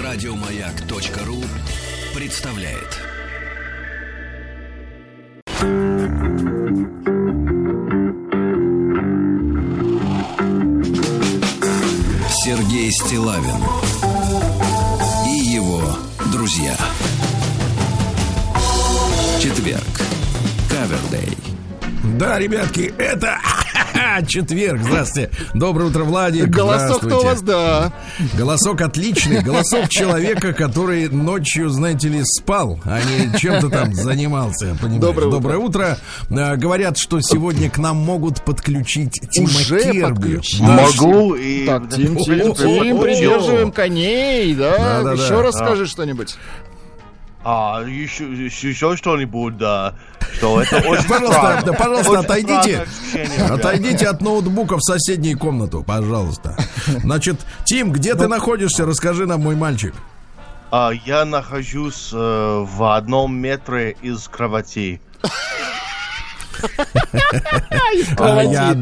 Радиомаяк.ру представляет. Сергей Стиллавин и его друзья. Четверг. Кавердей. Да, ребятки, это четверг. Здравствуйте. Доброе утро, Владик. Голосок-то у вас, да. Голосок отличный. Голосок человека, который ночью, знаете ли, спал, а не чем-то там занимался. Доброе утро. Говорят, что сегодня к нам могут подключить Тима Керби. Могу. И... Так, Тим, придерживаем коней, да? Еще раз скажи что-нибудь. Еще что-нибудь, да. Что это очень Пожалуйста, отойдите от ноутбука в соседнюю комнату, пожалуйста. Значит, Тим, где ты находишься? Расскажи нам, мой мальчик. Я нахожусь в 1 метре из кровати. Я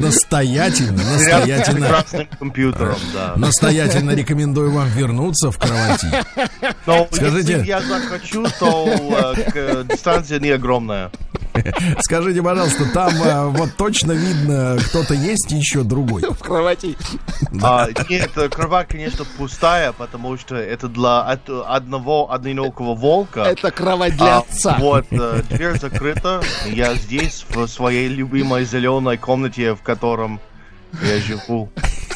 настоятельно рекомендую вам вернуться в кровати. Но скажите, если я захочу, то дистанция не огромная. Скажите, пожалуйста, там вот точно видно, кто-то есть еще другой в кровати? Нет, кровать, конечно, пустая, потому что это для одного одинокого волка. Это кровать для отца. Вот, дверь закрыта. Я здесь, в своей любимой зеленой комнате, в котором я живу.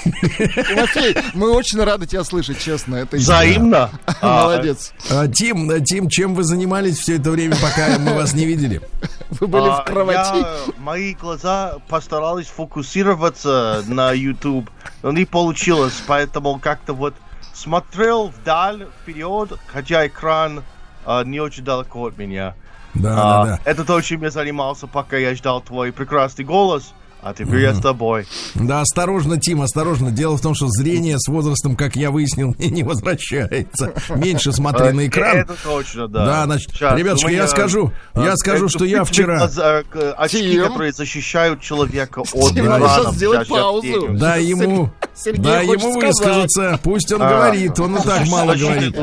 Тимофей, мы очень рады тебя слышать, честно. Это взаимно. Молодец. Тим, чем вы занимались все это время, пока мы вас не видели? Вы были в кровати. Мои глаза постарались фокусироваться на YouTube, но не получилось, поэтому как-то вот смотрел вдаль, вперед, хотя экран не очень далеко от меня. Да. Это то, чем я занимался, пока я ждал твой прекрасный голос. А теперь я с тобой. Да, осторожно, Тим, осторожно. Дело в том, что зрение с возрастом, как я выяснил, не возвращается. Меньше смотри на экран. Это точно, да. Да, значит, ребятушки, я скажу, что я вчера... Очки, которые защищают человека от экрана. Сейчас сделать паузу. Дай ему высказаться. Пусть он говорит, он и так мало говорит.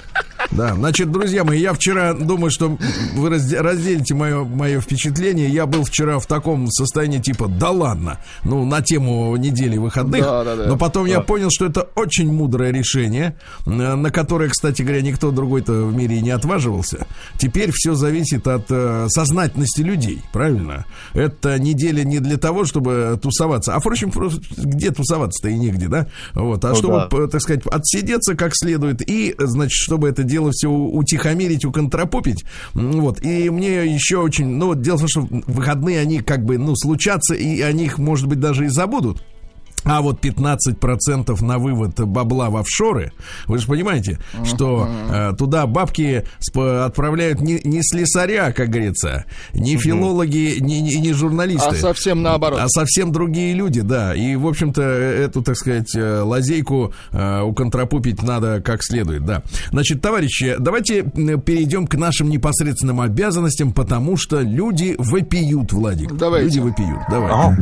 Да, значит, друзья мои, я вчера, думаю, что вы разделите мое впечатление. Я был вчера в таком состоянии типа, да ладно, на тему недели выходных. Да. Но потом я понял, что это очень мудрое решение, на которое, кстати говоря, никто другой-то в мире и не отваживался. Теперь все зависит от сознательности людей, правильно? Это неделя не для того, чтобы тусоваться. А, впрочем, где тусоваться-то и негде, да? Вот, чтобы, так сказать, отсидеться как следует и, значит, чтобы это дело все утихомирить, уконтропупить. Вот. И мне еще очень... дело в том, что выходные, они как бы, случатся, и о них, может быть, даже и забудут. А вот 15% на вывод бабла в офшоры, вы же понимаете, что туда бабки отправляют не слесаря, как говорится, не филологи, не журналисты. А совсем наоборот. А совсем другие люди, да. И, в общем-то, эту, так сказать, лазейку уконтропупить надо как следует, да. Значит, товарищи, давайте перейдем к нашим непосредственным обязанностям, потому что люди вопиют, Владик. Давайте. Люди вопиют. Давай.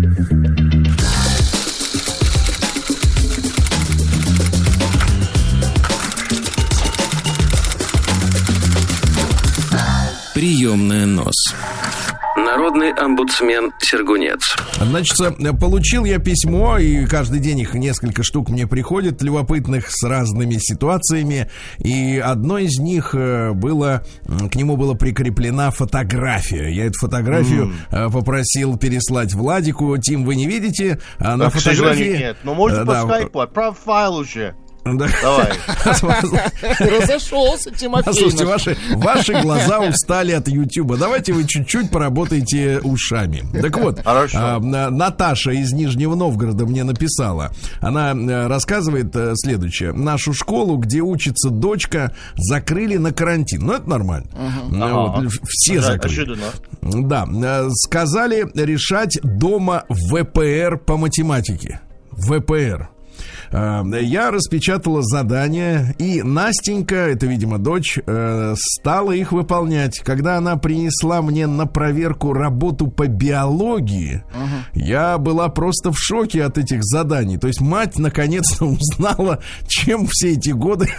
Приемная нос. Народный омбудсмен Сергунец. Значит, получил я письмо, и каждый день их несколько штук мне приходит, любопытных, с разными ситуациями. И одно из них было, к нему была прикреплена фотография. Я эту фотографию попросил переслать Владику. Тим, вы не видите? А на фотографии... Нет, но может по скайпу, отправь файл уже. Да. Давай. Разошелся, Тимофей. Слушайте, ваши глаза устали от Ютуба. Давайте вы чуть-чуть поработаете ушами. Так вот, Наташа из Нижнего Новгорода мне написала. Она рассказывает следующее. Нашу школу, где учится дочка, закрыли на карантин. Это нормально. Все закрыли. Да. Сказали решать дома ВПР по математике. ВПР. Я распечатала задания, и Настенька, это, видимо, дочь, стала их выполнять. Когда она принесла мне на проверку работу по биологии, я была просто в шоке от этих заданий. То есть мать наконец-то узнала, чем все эти годы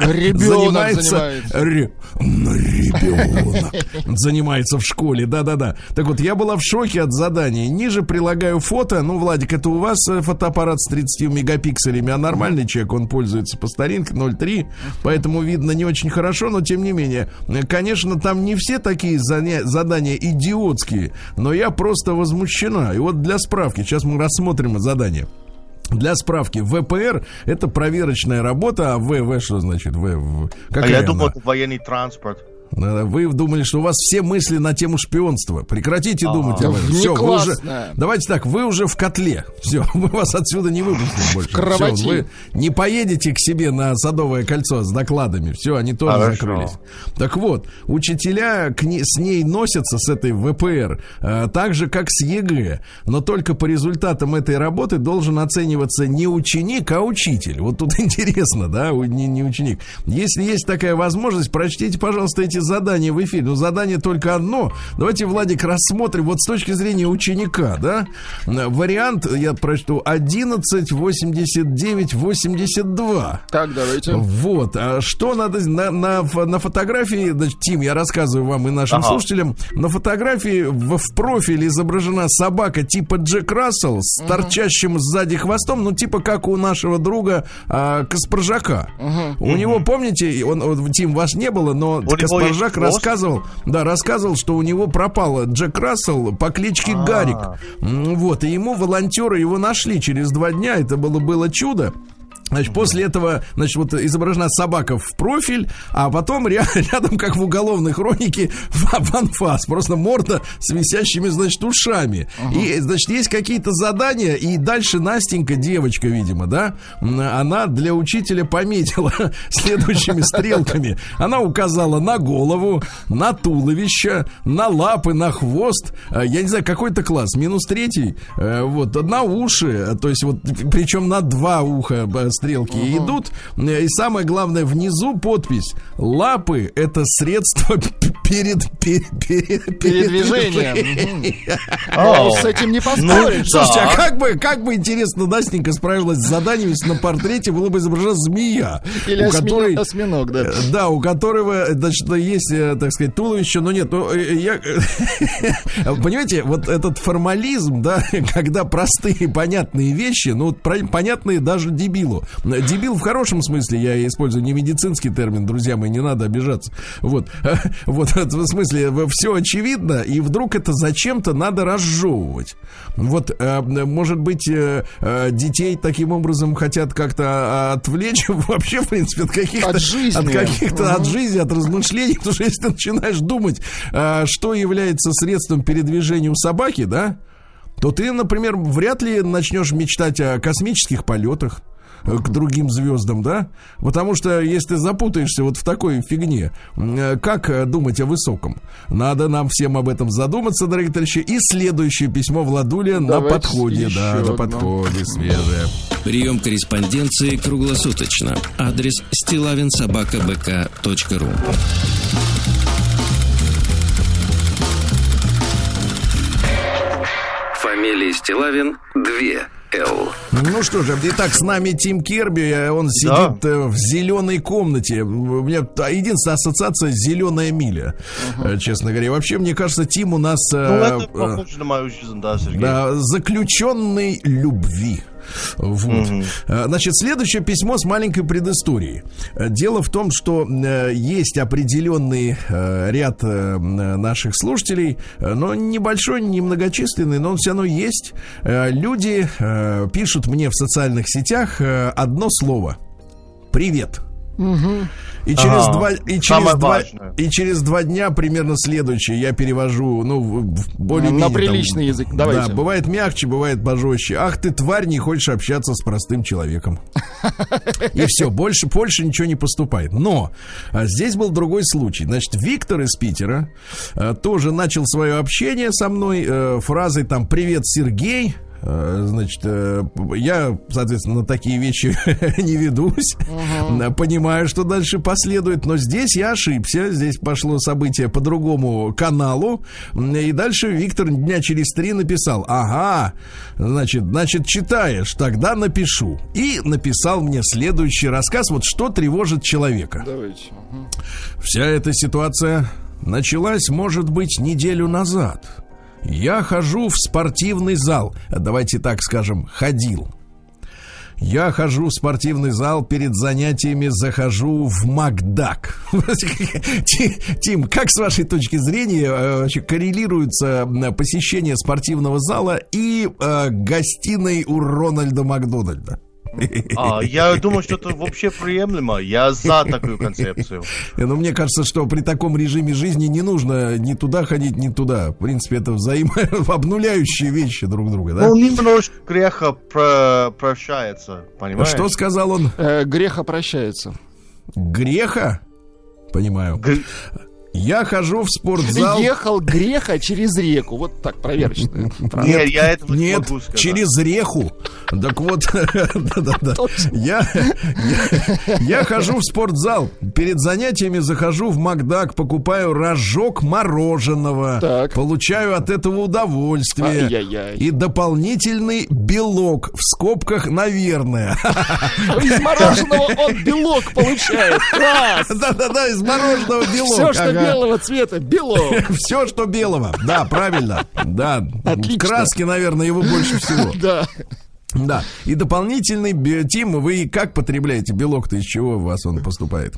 ребенок занимается в школе. Да-да-да. Так вот, я была в шоке от заданий. Ниже прилагаю фото. Ну, Владик, это у вас фотоаппарат с 30 мегапикселями, а нормальный человек, он пользуется по старинке 0,3, поэтому видно не очень хорошо, но тем не менее. Конечно, там не все такие задания идиотские, но я просто возмущена. И вот для справки, сейчас мы рассмотрим задание. Для справки, ВПР — это проверочная работа, а ВВ что значит? Я думал, это военный транспорт. Вы думали, что у вас все мысли на тему шпионства. Прекратите думать об этом. Все, вы уже, давайте так, вы уже в котле. Все, мы вас отсюда не выпустим больше. Все, вы не поедете к себе на Садовое кольцо с докладами. Все, они тоже закрылись. Так вот, учителя с ней носятся, с этой ВПР, так же, как с ЕГЭ. Но только по результатам этой работы должен оцениваться не ученик, а учитель. Вот тут интересно, да, не ученик. Если есть такая возможность, прочтите, пожалуйста, эти задание в эфире. Но задание только одно. Давайте, Владик, рассмотрим вот с точки зрения ученика, да? Вариант, я прочту, 118982. Так, давайте. Вот. А что надо на фотографии, значит, Тим, я рассказываю вам и нашим слушателям. На фотографии в профиле изображена собака типа Джек Рассел с торчащим сзади хвостом, ну, типа как у нашего друга Каспаржака. У него, помните, Тим, вас не было, но Каспаржак рассказывал, что у него пропал Джек Рассел по кличке Гарик. Вот, и ему волонтеры его нашли через 2 дня. Это было чудо. Значит, после этого, значит, вот изображена собака в профиль, а потом рядом, как в уголовной хронике, в анфас, просто морда с висящими, значит, ушами. И, значит, есть какие-то задания, и дальше Настенька, девочка, видимо, да, она для учителя пометила следующими стрелками. Она указала на голову, на туловище, на лапы, на хвост. Я не знаю, какой-то класс, -3, вот, на уши, то есть вот, причем на 2 уха стрелки идут. И самое главное, внизу подпись: лапы — это средство передвижением. С этим не поспоришь. Слушайте, а как бы интересно Настенька справилась с заданием, если на портрете была бы изображена змея. Или осьминог, да. Да, у которого, значит, есть, так сказать, туловище, но нет. Понимаете, вот этот формализм, да, когда простые понятные вещи, ну, понятные даже дебилу. Дебил в хорошем смысле, я использую не медицинский термин, друзья мои, не надо обижаться. Вот в смысле, все очевидно, и вдруг это зачем-то надо разжевывать. Вот, может быть, детей таким образом хотят как-то отвлечь вообще, в принципе, от жизни, от размышлений, потому что если ты начинаешь думать, что является средством передвижения у собаки, да, то ты, например, вряд ли начнешь мечтать о космических полетах к другим звездам, да? Потому что если ты запутаешься вот в такой фигне, как думать о высоком? Надо нам всем об этом задуматься, дорогие товарищи. И следующее письмо Владуля на подходе. Да, на подходе, свежее. Прием корреспонденции круглосуточно. Адрес stilavinsobakabk.ru. Фамилия Стилавин 2 Л. Ну что же, итак, с нами Тим Керби. Он сидит в зеленой комнате. У меня единственная ассоциация — «Зеленая миля», честно говоря. Вообще, мне кажется, Тим у нас это похоже на мою жизнь, да, Сергей. Да, заключенный любви. Вот. Значит, следующее письмо с маленькой предысторией. Дело в том, что есть определенный ряд наших слушателей, но небольшой, немногочисленный, но он все равно есть. Люди пишут мне в социальных сетях одно слово: «Привет». И через 2 дня примерно следующее я перевожу, ну, более-менее на приличный язык. Давайте. Да, бывает мягче, бывает пожестче. Ах ты, тварь, не хочешь общаться с простым человеком. И все, больше ничего не поступает. Но здесь был другой случай. Значит, Виктор из Питера тоже начал свое общение со мной фразой там: «Привет, Сергей». Значит, я, соответственно, на такие вещи не ведусь. Понимаю, что дальше последует. Но здесь я ошибся. Здесь пошло событие по другому каналу. И дальше Виктор дня через 3 написал: ага, значит, читаешь, тогда напишу. И написал мне следующий рассказ. Вот что тревожит человека. Давайте. Вся эта ситуация началась, может быть, неделю назад. Я хожу в спортивный зал. Давайте так скажем, ходил. Я хожу в спортивный зал, перед занятиями захожу в Макдак. Тим, как с вашей точки зрения коррелируется посещение спортивного зала и гостиной у Рональда Макдональда? Я думаю, что это вообще приемлемо. Я за такую концепцию. Но мне кажется, что при таком режиме жизни не нужно ни туда ходить, ни туда. В принципе, это взаимообнуляющие вещи друг друга, да? Ну, немножко греха прощается, понимаешь? Что сказал он? Греха прощается. Греха? Понимаю. Я хожу в спортзал. Ехал греха через реку. Вот так, проверочно. Нет, я этого не могу сказать. Через реху. Так вот, да. Я хожу в спортзал. Перед занятиями захожу в Макдак, покупаю рожок мороженого. Так. Получаю от этого удовольствие. Ай-яй-яй. И дополнительный белок. В скобках, наверное. Из мороженого он белок получает. Класс! Да, из мороженого белок. Все, что белого цвета, белого. Все, что белого. Да, правильно. Да. Отлично. Краски, наверное, его больше всего. Да. Да. И дополнительный, Тим, вы как потребляете белок-то, из чего у вас он поступает?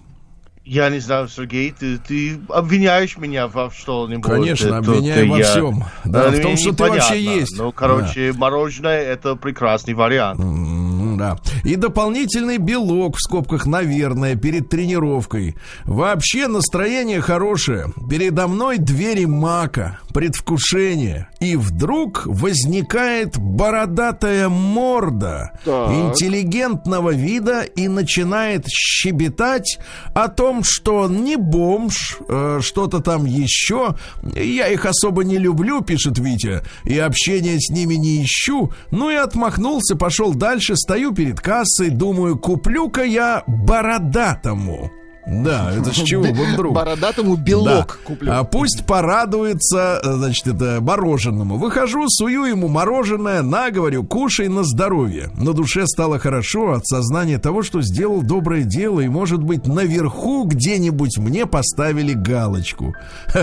Я не знаю, Сергей, ты обвиняешь меня во что-нибудь? Конечно, обвиняю во всем. Да, в том, что ты вообще есть. Ну, короче, мороженое — это прекрасный вариант. Да. И дополнительный белок, в скобках, наверное, перед тренировкой. Вообще настроение хорошее. Передо мной двери Мака, предвкушение. И вдруг возникает бородатая морда интеллигентного вида и начинает щебетать о том, что он не бомж, что-то там еще. Я их особо не люблю, пишет Витя, и общения с ними не ищу. Ну и отмахнулся, пошел дальше, стою перед кассой, думаю, куплю-ка я бородатому. Да, это с чего бы вдруг? Бородатому белок куплю. А пусть порадуется, значит, это мороженому. Выхожу, сую ему мороженое, говорю, кушай на здоровье. На душе стало хорошо от сознания того, что сделал доброе дело, и, может быть, наверху где-нибудь мне поставили галочку.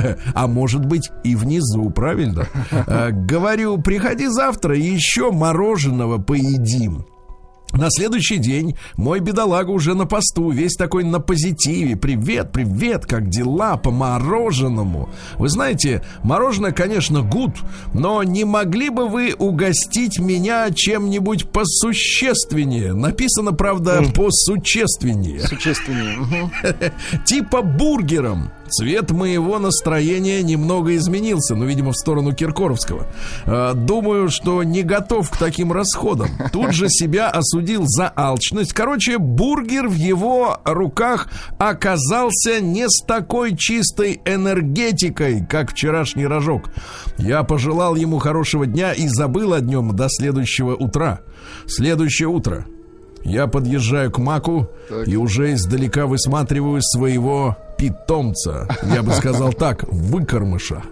А может быть, и внизу, правильно? Говорю, приходи завтра, еще мороженого поедим. На следующий день мой бедолага уже на посту, весь такой на позитиве. Привет, как дела по мороженому? Вы знаете, мороженое, конечно, гуд, но не могли бы вы угостить меня чем-нибудь посущественнее? Написано, правда, посущественнее. Существеннее. Типа бургером. Цвет моего настроения немного изменился, но, видимо, в сторону Киркоровского. Думаю, что не готов к таким расходам. Тут же себя осудил за алчность. Короче, бургер в его руках оказался не с такой чистой энергетикой, как вчерашний рожок. Я пожелал ему хорошего дня и забыл о нем до следующего утра. Следующее утро. Я подъезжаю к Маку и уже издалека высматриваю своего питомца. Я бы сказал так, выкормыша.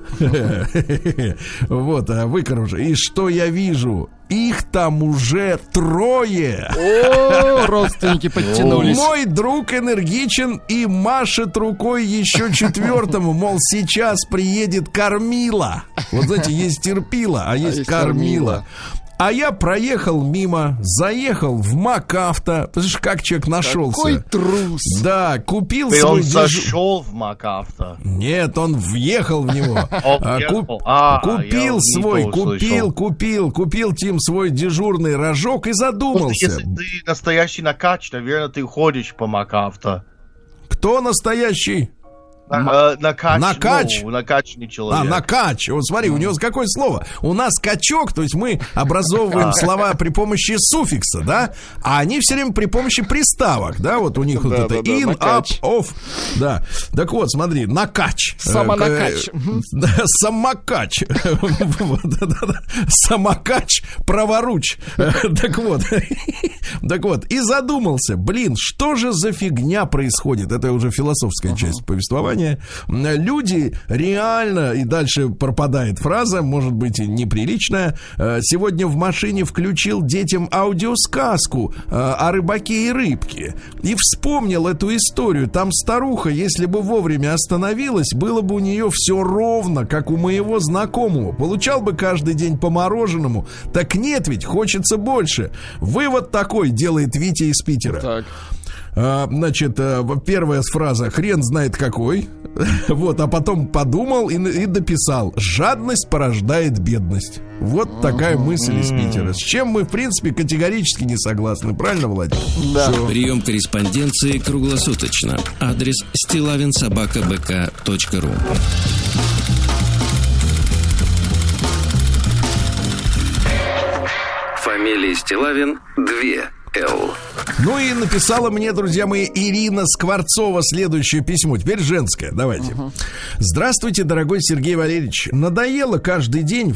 Вот, выкормыша. И что я вижу? Их там уже 3. О, родственники подтянулись. Мой друг энергичен и машет рукой еще 4-му, мол, сейчас приедет кормила. Вот знаете, есть терпила, а есть кормила. А я проехал мимо, заехал в МакАвто. Слышишь, как человек нашелся? Какой трус. Да, купил свой... свой... Он зашел в МакАвто. Нет, он въехал в него. Купил, Тим, свой дежурный рожок и задумался. Если ты настоящий накач, наверное, ты ходишь по МакАвто. Кто настоящий? Накачанный человек. Накач. Вот смотри, у него какое слово? У нас качок, то есть мы образовываем слова при помощи суффикса, да? А они все время при помощи приставок, да? Вот у них вот это in, up, off. Да. Так вот, смотри, накач. Самонакач. Самокач. Самокач, праворуч. Так вот, и задумался, блин, что же за фигня происходит? Это уже философская часть повествования. Люди реально, и дальше пропадает фраза, может быть, неприличная. Сегодня в машине включил детям аудиосказку о рыбаке и рыбке. И вспомнил эту историю. Там старуха, если бы вовремя остановилась, было бы у нее все ровно, как у моего знакомого. Получал бы каждый день по мороженому. Так нет, ведь хочется больше. Вывод такой делает Витя из Питера. Так. Значит, первая фраза хрен знает какой. Вот, а потом подумал и дописал: жадность порождает бедность. Вот такая мысль из Питера. С чем мы, в принципе, категорически не согласны. Правильно, Владимир? Да. Прием корреспонденции круглосуточно. Адрес stilavin@bk.ru. Фамилия Стилавин 2Л. Ну и написала мне, друзья мои, Ирина Скворцова следующее письмо. Теперь женское, давайте. Здравствуйте, дорогой Сергей Валерьевич. Надоело каждый день в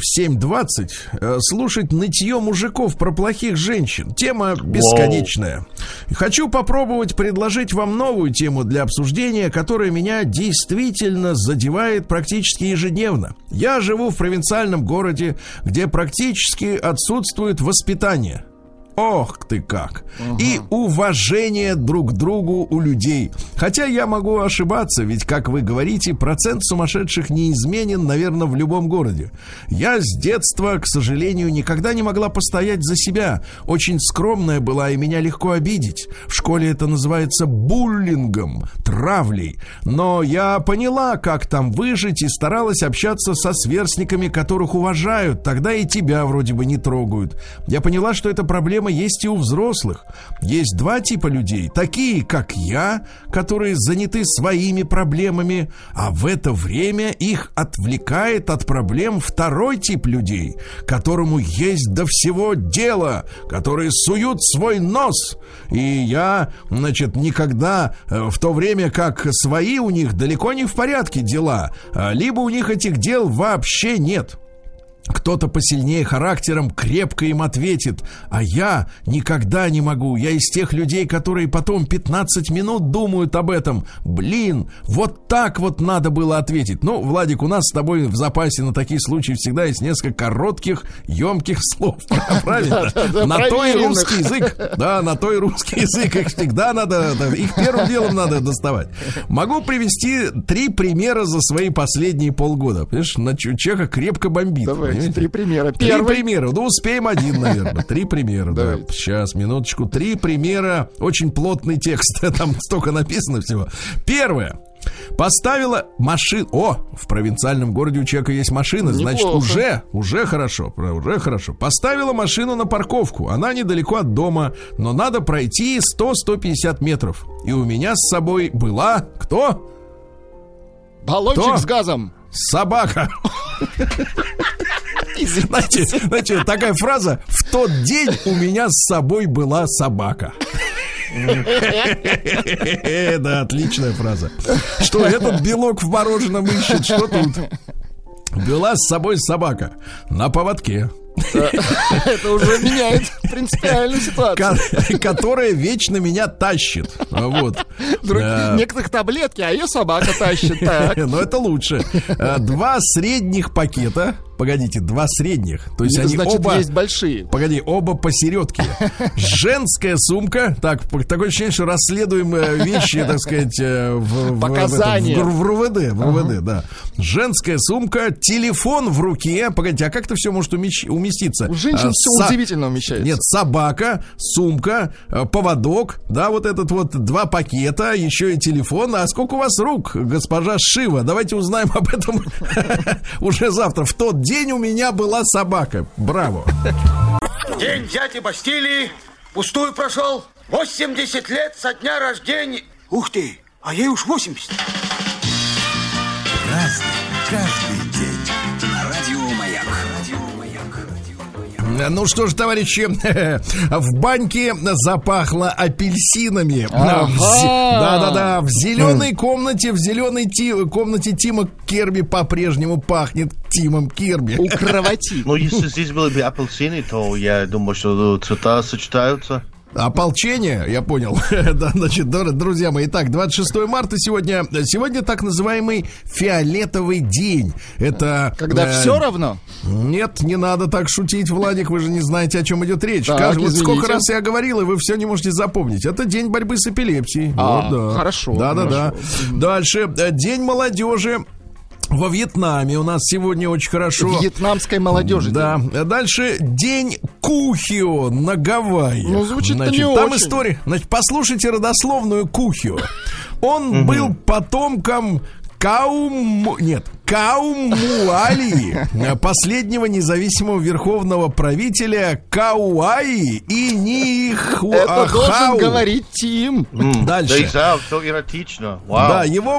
7:20 слушать нытье мужиков про плохих женщин. Тема бесконечная. Хочу попробовать предложить вам новую тему для обсуждения, которая меня действительно задевает практически ежедневно. Я живу в провинциальном городе, где практически отсутствует воспитание. Ох ты как! И уважение друг к другу у людей. Хотя я могу ошибаться, ведь, как вы говорите, процент сумасшедших неизменен, наверное, в любом городе. Я с детства, к сожалению, никогда не могла постоять за себя. Очень скромная была, и меня легко обидеть. В школе это называется буллингом, травлей. Но я поняла, как там выжить, и старалась общаться со сверстниками, которых уважают. Тогда и тебя вроде бы не трогают. Я поняла, что эта проблема есть и у взрослых. Есть два типа людей. Такие, как я, которые заняты своими проблемами, а в это время их отвлекает от проблем второй тип людей, которому есть до всего дело, которые суют свой нос. И я, значит, никогда, в то время как свои у них далеко не в порядке дела, либо у них этих дел вообще нет. Кто-то посильнее характером крепко им ответит, а я никогда не могу. Я из тех людей, которые потом 15 минут думают об этом. Блин, вот так вот надо было ответить. Ну, Владик, у нас с тобой в запасе на такие случаи всегда есть несколько коротких, емких слов. Правильно? На то и русский язык. Да, на то и русский язык. Их всегда надо, их первым делом надо доставать. Могу привести 3 примера за свои последние полгода. Понимаешь, Чеха крепко бомбит. Давайте 3 примера. Первый. 3 примера. Ну, успеем один, наверное. 3 примера. Да. Сейчас, минуточку. 3 примера. Очень плотный текст. Там столько написано всего. Первое. Поставила машину. О, в провинциальном городе у человека есть машина. Значит, уже хорошо. Уже хорошо. Поставила машину на парковку. Она недалеко от дома, но надо пройти 100-150 метров. И у меня с собой была... Кто? Баллончик с газом. Собака. Знаете, такая фраза: в тот день у меня с собой была собака. Да, отличная фраза. Что этот белок в мороженом ищет? Что тут? Была с собой собака на поводке. Это уже меняет принципиальную ситуацию. Которая вечно меня тащит. Вот. Некоторых таблетки, а ее собака тащит. Но это лучше. 2 средних пакета. Погодите, 2 средних. То есть они оба... есть большие. Погоди, оба посередке. Женская сумка. Так, такое ощущение, что расследуем вещи, так сказать, показания. В РУВД, да. Женская сумка, телефон в руке. Погодите, а как это все может уместиться? У женщин все удивительно умещается. Нет, собака, сумка, поводок, да, вот этот вот 2 пакета, еще и телефон. А сколько у вас рук, госпожа Шива? Давайте узнаем об этом уже завтра. В тот день у меня была собака. Браво. День дяди Бастилии пустую прошел. 80 лет со дня рождения. Ух ты, а ей уж 80. Ну что ж, товарищи, в баньке запахло апельсинами. Да-да-да, в зеленой комнате, комнате Тима Керби по-прежнему пахнет Тимом Керби. У кровати. Ну, если здесь были бы апельсины, то я думаю, что цвета сочетаются. Ополчение, я понял. Да, значит, друзья мои, итак, 26 марта сегодня так называемый фиолетовый день. Это... Когда все равно? Нет, не надо так шутить, Владик, вы же не знаете, о чем идет речь. Так, вот сколько раз я говорил, и вы все не можете запомнить. Это день борьбы с эпилепсией. Вот, да. Хорошо. Да. Дальше, день молодежи. Во Вьетнаме у нас сегодня очень хорошо. Вьетнамской молодежи. Да. Дальше день Кухио на Гавайях. Ну, звучит-то не там очень. история. Значит, послушайте родословную Кухио. Он был потомком Каумуалии, последнего независимого верховного правителя Кауаи и Нихуахау. Это должен говорить Тим. Дальше. Да, все эротично. Вау. Да, его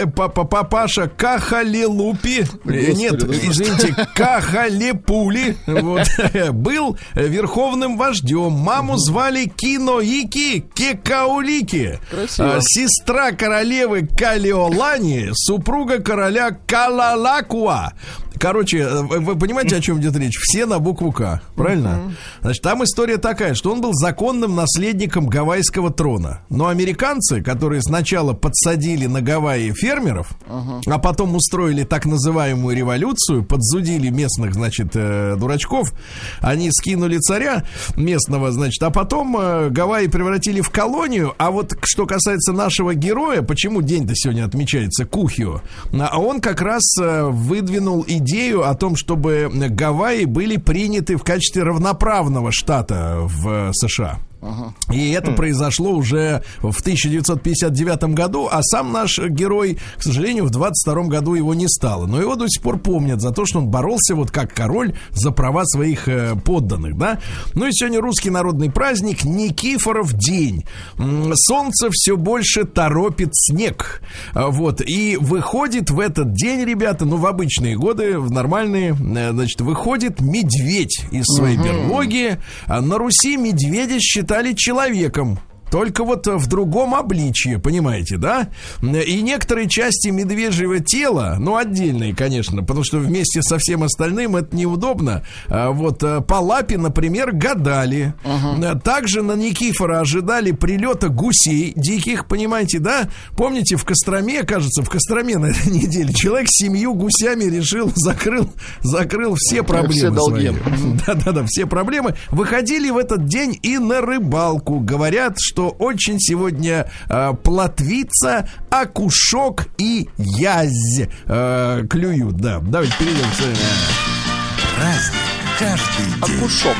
папаша Кахалелупи, извините, Кахалепули, вот, был верховным вождем. Маму звали Киноики Кекаулики. Красиво. Сестра королевы Калиолани, супруга короля Калалакуа. Короче, вы понимаете, о чем идет речь? Все на букву К, правильно? Значит, там история такая, что он был законным наследником гавайского трона. Но американцы, которые сначала подсадили на Гавайи фермеров, а потом устроили так называемую революцию, подзудили местных, значит, дурачков, они скинули царя местного, значит, а потом Гавайи превратили в колонию. А вот что касается нашего героя, почему день-то сегодня отмечается Кухио, а он как раз выдвинул идею о том, чтобы Гавайи были приняты в качестве равноправного штата в США. И это произошло уже в 1959 году, а сам наш герой, к сожалению, в 22 году его не стало. Но его до сих пор помнят за то, что он боролся вот как король за права своих подданных, да? Ну и сегодня русский народный праздник Никифоров день. Солнце все больше торопит снег. Вот. И выходит в этот день, ребята, ну в обычные годы, в нормальные, значит, выходит медведь из своей берлоги. На Руси медведя считали человеком. Только вот в другом обличье, понимаете, да? И некоторые части медвежьего тела, ну, отдельные, конечно, потому что вместе со всем остальным это неудобно. Вот по лапе, например, гадали. Также на Никифора ожидали прилета гусей диких, понимаете, да? Помните, в Костроме, кажется, на этой неделе человек с 7 гусями решил, закрыл все проблемы. Все долги. Да, все проблемы. Выходили в этот день и на рыбалку. Говорят, что очень сегодня плотвица, окушок и язь клюют. Да, давайте перейдем к праздник каждый день. Окушок.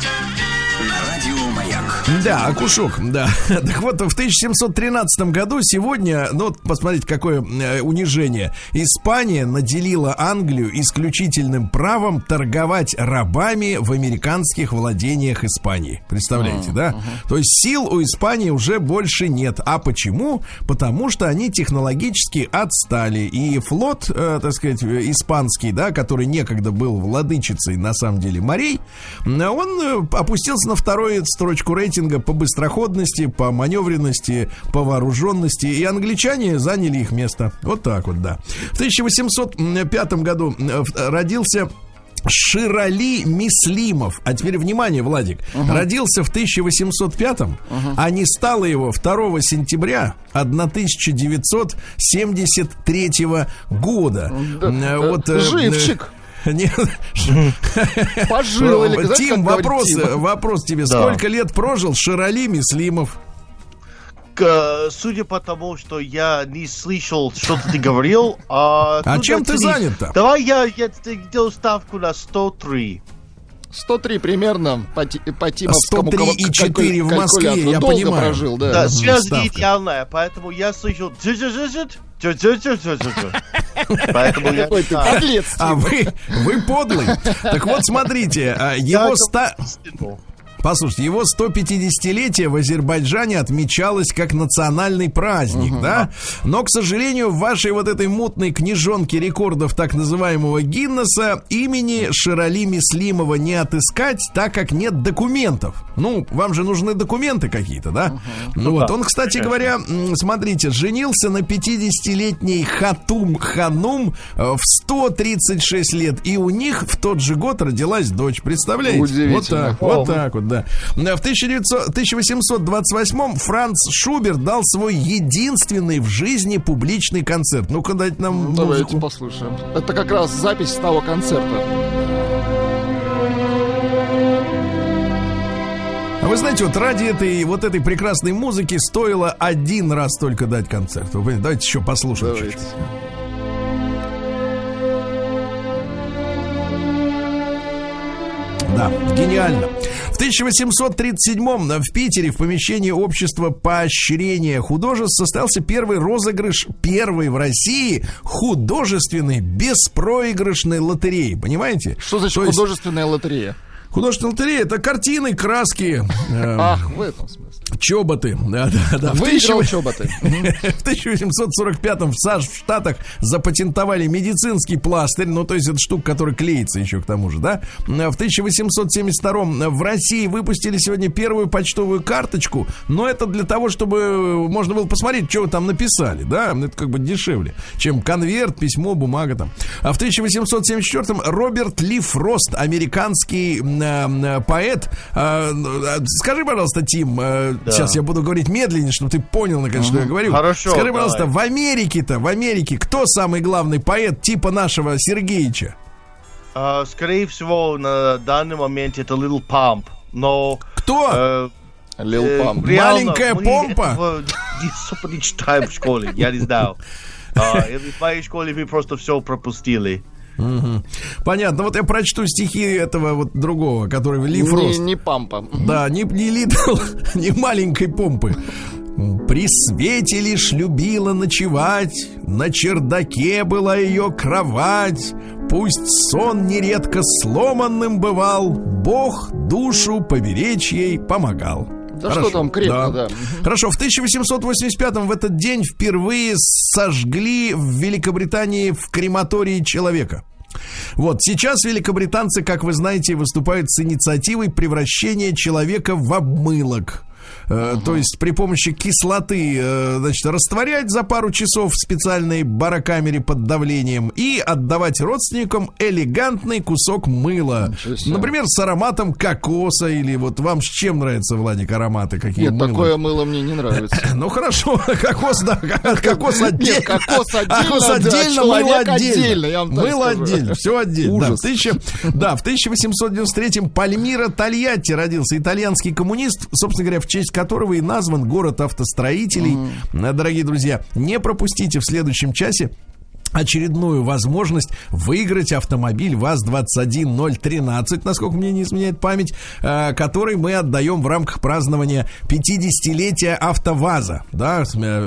Да, окушок, да. Так вот, в 1713 году сегодня, ну, посмотрите, какое унижение. Испания наделила Англию исключительным правом торговать рабами в американских владениях Испании. Представляете, да? То есть сил у Испании уже больше нет. А почему? Потому что они технологически отстали. И флот, так сказать, испанский, да, который некогда был владычицей, на самом деле, морей, он опустился на вторую строчку рейтинга по быстроходности, по маневренности, по вооруженности, и англичане заняли их место. Вот так вот, да. В 1805 году родился Ширали Мислимов. А теперь внимание, Владик. Родился в 1805-м, а не стало его 2 сентября 1973 года. Вот, живчик. Пожил. Тим, вопрос тебе. Да. Сколько лет прожил Ширали Мислимов? Судя по тому, что я не слышал, что ты говорил... А чем ты занят-то? Давай я делаю ставку на 103. 103 примерно по тимовскому 103,4 в Москве, я долго понимаю. Прожил, да. Да, связь не идеальная, поэтому я слышал... Поэтому я... А вы подлый. Так вот, смотрите, его послушайте, его 150-летие в Азербайджане отмечалось как национальный праздник, да? Но, к сожалению, в вашей вот этой мутной книжонке рекордов так называемого Гиннесса имени Шерали Мислимова не отыскать, так как нет документов. Ну, вам же нужны документы какие-то, да? Ну вот, он, кстати говоря, смотрите, женился на 50-летней Ханум в 136 лет, и у них в тот же год родилась дочь. Представляете? Удивительно. Вот так вот, да. В 1828-м Франц Шуберт дал свой единственный в жизни публичный концерт. Ну-ка, дайте нам музыку. Давайте послушаем. Это как раз запись того концерта. А вы знаете, вот ради этой прекрасной музыки стоило один раз только дать концерт. Вы понимаете? Давайте еще послушаем чуть-чуть. Да, гениально. В 1837-м в Питере в помещении Общества поощрения художеств состоялся первый розыгрыш первой в России художественной беспроигрышной лотереи. Понимаете? Что значит художественная лотерея? Художественная лотерея — это картины, краски. Ах, в этом смысле. Чоботы. Да. Выиграл чоботы. В 1845-м в Штатах запатентовали медицинский пластырь. Ну, то есть это штука, которая клеится еще к тому же, да. В 1872-м в России выпустили сегодня первую почтовую карточку. Но это для того, чтобы можно было посмотреть, что вы там написали, да. Это как бы дешевле, чем конверт, письмо, бумага там. А в 1874-м Роберт Ли Фрост, американский поэт. Скажи, пожалуйста, Тим, сейчас я буду говорить медленнее, чтобы ты понял, наконец, что я говорю. Хорошо. Скажи, пожалуйста, в Америке кто самый главный поэт типа нашего Сергеича? Скорее всего, на данный момент это Lil Pump. Но... Кто? Lil Pump. Маленькая помпа? Не читаем в школе, я не знал. В моей школе мы просто все пропустили. Угу. Понятно. Вот я прочту стихи этого вот другого, который Ли Фрост. Не Пампа. Да, не Литл, не маленькой помпы. При свете лишь любила ночевать, на чердаке была ее кровать. Пусть сон нередко сломанным бывал, Бог душу поберечь ей помогал. Да. Хорошо, что там крепко, да. Хорошо, в 1885-м в этот день впервые сожгли в Великобритании в крематории человека. Вот, сейчас великобританцы, как вы знаете, выступают с инициативой превращения человека в обмылок. То есть при помощи кислоты, значит, растворять за пару часов в специальной барокамере под давлением и отдавать родственникам элегантный кусок мыла. Например, с ароматом кокоса. Или вот вам с чем нравится, Владик, ароматы? Какие? Нет, такое мыло мне не нравится. Ну хорошо, кокос, да, кокос отдельно. Нет, кокос отдельно, мыло отдельно. Мыло отдельно, все отдельно. Ужас. Да, в 1893-м Пальмиро Тольятти родился итальянский коммунист, собственно говоря, в честь которого и назван город автостроителей. Дорогие друзья, не пропустите в следующем часе очередную возможность выиграть автомобиль ВАЗ-21013, насколько мне не изменяет память, который мы отдаем в рамках празднования 50-летия АвтоВАЗа. Да,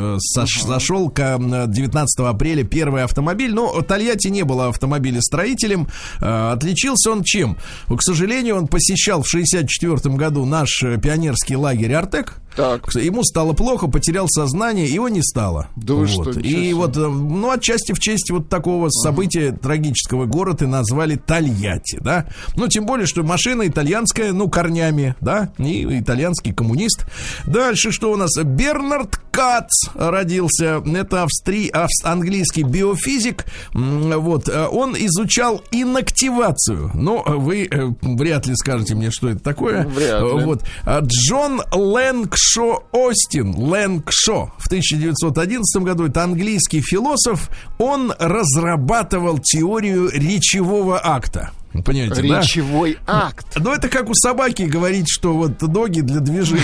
зашел к 19 апреля первый автомобиль, но Тольятти не было автомобилестроителем. Отличился он чем? К сожалению, он посещал в 1964 году наш пионерский лагерь «Артек». Так. Ему стало плохо, потерял сознание, его не стало. Да вы что? И вот, ну, отчасти в честь вот такого события трагического город и назвали Тольятти, да. Ну, тем более, что машина итальянская, ну, корнями, да, и итальянский коммунист. Дальше что у нас? Бернард Кац родился. Это английский биофизик. Вот, он изучал инактивацию. Но вы вряд ли скажете мне, что это такое. Вряд ли. Вот. Джон Лэнгшо Остин, Лэнгшо, в 1911 году, это английский философ, он разрабатывал теорию речевого акта. Понимаете, речевой акт. Ну, это как у собаки говорить, что вот ноги для движения.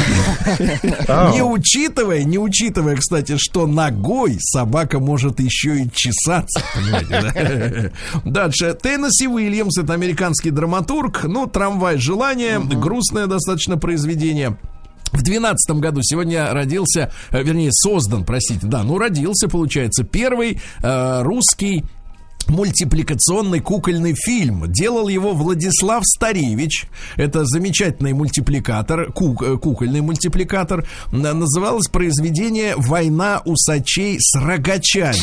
Не учитывая, кстати, что ногой собака может еще и чесаться. Понимаете, да? Дальше. Теннесси Уильямс, это американский драматург. Ну, «Трамвай желания», грустное достаточно произведение. В 2012 году сегодня родился, вернее, создан, простите, да, ну, родился, получается, первый русский мультипликационный кукольный фильм. Делал его Владислав Старевич. Это замечательный мультипликатор, кукольный мультипликатор. Называлось произведение «Война усачей с рогачами».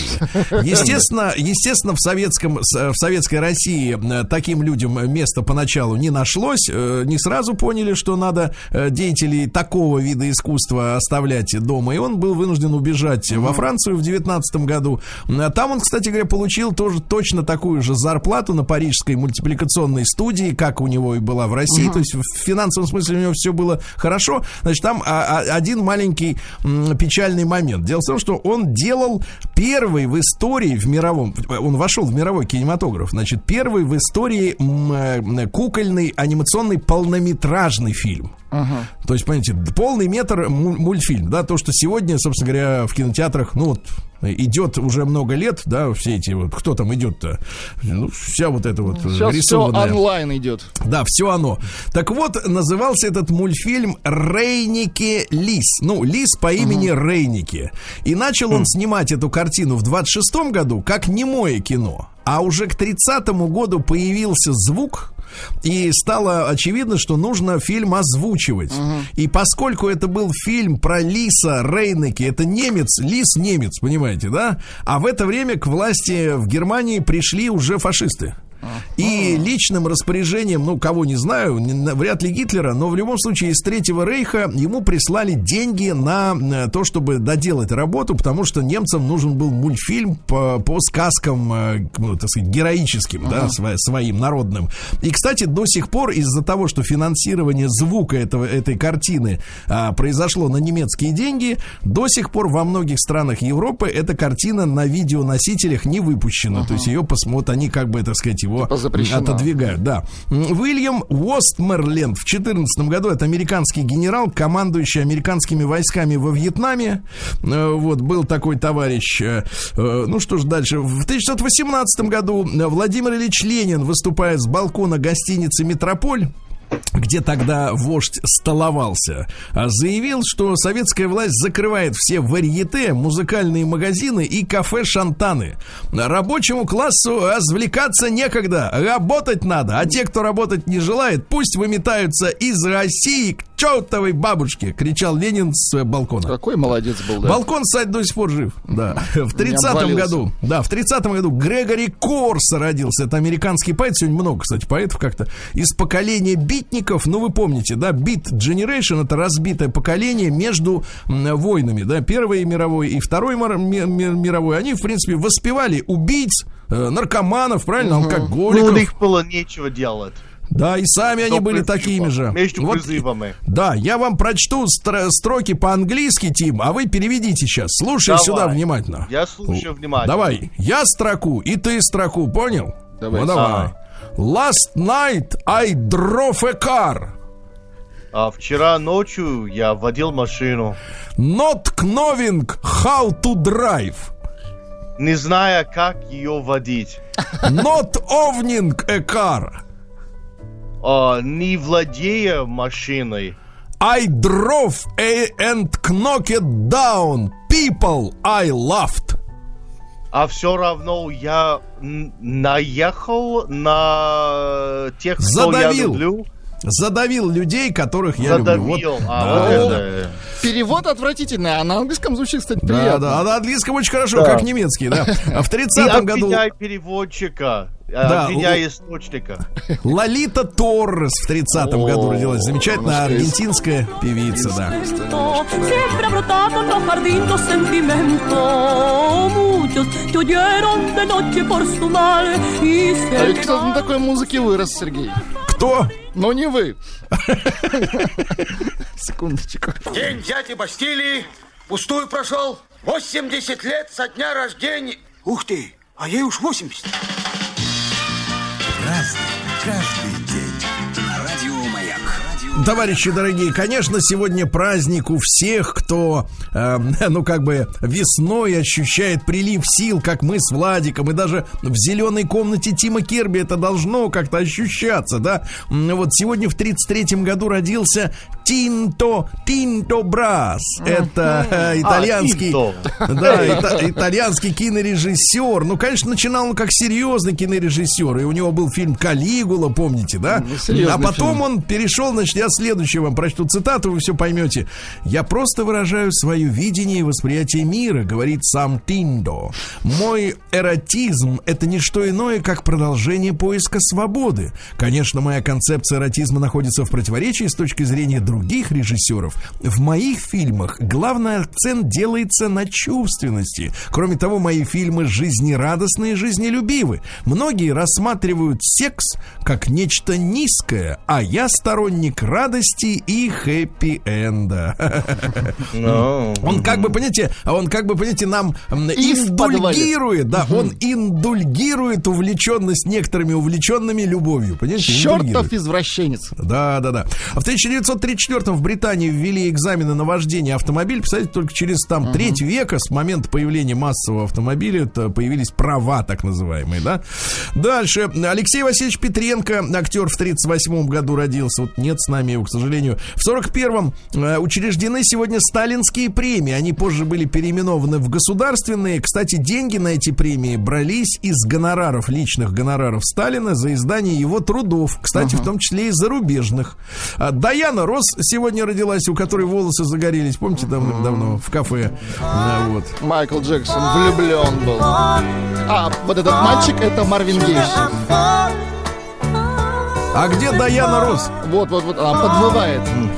Естественно, в советской России таким людям места поначалу не нашлось. Не сразу поняли, что надо деятелей такого вида искусства оставлять дома. И он был вынужден убежать во Францию в 19 году. Там он, кстати говоря, получил тоже точно такую же зарплату на парижской мультипликационной студии, как у него и была в России. То есть в финансовом смысле у него все было хорошо. Значит, там один маленький печальный момент. Дело в том, что он делал первый в истории он вошел в мировой кинематограф. Значит, первый в истории кукольный анимационный полнометражный фильм. То есть, понимаете, полный метр мультфильм, да, то, что сегодня, собственно говоря, в кинотеатрах, идет уже много лет, да, все эти вот, кто там идет-то, вся вот эта вот сейчас рисованная. Все онлайн идет. Да, все оно. Так вот, назывался этот мультфильм «Рейнике Лис». Лис по имени Рейнике. И начал он снимать эту картину в 26-м году как немое кино. А уже к 30-му году появился звук, и стало очевидно, что нужно фильм озвучивать. И поскольку это был фильм про лиса Рейнеке, это немец, лис-немец, понимаете, да? А в это время к власти в Германии пришли уже фашисты. И личным распоряжением, кого не знаю, вряд ли Гитлера, но в любом случае из Третьего Рейха ему прислали деньги на то, чтобы доделать работу, потому что немцам нужен был мультфильм по сказкам, так сказать, героическим, да, своим народным. И, кстати, до сих пор из-за того, что финансирование звука этой картины произошло на немецкие деньги, до сих пор во многих странах Европы эта картина на видеоносителях не выпущена. То есть ее посмотрят, они как бы, так сказать, его отодвигают, да. Уильям Уостмерленд в 2014 году, это американский генерал, командующий американскими войсками во Вьетнаме. Вот, был такой товарищ. Что ж дальше. В 1918 году Владимир Ильич Ленин выступает с балкона гостиницы «Метрополь», где тогда вождь столовался, заявил, что советская власть закрывает все варьете, музыкальные магазины и кафе-шантаны. Рабочему классу развлекаться некогда, работать надо, а те, кто работать не желает, пусть выметаются из России к чертовой бабушке, кричал Ленин с балкона. Какой молодец был, да? Балкон, кстати, до сих пор жив. Да. В 30-м году Грегори Корса родился. Это американский поэт. Сегодня много, кстати, поэтов как-то. Из поколения битников. Вы помните, да, Beat Generation — это разбитое поколение между войнами, да, Первой мировой и Второй мировой. Они, в принципе, воспевали убийц, наркоманов, правильно, алкоголиков. У них было нечего делать. Да, и сами они были такими же. Между призывами. Да, я вам прочту строки по-английски, Тим, а вы переведите сейчас. Слушай сюда внимательно. Я слушаю внимательно. Давай, я строку, и ты строку, понял? Давай. Давай. Last night I drove a car. Вчера ночью я водил машину. Not knowing how to drive. Не зная, как ее водить. Not owning a car. Не владея машиной. I drove and knocked down people I loved. А все равно я наехал на тех, кто я люблю. Задавил людей, которых я люблю. Вот. Перевод отвратительный, а на английском звучит, кстати, приятно. Да, на английском очень хорошо, как немецкий, да. А в 30-м году... Обвиняй переводчика, обвиняй источника. Лолита Торрес в 30-м году родилась. Замечательная аргентинская певица, да. А ведь кто на такой музыке вырос, Сергей? Кто? Но не вы. Секундочку. День дяди Бастилии пустую прошел. 80 лет со дня рождения. Ух ты, а ей уж 80. Разный, каждый день. Радио Маяк. Товарищи дорогие, конечно, сегодня праздник у всех, кто, весной ощущает прилив сил, как мы с Владиком, и даже в зеленой комнате Тима Керби это должно как-то ощущаться, да. Вот сегодня в 33-м году родился Tinto Brass. Это итальянский, итальянский кинорежиссер. Ну, конечно, начинал он как серьезный кинорежиссер, и у него был фильм «Калигула», помните, да? А потом он перешел, значит, я следующее вам прочту цитату, вы все поймете. «Я просто выражаю свое видение и восприятие мира», говорит сам Тинто. «Мой эротизм — это не что иное, как продолжение поиска свободы. Конечно, моя концепция эротизма находится в противоречии с точки зрения других режиссеров. В моих фильмах главный акцент делается на чувственности. Кроме того, мои фильмы жизнерадостны и жизнелюбивы. Многие рассматривают секс как нечто низкое, а я сторонник радости и хэппи-энда». Он как бы, понимаете, нам индульгирует, да, он индульгирует увлеченность некоторыми увлеченными любовью. Понимаете? Чертов извращенец. Да. А в 1934-м в Британии ввели экзамены на вождение автомобиля. Представляете, только через треть века с момента появления массового автомобиля появились права, так называемые, да. Дальше. Алексей Васильевич Петренко, актер, в 1938 году родился. Вот нет с нами его, к сожалению. В 1941-м учреждены сегодня сталинские премии. Они позже были переименованы в государственные. Кстати, деньги на эти премии брались из гонораров, личных гонораров Сталина за издание его трудов. Кстати, в том числе и зарубежных. Дайана Росс сегодня родилась, у которой волосы загорелись. Помните, давным-давно в кафе. Вот. Майкл Джексон влюблен был. А вот этот мальчик — это Марвин Гейс. А где Дайана Росс? Вот, она подвывает.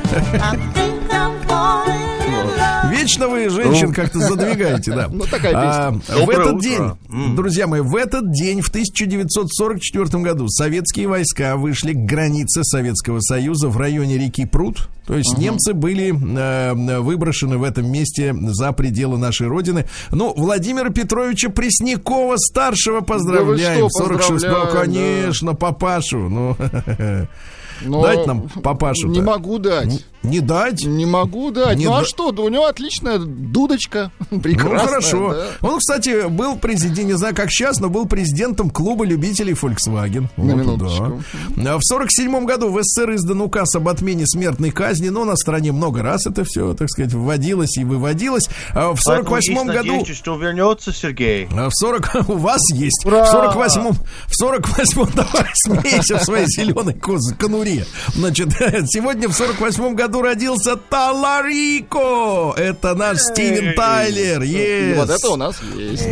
Вечно вы женщин как-то задвигаете, да. Ну, такая песня. В этот день, друзья мои, в этот день, в 1944 году, советские войска вышли к границе Советского Союза в районе реки Прут. То есть немцы были выброшены в этом месте за пределы нашей родины. Ну, Владимира Петровича Преснякова-старшего поздравляем. Да 46-го, конечно, папашу. Ну, дайте нам папашу. Не могу дать. Не дать? Не могу дать. А что? У него отличная дудочка. Прекрасная. Ну, хорошо. Да. Он, кстати, был президентом, не знаю, как сейчас, но был президентом клуба любителей Volkswagen. На минуточку. Да. В 1947 году в СССР издан указ об отмене смертной казни, но на стране много раз это все, так сказать, вводилось и выводилось. В 1948 году... Надеюсь, что вернется Сергей. У вас есть. Ура! В 48-м давай смейся в своей зеленой конуре. Значит, сегодня в 1948 году родился Таларико. Это наш Стивен Тайлер. Yes. Вот это у нас есть.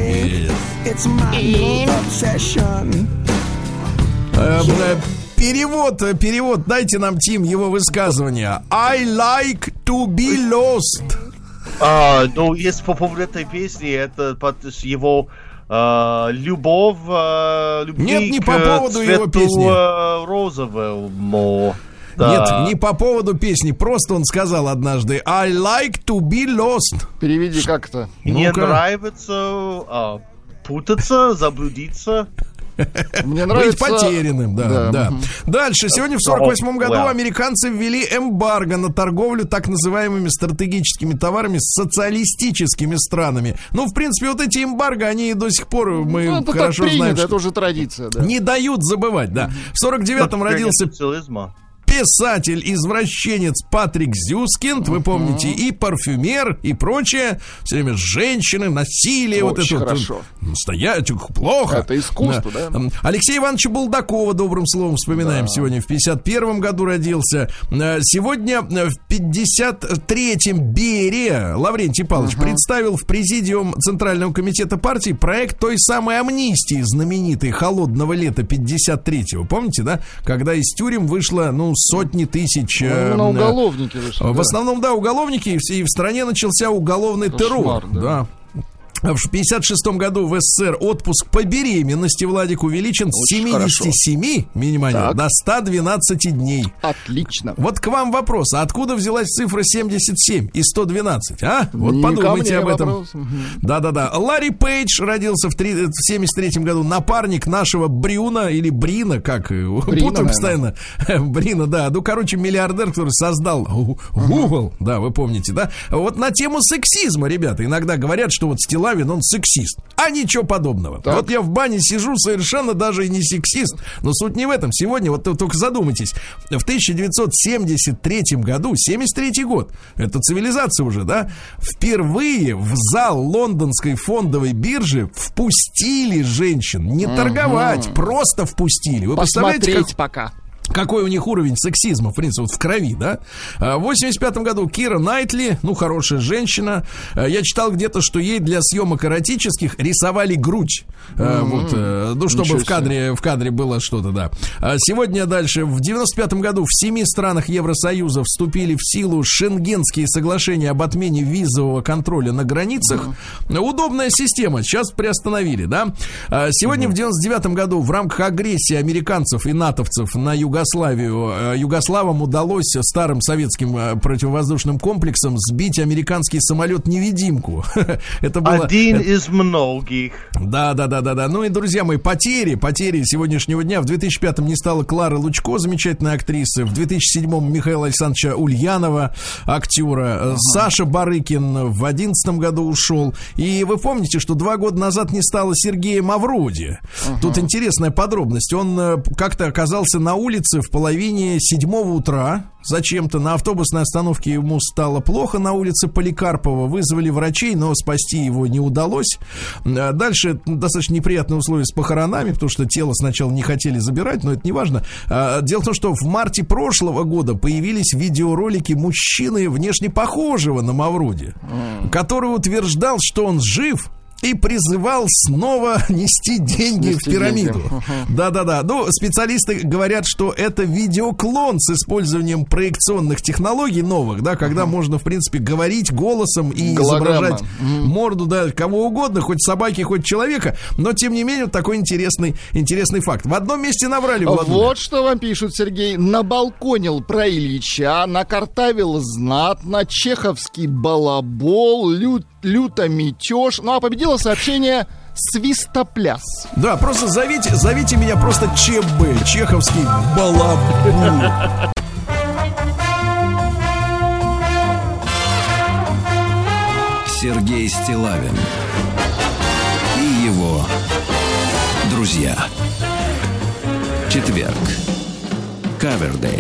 Перевод. Дайте нам, Тим, его высказывание. I like to be lost. Ну, если по поводу этой песни, это его любовь, нет, не по поводу его песни. Розовому. Да. Нет, не по поводу песни. Просто он сказал однажды I like to be lost. Переведи как-то. Мне нравится путаться, заблудиться. Мне нравится... Быть потерянным, да. Дальше. Сегодня в 1948 году американцы ввели эмбарго на торговлю так называемыми стратегическими товарами с социалистическими странами. Ну, в принципе, вот эти эмбарго, они до сих пор, мы хорошо знаем, что... Это уже традиция, да. Не дают забывать, да. В 1949-м родился... писатель-извращенец Патрик Зюскинд, вы помните, и парфюмер, и прочее. Все время женщины, насилие. Очень вот это хорошо. Настоящее, плохо. Это искусство, да. Алексея Ивановича Булдакова, добрым словом вспоминаем. Сегодня в 51-м году родился. Сегодня в 53-м Берия Лаврентий Павлович представил в президиум Центрального комитета партии проект той самой амнистии знаменитой холодного лета 53-го. Помните, да? Когда из тюрем вышло, сотни тысяч... уголовники вышли. В основном, да, уголовники, и в стране начался уголовный террор. Да. В 1956 году в СССР отпуск по беременности, Владик, увеличен с 77 минимально до 112 дней. Отлично. Вот к вам вопрос. А откуда взялась цифра 77 и 112? А? Вот подумайте об этом. Да-да-да. Ларри Пейдж родился в 1973 году. Напарник нашего Брюна или Брина, как? Путаем постоянно. Брина, да. Миллиардер, который создал Google. Да, вы помните, да? Вот на тему сексизма, ребята, иногда говорят, что вот с телами Стилавин, он сексист. А ничего подобного. Так. Вот я в бане сижу, совершенно даже и не сексист. Но суть не в этом. Сегодня, вот только задумайтесь, в 1973 году, 73 год, это цивилизация уже, да, впервые в зал лондонской фондовой биржи впустили женщин. Не торговать, просто впустили. Вы посмотреть пока. Какой у них уровень сексизма, в принципе, вот в крови, да? В 85 году Кира Найтли, ну, хорошая женщина. Я читал где-то, что ей для съемок эротических рисовали грудь. Ну, чтобы в кадре было что-то, да. Сегодня дальше. В 95 году в 7 странах Евросоюза вступили в силу Шенгенские соглашения об отмене визового контроля на границах. Удобная система. Сейчас приостановили, да? Сегодня в 99 году в рамках агрессии американцев и натовцев на Югославию, югославам удалось старым советским противовоздушным комплексом сбить американский самолет-невидимку. Это было... Один из многих. Да. Ну и, друзья мои, потери сегодняшнего дня. В 2005-м не стало Клары Лучко, замечательной актрисы. В 2007-м Михаила Александровича Ульянова, актера. Саша Барыкин в 2011 году ушел. И вы помните, что 2 года назад не стало Сергея Мавроди. Тут интересная подробность. Он как-то оказался на улице в половине 7 утра. Зачем-то на автобусной остановке ему стало плохо на улице Поликарпова. Вызвали врачей, но спасти его не удалось. Дальше достаточно неприятные условия с похоронами, потому что тело сначала не хотели забирать, но это не важно. Дело в том, что в марте прошлого года появились видеоролики мужчины, внешне похожего на Мавроди, который утверждал, что он жив и призывал снова нести деньги в пирамиду. Да. Ну, специалисты говорят, что это видеоклон с использованием проекционных технологий новых, да, когда можно, в принципе, говорить голосом и изображать морду, да, кого угодно, хоть собаки, хоть человека. Но, тем не менее, вот такой интересный факт. В одном месте наврали, Владимир. Вот что вам пишут, Сергей. Набалконил про Ильича, накартавил знатно, чеховский балабол, люто метеж. Ну, а победило сообщение «Свистопляс». Да, просто зовите меня просто ЧБ, чеховский балабол. Сергей Стиллавин и его друзья. Четверг. Кавердей.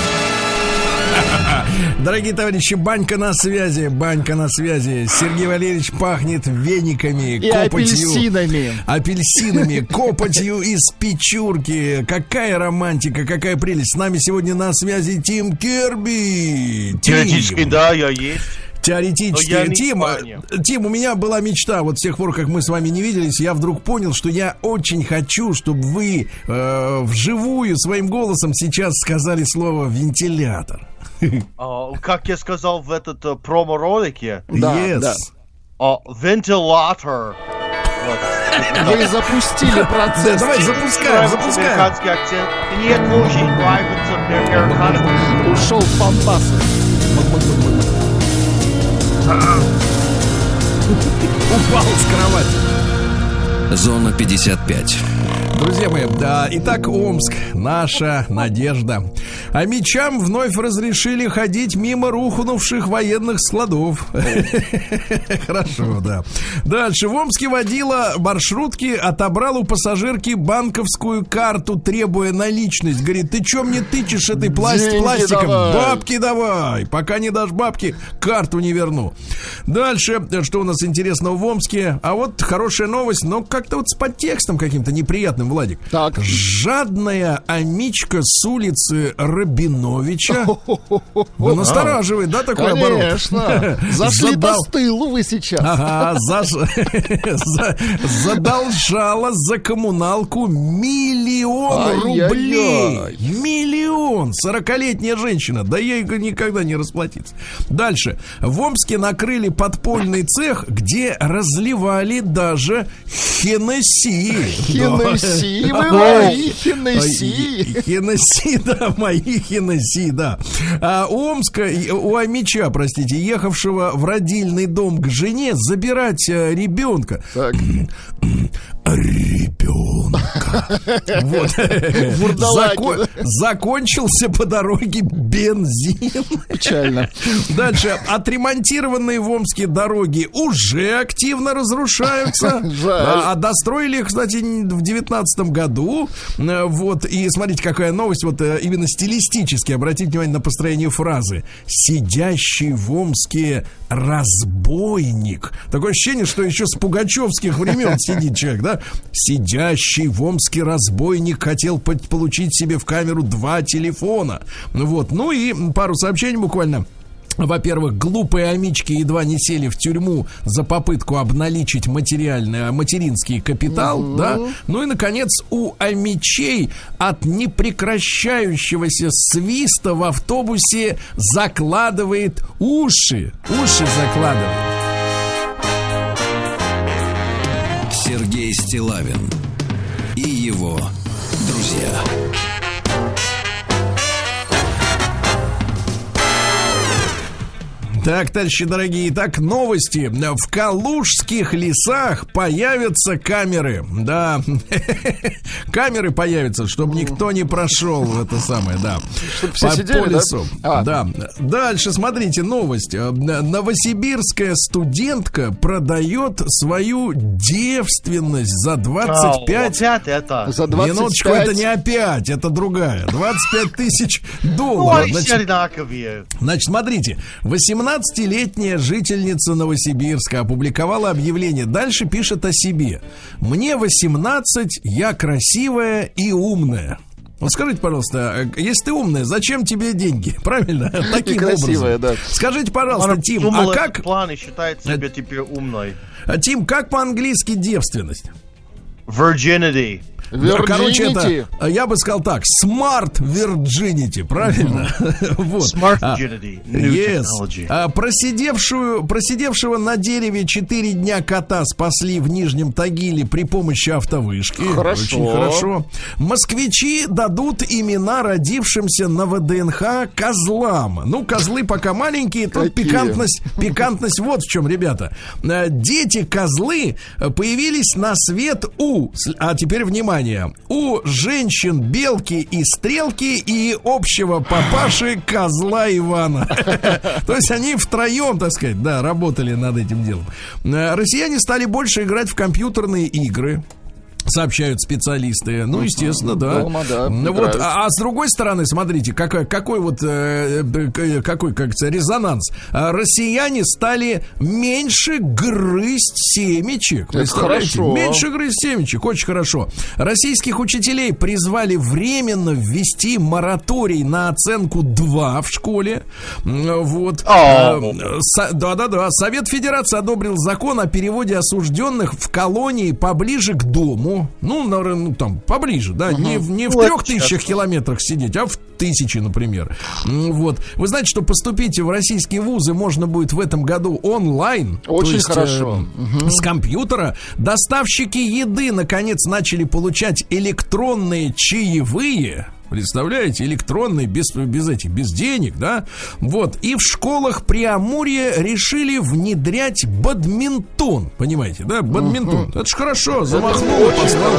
Дорогие товарищи, банька на связи. Сергей Валерьевич пахнет вениками, и копотью, апельсинами, копотью из печурки. Какая романтика, какая прелесть. С нами сегодня на связи Тим Керби. Теоретически, да, я есть. Теоретически. Тим, у меня была мечта. Вот с тех пор, как мы с вами не виделись, я вдруг понял, что я очень хочу, чтобы вы вживую своим голосом сейчас сказали слово «вентилятор». Как я сказал в этот промо-ролике. Да. Вентилятор. Вы запустили процесс. Давай, запускаем. Американский акцент. Мне очень нравится американский. Ушел в фантазию. Упал с кровати. Зона 55. Друзья мои, да, итак, Омск, наша надежда. А мечам вновь разрешили ходить мимо рухнувших военных складов. Хорошо, да. Дальше. В Омске водила маршрутки отобрал у пассажирки банковскую карту, требуя наличность. Говорит, ты чё мне тычешь этой пластиком? Давай. Бабки давай. Пока не дашь бабки, карту не верну. Дальше. Что у нас интересного в Омске? А вот хорошая новость, но как-то вот с подтекстом каким-то неприятным, Владик. Так. Жадная амичка с улицы Рабиновича. Вы настораживает, да, такой оборот? Конечно. Зашли по стылу вы сейчас. Ага, задолжала за коммуналку 1 000 000 рублей. 1 000 000. 40-летняя женщина. Да ей никогда не расплатиться. Дальше. В Омске накрыли подпольный цех, где разливали даже Хеннесси. Хеннесси, вы мои Хеннесси. Хеннесси, да, мои Хеннесси, да. У амича, простите, ехавшего в родильный дом к жене забирать ребенка. Так. ребенка. Вот. Закончился по дороге бензин. Печально. Дальше. Отремонтированные в Омске дороги уже активно разрушаются. А достроили их, кстати, в 2019 году. Вот. И смотрите, какая новость. Вот именно стилистически. Обратите внимание на построение фразы. Сидящий в Омске разбойник. Такое ощущение, что еще с пугачевских времен сидит человек, да? Сидящий в Омске разбойник хотел получить себе в камеру 2 телефона. Вот. Ну и пару сообщений буквально. Во-первых, глупые амички едва не сели в тюрьму за попытку обналичить материнский капитал, да? Ну и, наконец, у амичей от непрекращающегося свиста в автобусе закладывает уши. Уши закладывает. Сергей Стиллавин и его друзья. Так, товарищи дорогие, так, новости. В калужских лесах появятся камеры. Да, камеры появятся, чтобы никто не прошел это самое, да. Чтобы все сидели, по лесу. Да. Дальше, смотрите, новость. Новосибирская студентка продает свою девственность за 25... Опять это? За 25... Минуточку, это не опять, это другая. 25 тысяч долларов. Значит, смотрите, 18-летняя жительница Новосибирска опубликовала объявление. Дальше пишет о себе. Мне 18, я красивая и умная. Вот скажите, пожалуйста, если ты умная, зачем тебе деньги? Правильно? Таким красивая, образом. Да. Скажите, пожалуйста, Тим, а как... Планы считает себя теперь умной. Тим, как по-английски девственность? Virginity. Короче, это, я бы сказал так, smart virginity, правильно? Вот. Smart virginity. New technology. Просидевшего на дереве 4 дня кота спасли в Нижнем Тагиле при помощи автовышки. Хорошо. Очень хорошо. Москвичи дадут имена родившимся на ВДНХ козлам. Ну, козлы пока маленькие, тут пикантность вот в чем, ребята. Дети-козлы появились на свет а теперь внимание, у женщин белки и стрелки и общего папаши козла Ивана. То есть они втроем, так сказать, да, работали над этим делом. Россияне стали больше играть в компьютерные игры, сообщают специалисты. Ну, естественно, да. Дома, да, вот, а с другой стороны, смотрите, какой резонанс. Россияне стали меньше грызть семечек. Хорошо. Меньше грызть семечек, очень хорошо. Российских учителей призвали временно ввести мораторий на оценку 2 в школе. Вот. Да. Совет Федерации одобрил закон о переводе осужденных в колонии поближе к дому. Ну, там, поближе, да, не в 3000 километрах сидеть, а в 1000, например. Вот. Вы знаете, что поступить в российские вузы можно будет в этом году онлайн. Очень хорошо. С компьютера. Доставщики еды, наконец, начали получать электронные чаевые. Представляете, электронные, без денег, да? Вот. И в школах Преамурья решили внедрять бадминтон. Понимаете, да? Бадминтон. Это ж хорошо. Замахнул, послал.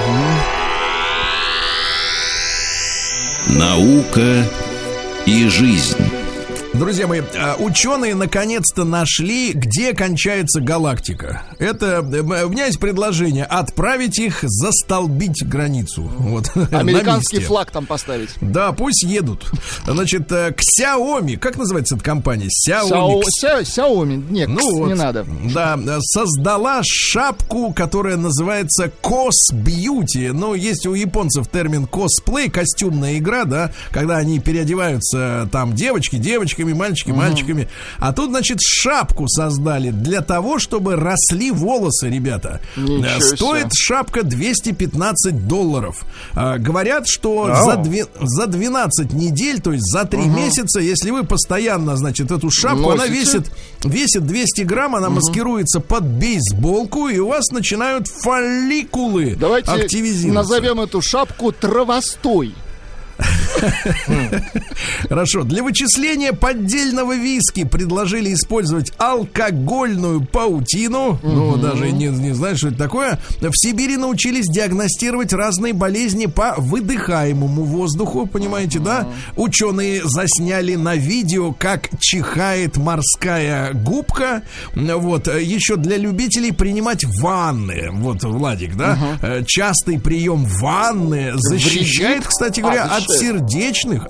Наука и жизнь. Друзья мои, ученые наконец-то нашли, где кончается галактика. Это, у меня есть предложение: отправить их застолбить границу. Вот, американский флаг там поставить. Да, пусть едут. Значит, Xiaomi, как называется эта компания? Xiaomi, нет, не надо. Да, создала шапку, которая называется Cos-Beauty. Ну, есть у японцев термин косплей, костюмная игра, да, когда они переодеваются, там, девочками, мальчиками. А тут, значит, шапку создали для того, чтобы росли волосы, ребята. Стоит шапка $215. Говорят, что за 12 недель, то есть за 3 месяца, если вы постоянно, значит, эту шапку, она весит 200 грамм, она маскируется под бейсболку, и у вас начинают фолликулы активизироваться. Давайте назовем эту шапку травостой. Хорошо. Для вычисления поддельного виски предложили использовать алкогольную паутину. Ну, даже не знаю, что это такое. В Сибири научились диагностировать разные болезни по выдыхаемому воздуху. Понимаете, да? Ученые засняли на видео, как чихает морская губка. Вот. Еще для любителей принимать ванны. Вот, Владик, да? Частый прием ванны защищает, кстати говоря, от сердечных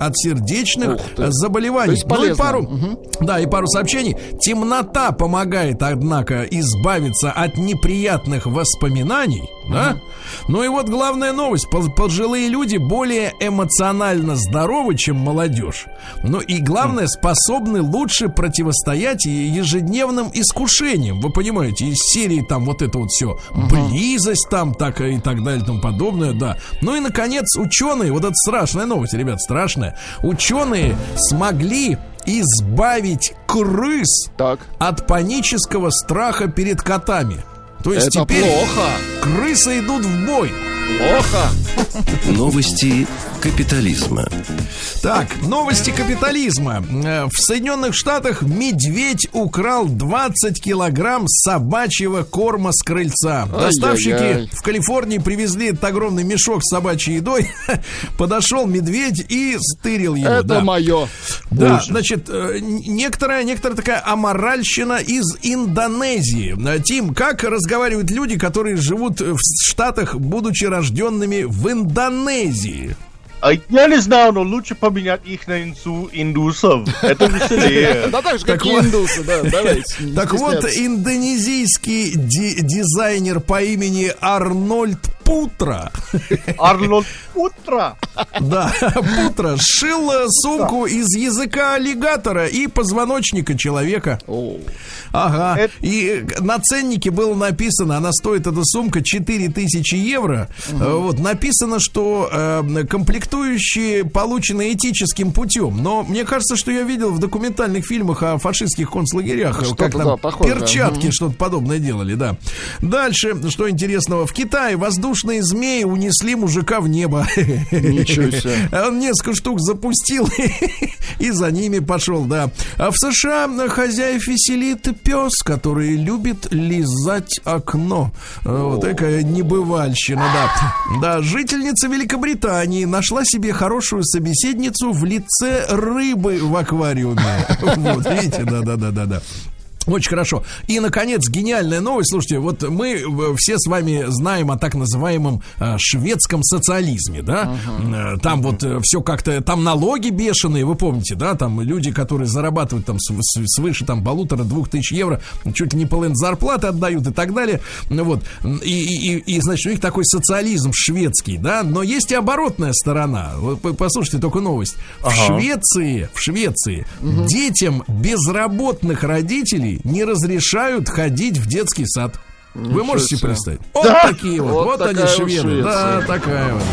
заболеваний. Ну и пару сообщений. Темнота помогает, однако, избавиться от неприятных воспоминаний. Да? Ну и вот главная новость. Пожилые люди более эмоционально здоровы, чем молодежь. Ну и главное, способны лучше противостоять ежедневным искушениям. Вы понимаете, из серии там вот это вот все. Близость там, так и так далее, и тому подобное, да. Ну и, наконец, ученые, вот это страшная новость, ребят, страшная. Ученые смогли избавить крыс от панического страха перед котами. То есть это теперь плохо. Крысы идут в бой. Плохо. Новости капитализма. Так, новости капитализма. В Соединенных Штатах медведь украл 20 килограмм собачьего корма с крыльца. Доставщики в Калифорнии привезли этот огромный мешок с собачьей едой. Подошел медведь и стырил его. Это мое. Да, ужас. Значит, некоторая такая аморальщина из Индонезии. Тим, как разговаривают люди, которые живут в Штатах, будучи рожденными в Индонезии? Я не знаю, но лучше поменять их на индусов. Это веселее. Да так же, как и индусы, да, давайте. Так вот, индонезийский дизайнер по имени Арнольд Путра. Арнольд Путра? Да, Путра сшил сумку из языка аллигатора и позвоночника человека. Ага. И на ценнике было написано, она стоит, эта сумка, 4000 евро. Вот, написано, что комплектующие получены этическим путем. Но мне кажется, что я видел в документальных фильмах о фашистских концлагерях, как там перчатки что-то подобное делали, да. Дальше, что интересного, в Китае воздушные змеи унесли мужика в небо. Ничего себе. Он несколько штук запустил и за ними пошел, да. А в США хозяев веселит пес, который любит лизать окно. Вот такая небывальщина, да. Да, жительница Великобритании нашла себе хорошую собеседницу в лице рыбы в аквариуме. Вот, видите, да. Очень хорошо. И, наконец, гениальная новость. Слушайте, вот мы все с вами знаем о так называемом шведском социализме, да? Там вот все как-то, там налоги бешеные, вы помните, да? Там люди, которые зарабатывают там свыше там 1500-2000 евро, чуть ли не половину зарплаты отдают и так далее. Вот. И значит, у них такой социализм шведский, да? Но есть и оборотная сторона. Вот, послушайте только новость. В Швеции детям безработных родителей не разрешают ходить в детский сад. Вы можете себе представить? Вот такие вот они шведы. Да, такая вот.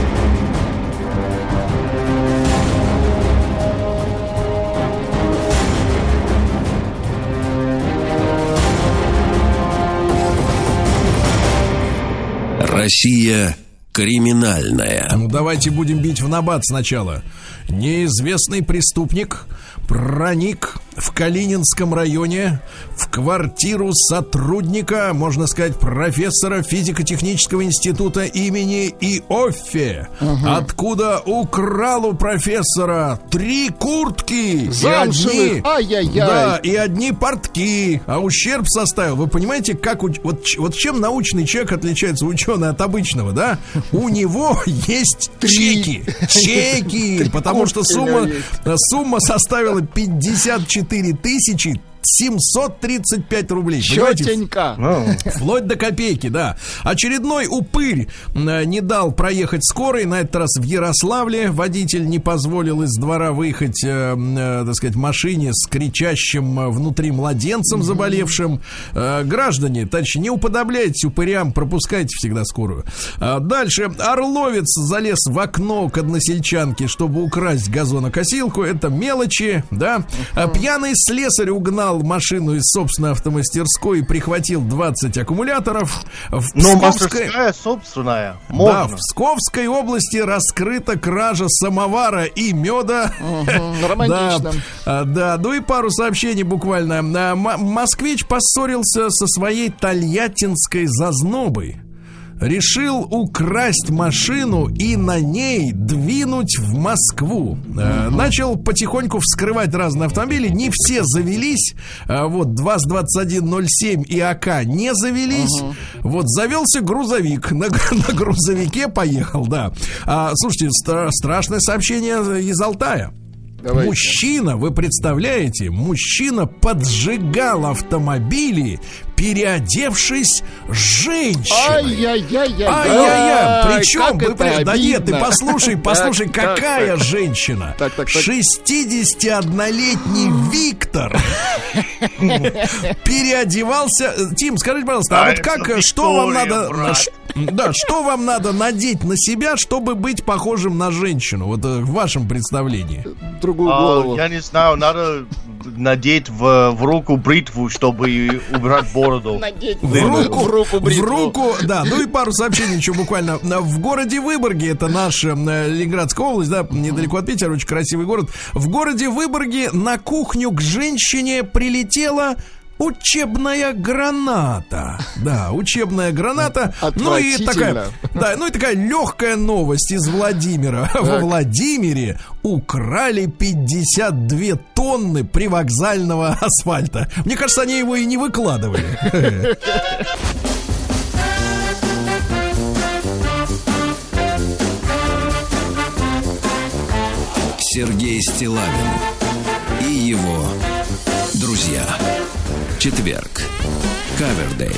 Россия криминальная. Ну, давайте будем бить в набат сначала. Неизвестный преступник проник в Калининском районе в квартиру сотрудника, можно сказать, профессора физико-технического института имени Иоффе, откуда украл у профессора 3 куртки замшевых, и одни портки, а ущерб составил, вы понимаете, как вот чем научный человек отличается, ученый, от обычного, да? У него есть чеки, потому что сумма составила 54 735 рублей. Четенько. Вплоть до копейки, да. Очередной упырь не дал проехать скорой. На этот раз в Ярославле водитель не позволил из двора выехать, так сказать, машине с кричащим внутри младенцем заболевшим. Граждане, товарищи, не уподобляйтесь упырям, пропускайте всегда скорую. Дальше. Орловец залез в окно к односельчанке, чтобы украсть газонокосилку. Это мелочи, да. Пьяный слесарь угнал угнал машину из собственной автомастерской и прихватил 20 аккумуляторов. Но мастерская собственная. Можно. Да, в Псковской области раскрыта кража самовара и меда. Романтично. Да, ну и пару сообщений буквально. Москвич поссорился со своей тольяттинской зазнобой. Решил украсть машину и на ней двинуть в Москву. Начал потихоньку вскрывать разные автомобили. Не все завелись. Вот ВАЗ-2107 и АК не завелись. Вот завелся грузовик. На грузовике поехал, да. Слушайте, страшное сообщение из Алтая. Давайте. Мужчина, вы представляете, мужчина поджигал автомобили, переодевшись женщиной. Ай-яй-яй. Причем, да нет, ты послушай, какая женщина. 61-летний Виктор переодевался. Тим, скажите, пожалуйста, а вот как, что вам надо... Да, что вам надо надеть на себя, чтобы быть похожим на женщину? Вот в вашем представлении. Другую голову. Я не знаю, надо надеть в руку бритву, чтобы убрать бороду. Надеть в руку бритву. В руку, да. Ну и пару сообщений еще буквально. В городе Выборге, это наша Ленинградская область, да, недалеко от Питера, очень красивый город. В городе Выборге на кухню к женщине прилетела учебная граната. Да, учебная граната. Ну и такая легкая новость из Владимира. Во Владимире украли 52 тонны привокзального асфальта. Мне кажется, они его и не выкладывали. Сергей Стиллавин и его друзья. Четверг. Кавердей.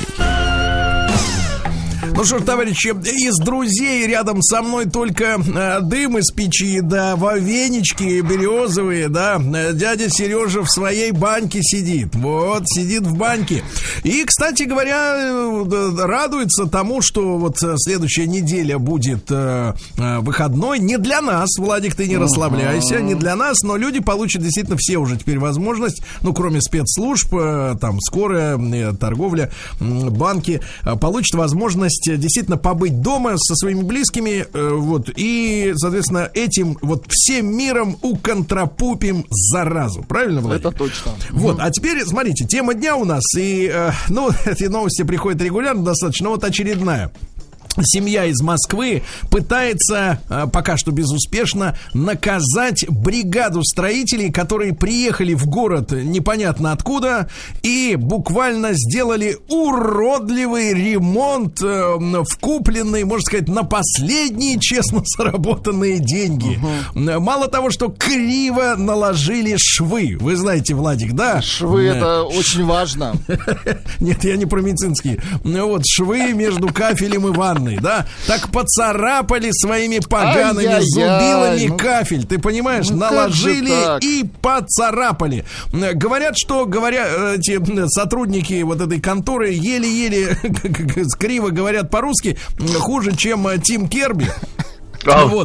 Ну что ж, товарищи, из друзей рядом со мной только дым из печи, да, венички березовые, да. Дядя Сережа в своей баньке сидит. Вот, сидит в баньке. И, кстати говоря, радуется тому, что вот следующая неделя будет выходной. Не для нас, Владик, ты не расслабляйся, не для нас, но люди получат действительно все уже теперь возможность, ну, кроме спецслужб, там, скорая, торговля, банки, получат возможность действительно побыть дома со своими близкими, вот, и, соответственно, этим вот всем миром уконтрапупим заразу. Правильно, Владимир? Это точно. Вот, а теперь, смотрите, тема дня у нас, и, ну, эти новости приходят регулярно достаточно, вот очередная. Семья из Москвы пытается, пока что безуспешно, наказать бригаду строителей, которые приехали в город непонятно откуда и буквально сделали уродливый ремонт в купленные, можно сказать, на последние честно заработанные деньги. Мало того, что криво наложили швы. Вы знаете, Владик, да? Швы это очень важно. Нет, я не про медицинские. Вот, швы между кафелем и ванной. Да, так поцарапали своими погаными зубилами кафель, ты понимаешь, наложили и поцарапали. Говорят, что эти сотрудники вот этой конторы еле-еле криво говорят по-русски, хуже, чем Тим Керби. Вот,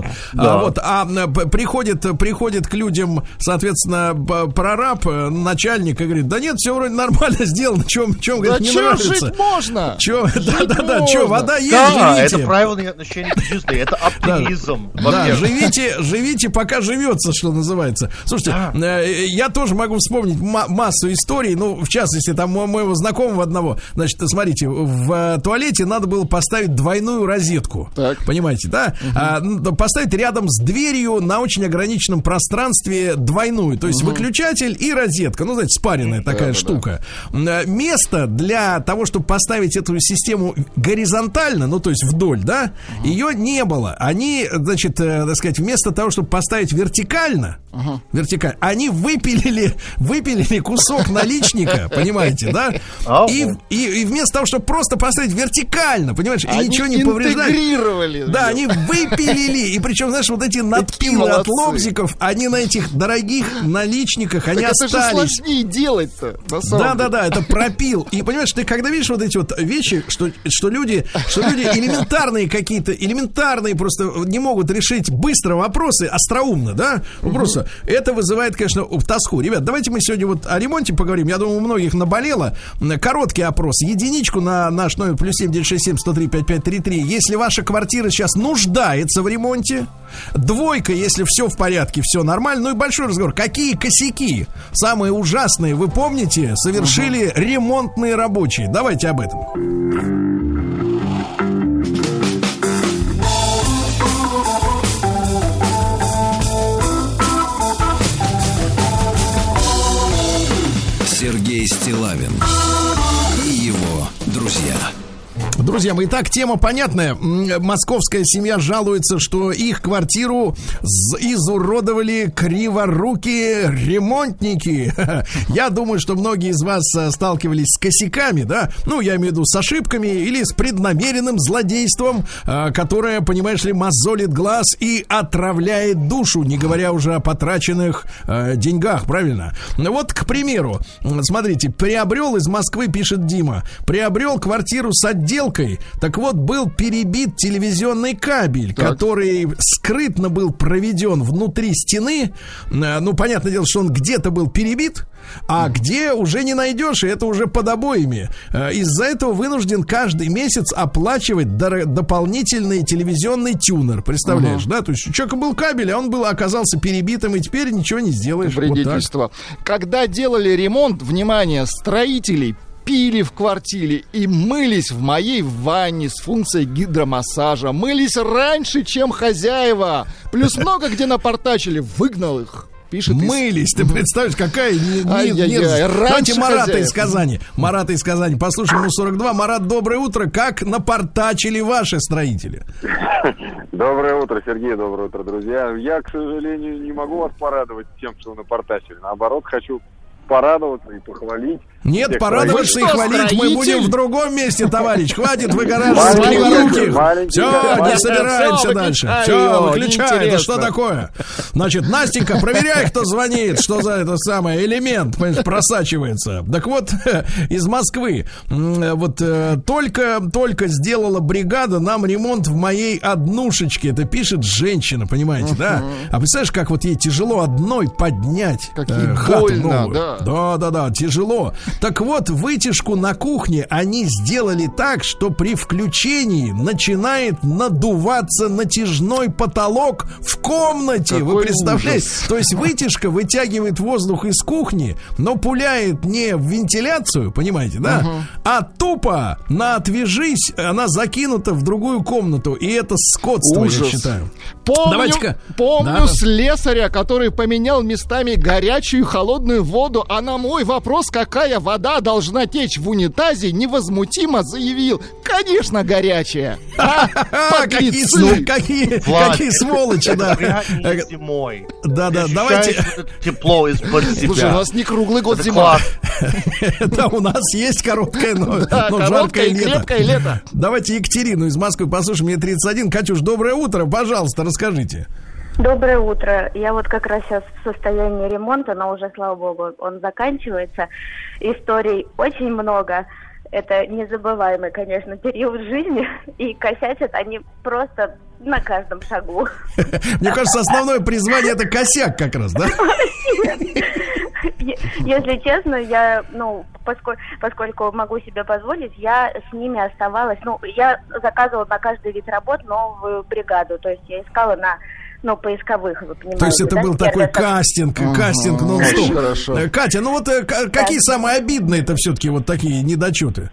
приходит к людям, соответственно, прораб, начальник, и говорит: да нет, все вроде нормально сделано, чем говорит, не нравится. Жить можно. Вода есть, да, живите. Это правильное отношение к жизни, это оптимизм. Да, живите, пока живется, что называется. Слушайте, я тоже могу вспомнить массу историй, ну, в частности, там моего знакомого одного, значит, смотрите, в туалете надо было поставить двойную розетку, так. Понимаете, да? Поставить рядом с дверью на очень ограниченном пространстве двойную, то есть выключатель и розетка, ну, знаете, спаренная такая штука. Место для того, чтобы поставить эту систему горизонтально, ну, то есть вдоль, да, ее не было. Они, значит, так сказать, вместо того, чтобы поставить вертикально, они выпилили кусок наличника, понимаете, да? И вместо того, чтобы просто поставить вертикально, понимаешь, и ничего не повреждали. Интегрировали. Да, они выпилили Перелили. И причем, знаешь, вот эти надпилы от лобзиков, они на этих дорогих наличниках, они остались. Это же сложнее делать-то, на самом деле. Да, это пропил. И понимаешь, ты когда видишь вот эти вот вещи, что люди элементарные какие-то, элементарные просто не могут решить быстро вопросы, остроумно, да? Просто это вызывает, конечно, тоску. Ребят, давайте мы сегодня вот о ремонте поговорим. Я думаю, у многих наболело. Короткий опрос. Единичку на наш номер +7 967 103 5533. Если ваша квартира сейчас нуждается в ремонте. Двойка, если все в порядке, все нормально. Ну и большой разговор. Какие косяки, самые ужасные, вы помните, совершили ремонтные рабочие? Давайте об этом. Сергей Стиллавин и его друзья. Друзья мои, итак, тема понятная. Московская семья жалуется, что их квартиру изуродовали криворукие ремонтники. Я думаю, что многие из вас сталкивались с косяками, да? Ну, я имею в виду с ошибками или с преднамеренным злодейством, которое, понимаешь ли, мозолит глаз и отравляет душу, не говоря уже о потраченных деньгах, правильно? Вот, к примеру, смотрите, приобрел из Москвы, пишет Дима, приобрел квартиру с отделкой. Так вот, был перебит телевизионный кабель, который скрытно был проведен внутри стены. Ну, понятное дело, что он где-то был перебит, а где уже не найдешь, и это уже под обоями. Из-за этого вынужден каждый месяц оплачивать дополнительный телевизионный тюнер. Представляешь, да? То есть у человека был кабель, а он оказался перебитым, и теперь ничего не сделаешь. Вредительство. Вот когда делали ремонт, внимание, строителей пили в квартире и мылись в моей ванне с функцией гидромассажа. Мылись раньше, чем хозяева. Плюс много где напортачили. Выгнал их. Пишет мылись, ты представляешь, какая Давайте Марата из Казани. Марата из Казани. Послушаем, ему 42. Марат, доброе утро. Как напортачили ваши строители? Доброе утро, Сергей, доброе утро, друзья. Я, к сожалению, не могу вас порадовать тем, что вы напортачили. Наоборот, хочу порадоваться и похвалить. Нет, порадоваться и хвалить мы будем в другом месте, товарищ. Хватит выгораживать криворуких. Все, не собираемся дальше. Все, выключай. Это что такое? Значит, Настенька, проверяй, кто звонит. Что за это самое элемент, понимаешь, просачивается. Так вот, из Москвы. Вот только сделала бригада нам ремонт в моей однушечке. Это пишет женщина, понимаете, да? А представляешь, как вот ей тяжело одной поднять хату новую. Да, тяжело. Так вот, вытяжку на кухне они сделали так, что при включении начинает надуваться натяжной потолок в комнате. Какой вы представляете? Ужас. То есть вытяжка вытягивает воздух из кухни, но пуляет не в вентиляцию, понимаете, да? А тупо на «отвяжись» она закинута в другую комнату. И это скотство, ужас. Я считаю. Помню слесаря, который поменял местами горячую и холодную воду, а на мой вопрос, какая вода должна течь в унитазе, невозмутимо заявил: конечно, горячая. Какие сволочи, да. Зимой. Да, давайте. Тепло из-под себя. Слушай, у нас не круглый год зима. Да, у нас есть короткое, но жаркое лето. Крепкое лето. Давайте Екатерину из Москвы послушаем. Мне 31. Катюш, доброе утро. Пожалуйста, расскажите. Доброе утро. Я вот как раз сейчас в состоянии ремонта, но уже, слава богу, он заканчивается. Историй очень много. Это незабываемый, конечно, период жизни. И косячат они просто на каждом шагу. Мне кажется, основное призвание — это косяк как раз, да? Если честно, я, поскольку могу себе позволить, я с ними оставалась. Я заказывала на каждый вид работ новую бригаду. То есть я искала на поисковых, вы понимаете. То есть это был такой кастинг нон-стоп. Хорошо. Катя, какие самые обидные-то все-таки вот такие недочеты?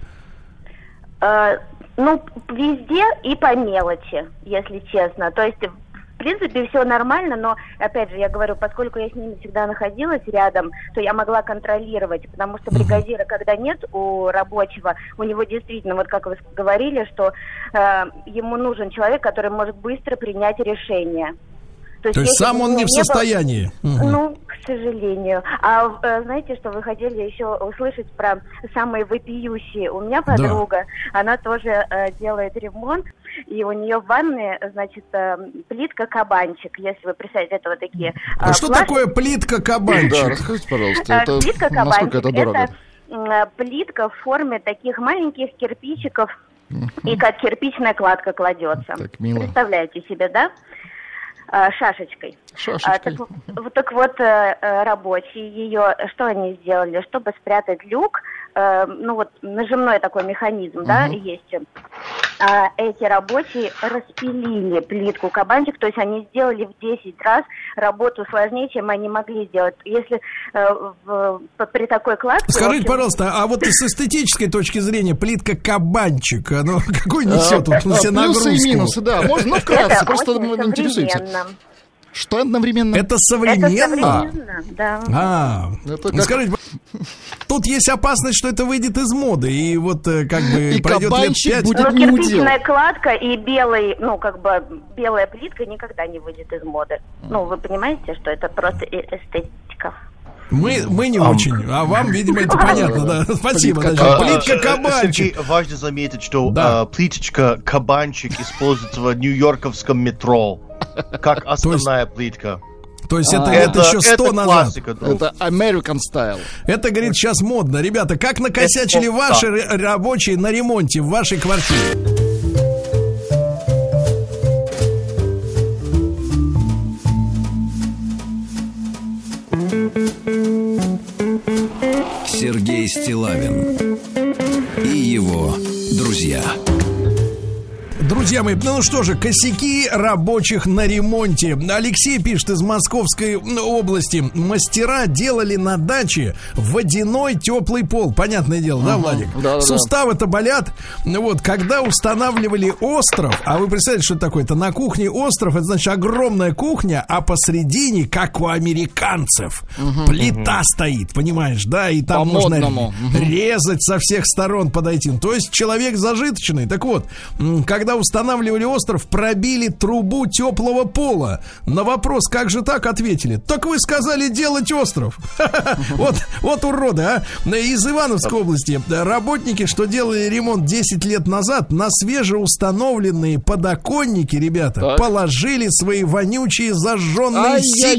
Везде и по мелочи, если честно. То есть, в принципе, все нормально, но, опять же, я говорю, поскольку я с ними всегда находилась рядом, то я могла контролировать, потому что бригадира, когда нет у рабочего, у него действительно, вот как вы говорили, что ему нужен человек, который может быстро принять решение. То есть сам он не в состоянии? К сожалению. А знаете, что вы хотели еще услышать про самые вопиющие? У меня подруга, она тоже делает ремонт, и у нее в ванной, значит, плитка-кабанчик, если вы представляете, это вот такие... Что такое плитка-кабанчик? Да, расскажите, пожалуйста, плитка-кабанчик, это дорого? Это плитка в форме таких маленьких кирпичиков, и как кирпичная кладка кладется. Так мило. Представляете себе, да? Шашечкой. Так вот, рабочие ее, что они сделали? Чтобы спрятать люк, нажимной такой механизм, да, есть. Эти рабочие распилили плитку кабанчик, то есть они сделали в 10 раз работу сложнее, чем они могли сделать. Если при такой кладке... Скажите, пожалуйста, а вот с эстетической точки зрения плитка кабанчик, оно какой несет все нагрузку? Плюсы и минусы, да. Можно вкратце, просто интересуется. Что одновременно? Это современно? Это современно, да. Скажите, тут есть опасность, что это выйдет из моды, и вот как бы и пройдет лет 5. Но кирпичная кладка и белая плитка никогда не выйдет из моды. Вы понимаете, что это просто эстетика. Мы не очень, а вам, видимо, это понятно, да. Спасибо. Плитка кабанчик. Важно заметить, что плиточка кабанчик используется в нью-йорковском метро как основная плитка. То есть это лет еще 100 назад. Это American style. Это, говорит, сейчас модно. Ребята, как накосячили ваши рабочие на ремонте в вашей квартире? Сергей Стиллавин и его друзья. Друзья мои, ну что же, косяки рабочих на ремонте. Алексей пишет из Московской области. Мастера делали на даче водяной теплый пол. Понятное дело, да, Владик? Да, суставы-то болят. Вот, когда устанавливали остров, а вы представляете, что это такое? Это на кухне остров, это значит огромная кухня, а посредине, как у американцев, плита стоит, понимаешь, да? И там можно резать со всех сторон, подойти. То есть человек зажиточный. Так вот, когда устанавливали остров, пробили трубу теплого пола. На вопрос, как же так, ответили: так вы сказали делать остров. Вот уроды, а. Из Ивановской области работники, что делали ремонт 10 лет назад, на свежеустановленные подоконники, ребята, положили свои вонючие зажженные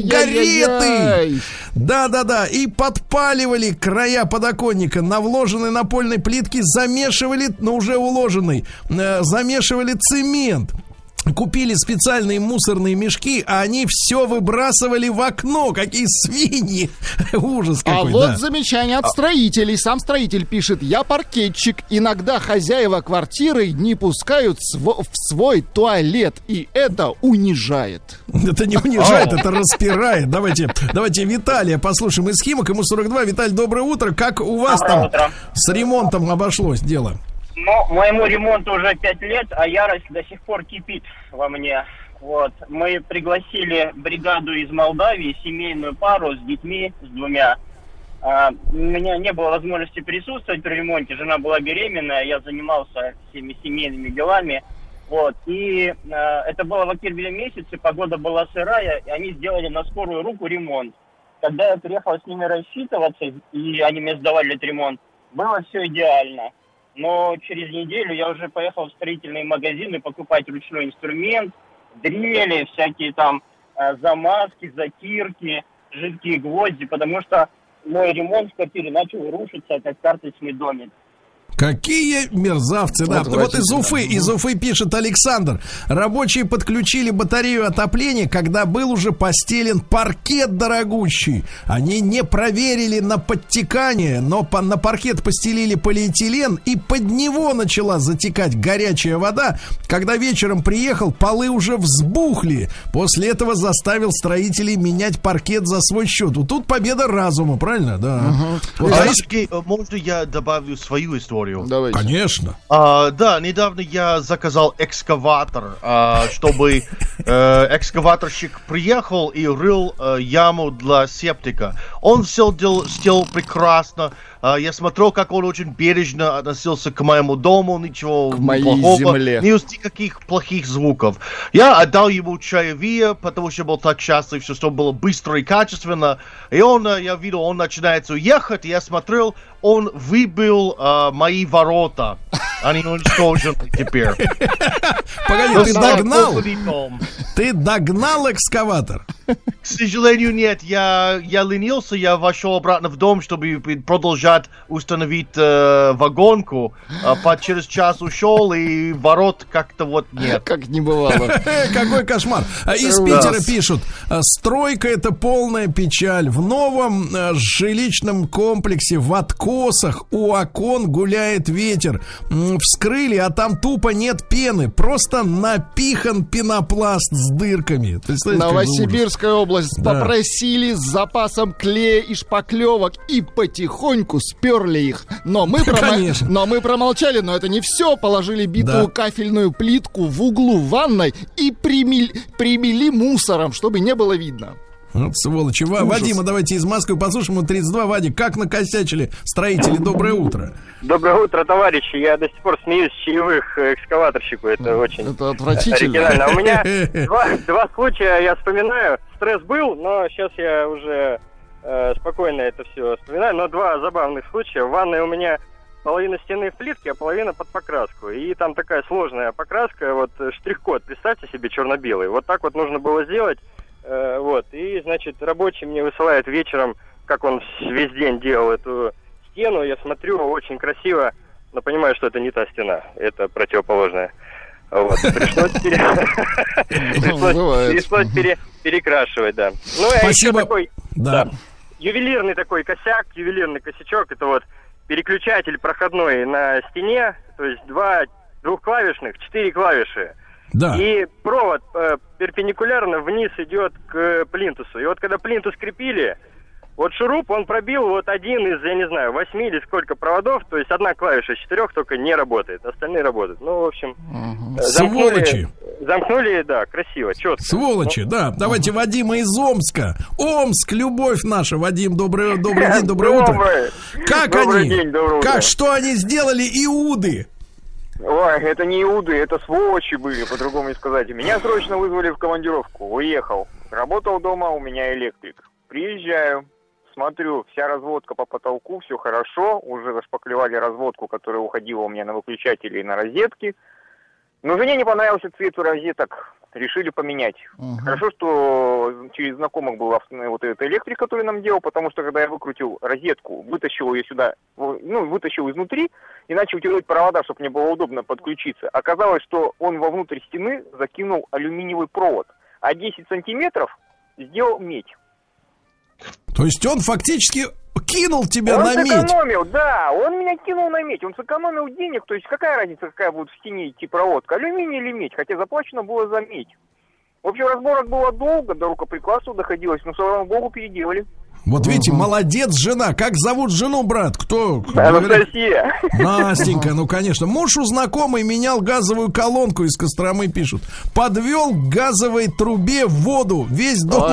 сигареты. Да, и подпаливали края подоконника. На вложенной напольной плитке замешивали, уже уложенной, замешивали цемент. Купили специальные мусорные мешки, а они все выбрасывали в окно. Какие свиньи! Ужас какой, вот замечание от строителей. Сам строитель пишет: я паркетчик. Иногда хозяева квартиры не пускают в свой туалет. И это унижает. Это не унижает, это распирает. Давайте Виталия послушаем из Химок. Ему 42. Виталий, доброе утро. Как у вас там с ремонтом обошлось дело? Моему ремонту уже 5 лет, а ярость до сих пор кипит во мне. Вот. Мы пригласили бригаду из Молдавии, семейную пару с детьми, с 2. У меня не было возможности присутствовать при ремонте, жена была беременная, я занимался всеми семейными делами. Вот. И это было в октябре месяце, погода была сырая, и они сделали на скорую руку ремонт. Когда я приехал с ними рассчитываться, и они мне сдавали этот ремонт, было все идеально. Но через неделю я уже поехал в строительные магазины покупать ручной инструмент, дрели, всякие там замазки, затирки, жидкие гвозди, потому что мой ремонт в квартире начал рушиться, как карточный домик. Какие мерзавцы, да. Вот из Уфы пишет Александр. Рабочие подключили батарею отопления, когда был уже постелен паркет дорогущий. Они не проверили на подтекание, но на паркет постелили полиэтилен, и под него начала затекать горячая вода. Когда вечером приехал, полы уже взбухли. После этого заставил строителей менять паркет за свой счет. Тут победа разума, правильно? Да. Сергей, можно я добавлю свою историю? Давайте. Конечно. Да, недавно я заказал экскаватор, чтобы экскаваторщик приехал и рыл яму для септика. Он все сделал прекрасно. Я смотрел, как он очень бережно относился к моему дому, ничего плохого, земле. Никаких плохих звуков. Я отдал ему чаевые, потому что был так счастлив, что было быстро и качественно. И я видел, он начинает уехать, и я смотрел, он выбил мои ворота. Они уничтожены теперь. Погоди, ты догнал? Ты догнал экскаватор? К сожалению, нет. Я ленился, я вошел обратно в дом, чтобы продолжать установить вагонку. Через час ушел, и ворот как-то вот нет. Как не бывало. Какой кошмар. Из Питера пишут: стройка — это полная печаль. В новом жилищном комплексе в откосах у окон гуляет ветер. Вскрыли, а там тупо нет пены. Просто напихан пенопласт с дырками. Новосибирская область попросили с запасом клея и шпаклевок и потихоньку сперли их. Но мы промолчали, но это не все. Положили битую кафельную плитку в углу ванной и примели мусором, чтобы не было видно. Вот сволочи. Вадима давайте из Москвы послушаем. Ему 32. Вадик, как накосячили строители? Доброе утро. Доброе утро, товарищи. Я до сих пор смеюсь с чаевых экскаваторщику. Это очень отвратительно. Оригинально. У меня два случая я вспоминаю. Стресс был, но сейчас я уже спокойно это все вспоминаю. Но два забавных случая. В ванной у меня половина стены в плитке, а половина под покраску. И там такая сложная покраска. Вот штрих-код, представьте себе, черно-белый. Вот так вот нужно было сделать. Вот, и, значит, рабочий мне высылает вечером, как он весь день делал эту стену. Я смотрю, очень красиво, но понимаю, что это не та стена, это противоположная. Вот, пришлось перекрашивать, да. Ну, а еще такой, ювелирный такой косяк, ювелирный косячок, это вот переключатель проходной на стене, то есть двухклавишных, 4 клавиши. Да. И провод перпендикулярно вниз идет к плинтусу. И вот когда плинтус крепили, вот шуруп, он пробил вот один из, я не знаю, 8 или сколько проводов. То есть одна клавиша из 4 только не работает, остальные работают. Ну, в общем, замкнули, да, красиво, четко. Сволочи, да. Давайте Вадима из Омска. Омск, любовь наша. Вадим, добрый день, доброе утро. Как они? Что они сделали, иуды? Ой, это не иуды, это сволочи были, по-другому не сказать. Меня срочно вызвали в командировку, уехал. Работал дома, у меня электрик. Приезжаю, смотрю, вся разводка по потолку, все хорошо. Уже зашпаклевали разводку, которая уходила у меня на выключатели и на розетки. Но жене не понравился цвет розеток, решили поменять. Хорошо, что через знакомых был вот этот электрик, который нам делал, потому что когда я выкрутил розетку, вытащил ее сюда, вытащил изнутри и начал тянуть провода, чтобы мне было удобно подключиться. Оказалось, что он вовнутрь стены закинул алюминиевый провод, а 10 сантиметров сделал медь. То есть он фактически кинул тебя на медь? Он сэкономил, да, он меня кинул на медь, он сэкономил денег, то есть какая разница, какая будет в стене идти проводка, алюминий или медь, хотя заплачено было за медь. В общем, разборок было долго, до рукоприкладства доходилось, но, слава богу, переделали. Вот видите, молодец жена. Как зовут жену, брат? Кто? Анастасия. Настенька, ну, конечно. Муж у знакомой менял газовую колонку, из Костромы пишут. Подвел к газовой трубе воду. Весь дом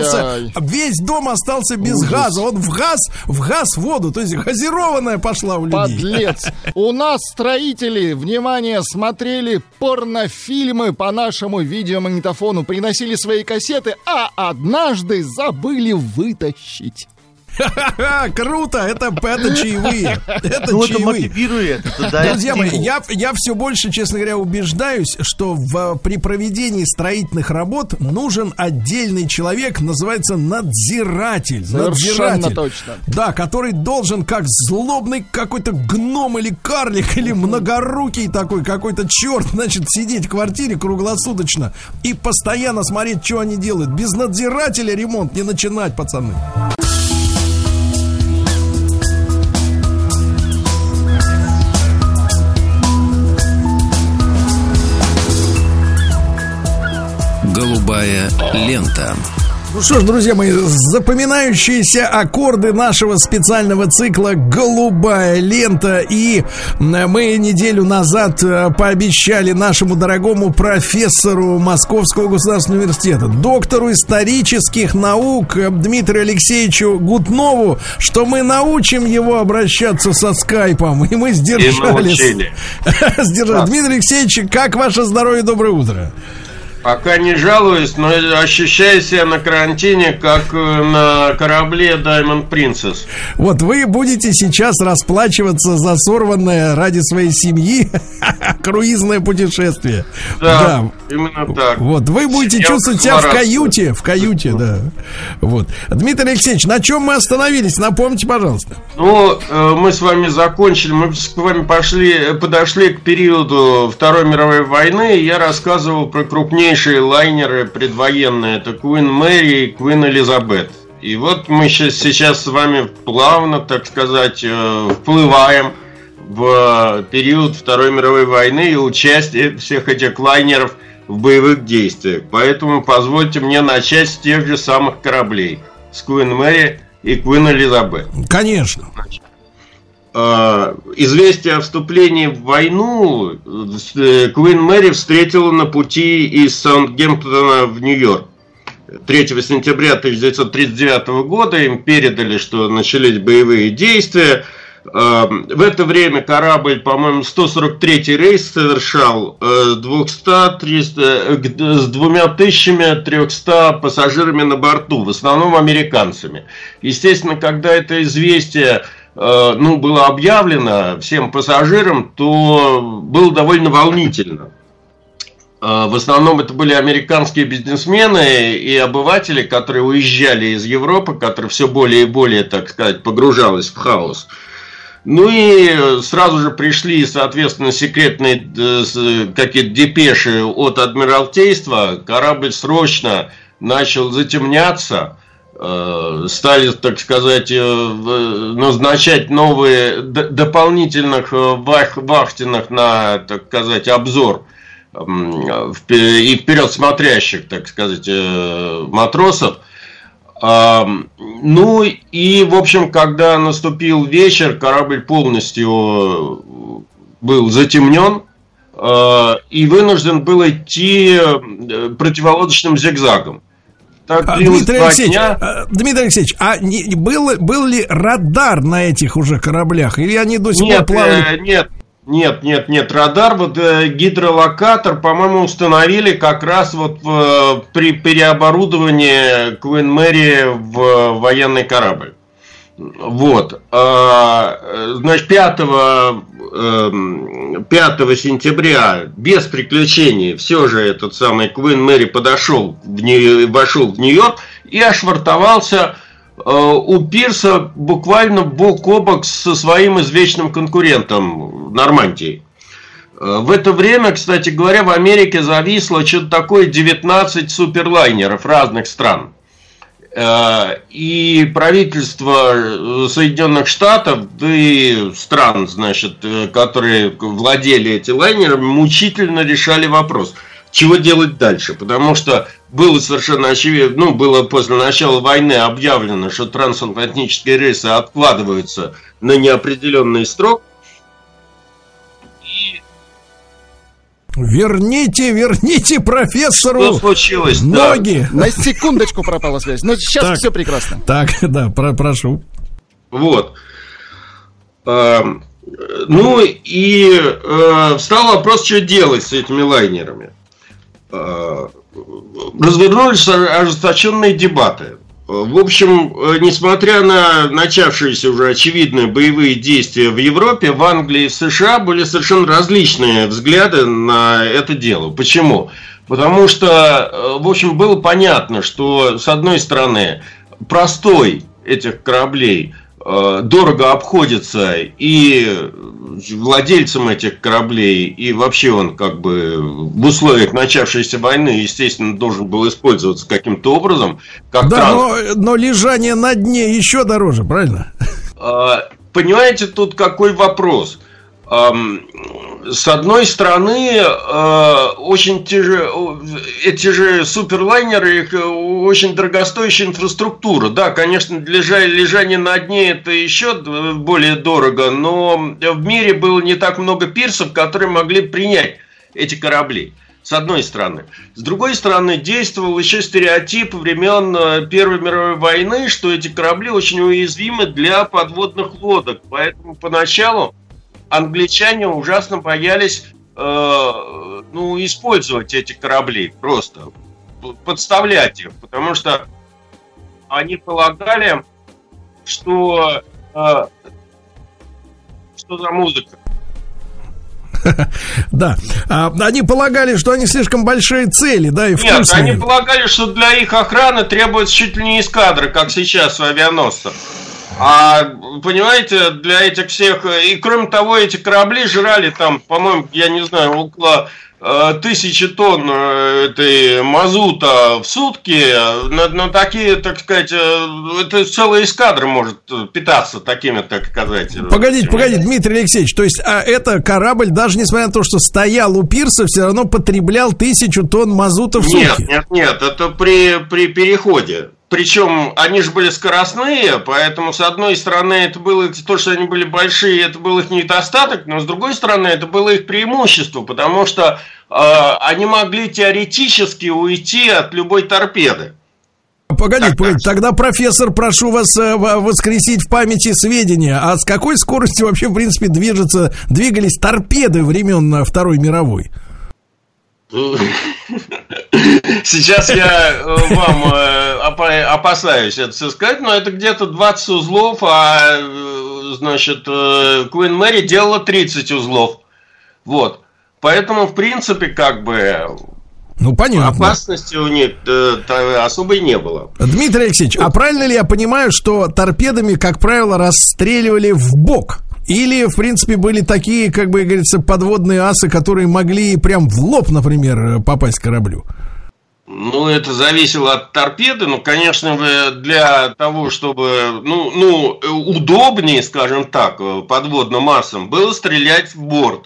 остался без газа. Он в газ воду. То есть газированная пошла у людей. Подлец. У нас строители, внимание, смотрели порнофильмы по нашему видеомагнитофону. Приносили свои кассеты, а однажды забыли вытащить. Ха-ха-ха, круто, это чаевые. Это чаевые. Мотивирует. Друзья мои, я все больше, честно говоря, убеждаюсь, что при проведении строительных работ нужен отдельный человек, называется надзиратель. Совершенно точно. Да, который должен, как злобный какой-то гном или карлик, или многорукий такой, какой-то черт, значит, сидеть в квартире круглосуточно и постоянно смотреть, что они делают. Без надзирателя ремонт не начинать, пацаны. Голубая лента. Ну что ж, друзья мои, запоминающиеся аккорды нашего специального цикла «Голубая лента». И мы неделю назад пообещали нашему дорогому профессору Московского государственного университета, доктору исторических наук Дмитрию Алексеевичу Гутнову, что мы научим его обращаться со скайпом. И мы сдержались. Дмитрий Алексеевич, как ваше здоровье? Доброе утро. Пока не жалуюсь, но ощущаю себя на карантине, как на корабле Diamond Princess. Вот вы будете сейчас расплачиваться за сорванное ради своей семьи круизное путешествие. Да, именно так. Вот, вы будете чувствовать себя в каюте, да. Вот. Дмитрий Алексеевич, на чем мы остановились? Напомните, пожалуйста. Ну, мы с вами закончили, мы с вами подошли к периоду Второй мировой войны, и я рассказывал про крупнейшие лайнеры предвоенные, это Queen Mary и Queen Elizabeth. И вот мы сейчас с вами плавно, так сказать, вплываем в период Второй мировой войны и участие всех этих лайнеров в боевых действиях. Поэтому позвольте мне начать с тех же самых кораблей, с Queen Mary и Queen Elizabeth. Конечно. Известие о вступлении в войну Queen Mary встретила на пути из Саутгемптона в Нью-Йорк. 3 сентября 1939 года им передали, что начались боевые действия. В это время корабль, по-моему, 143-й рейс совершал с 2300 пассажирами на борту, в основном американцами. Естественно, когда это известие было объявлено всем пассажирам, то было довольно волнительно. В основном это были американские бизнесмены и обыватели, которые уезжали из Европы, которые все более и более, так сказать, погружалась в хаос. Ну и сразу же пришли, соответственно, секретные какие-то депеши от Адмиралтейства. Корабль срочно начал затемняться. Стали, так сказать, назначать новые дополнительных вахтенных на, так сказать, обзор и вперед смотрящих, так сказать, матросов. Ну и, в общем, когда наступил вечер, корабль полностью был затемнен и вынужден был идти противолодочным зигзагом. Дмитрий Алексеевич, был ли радар на этих уже кораблях? Или они до сих пор плавали? Нет, радар, вот гидролокатор, по-моему, установили как раз вот при переоборудовании Queen Mary в военный корабль. Вот. Значит, 5 сентября без приключений все же этот самый Queen Mary вошел в Нью-Йорк и ошвартовался у пирса буквально бок о бок со своим извечным конкурентом Нормандией. В это время, кстати говоря, в Америке зависло что-то такое 19 суперлайнеров разных стран. И правительство Соединенных Штатов, да и стран, значит, которые владели этими лайнерами, мучительно решали вопрос, чего делать дальше. Потому что было совершенно очевидно, было после начала войны объявлено, что трансатлантические рейсы откладываются на неопределенный срок. Верните профессору. Что случилось? Ноги. Да. На секундочку пропала связь. Но сейчас так, все прекрасно. Так, да, прошу. Вот. Ну и встал вопрос, что делать с этими лайнерами. Развернулись ожесточенные дебаты. В общем, несмотря на начавшиеся уже очевидные боевые действия в Европе, в Англии и в США были совершенно различные взгляды на это дело. Почему? Потому что, в общем, было понятно, что, с одной стороны, простой этих кораблей дорого обходится и владельцам этих кораблей, и вообще он как бы в условиях начавшейся войны, естественно, должен был использоваться каким-то образом. Как но лежание на дне еще дороже, правильно? Понимаете, тут какой вопрос? С одной стороны, эти же суперлайнеры, их очень дорогостоящая инфраструктура. Да, конечно, для лежания на дне это еще более дорого, но в мире было не так много пирсов, которые могли принять эти корабли. С одной стороны. С другой стороны, действовал еще стереотип времен Первой мировой войны, что эти корабли очень уязвимы для подводных лодок. Поэтому поначалу англичане ужасно боялись использовать эти корабли, просто подставлять их, потому что они полагали, что за музыка? Да. Они полагали, что они слишком большие цели, да, и вкусные. Нет, они полагали, что для их охраны требуется чуть ли не эскадра, как сейчас в авианосцах. А, понимаете, для этих всех... И, кроме того, эти корабли жрали там, по-моему, я не знаю, около 1000 тонн этой мазута в сутки. На такие, так сказать, это целая эскадра может питаться такими, так сказать. Погодите, Дмитрий Алексеевич, то есть это корабль, даже несмотря на то, что стоял у пирса, все равно потреблял 1000 тонн мазута в сутки? Нет, это при переходе. Причем они же были скоростные, поэтому с одной стороны это было то, что они были большие, это был их недостаток, но с другой стороны это было их преимущество, потому что они могли теоретически уйти от любой торпеды. Погодите, тогда, профессор, прошу вас воскресить в памяти сведения, а с какой скоростью вообще, в принципе, двигались торпеды времен Второй мировой? Сейчас я вам опасаюсь это все сказать, но это где-то 20 узлов, а значит Queen Mary делала 30 узлов. Вот. Поэтому, в принципе, как бы понятно. Опасности у них особой не было. Дмитрий Алексеевич, а правильно ли я понимаю, что торпедами, как правило, расстреливали в бок? Или, в принципе, были такие, как бы говорится, подводные асы, которые могли прям в лоб, например, попасть к кораблю? Это зависело от торпеды. Конечно, для того, чтобы, удобнее, скажем так, подводным асам, было стрелять в борт.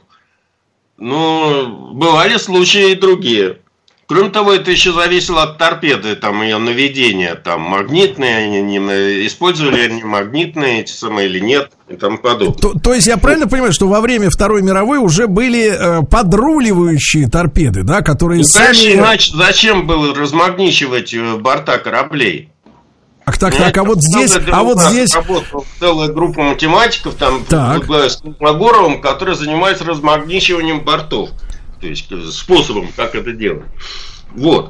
Бывали случаи и другие. Кроме того, это еще зависело от торпеды, там ее наведения, там магнитные, они использовали они магнитные эти самые или нет, и тому подобное. То есть я правильно понимаю, что во время Второй мировой уже были подруливающие торпеды, да, которые сами... Иначе зачем было размагничивать борта кораблей? Так, а вот здесь... Работала целая группа математиков, там, с Колмогоровым, которые занимаются размагничиванием бортов. То есть способом, как это делать. Вот.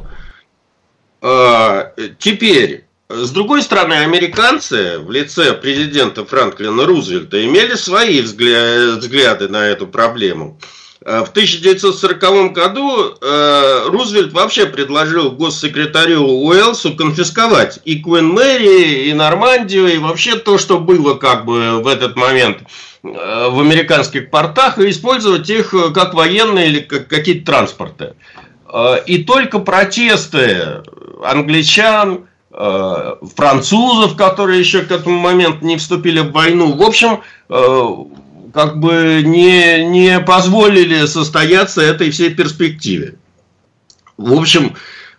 Теперь, с другой стороны, американцы в лице президента Франклина Рузвельта имели свои взгляды на эту проблему. В 1940 году Рузвельт вообще предложил госсекретарю Уэллсу конфисковать и Queen Mary, и Нормандию, и вообще то, что было как бы в этот момент в американских портах, и использовать их как военные или как какие-то транспорты. И только протесты англичан, французов, которые еще к этому моменту не вступили в войну, в общем, как бы не позволили состояться этой всей перспективе. В общем,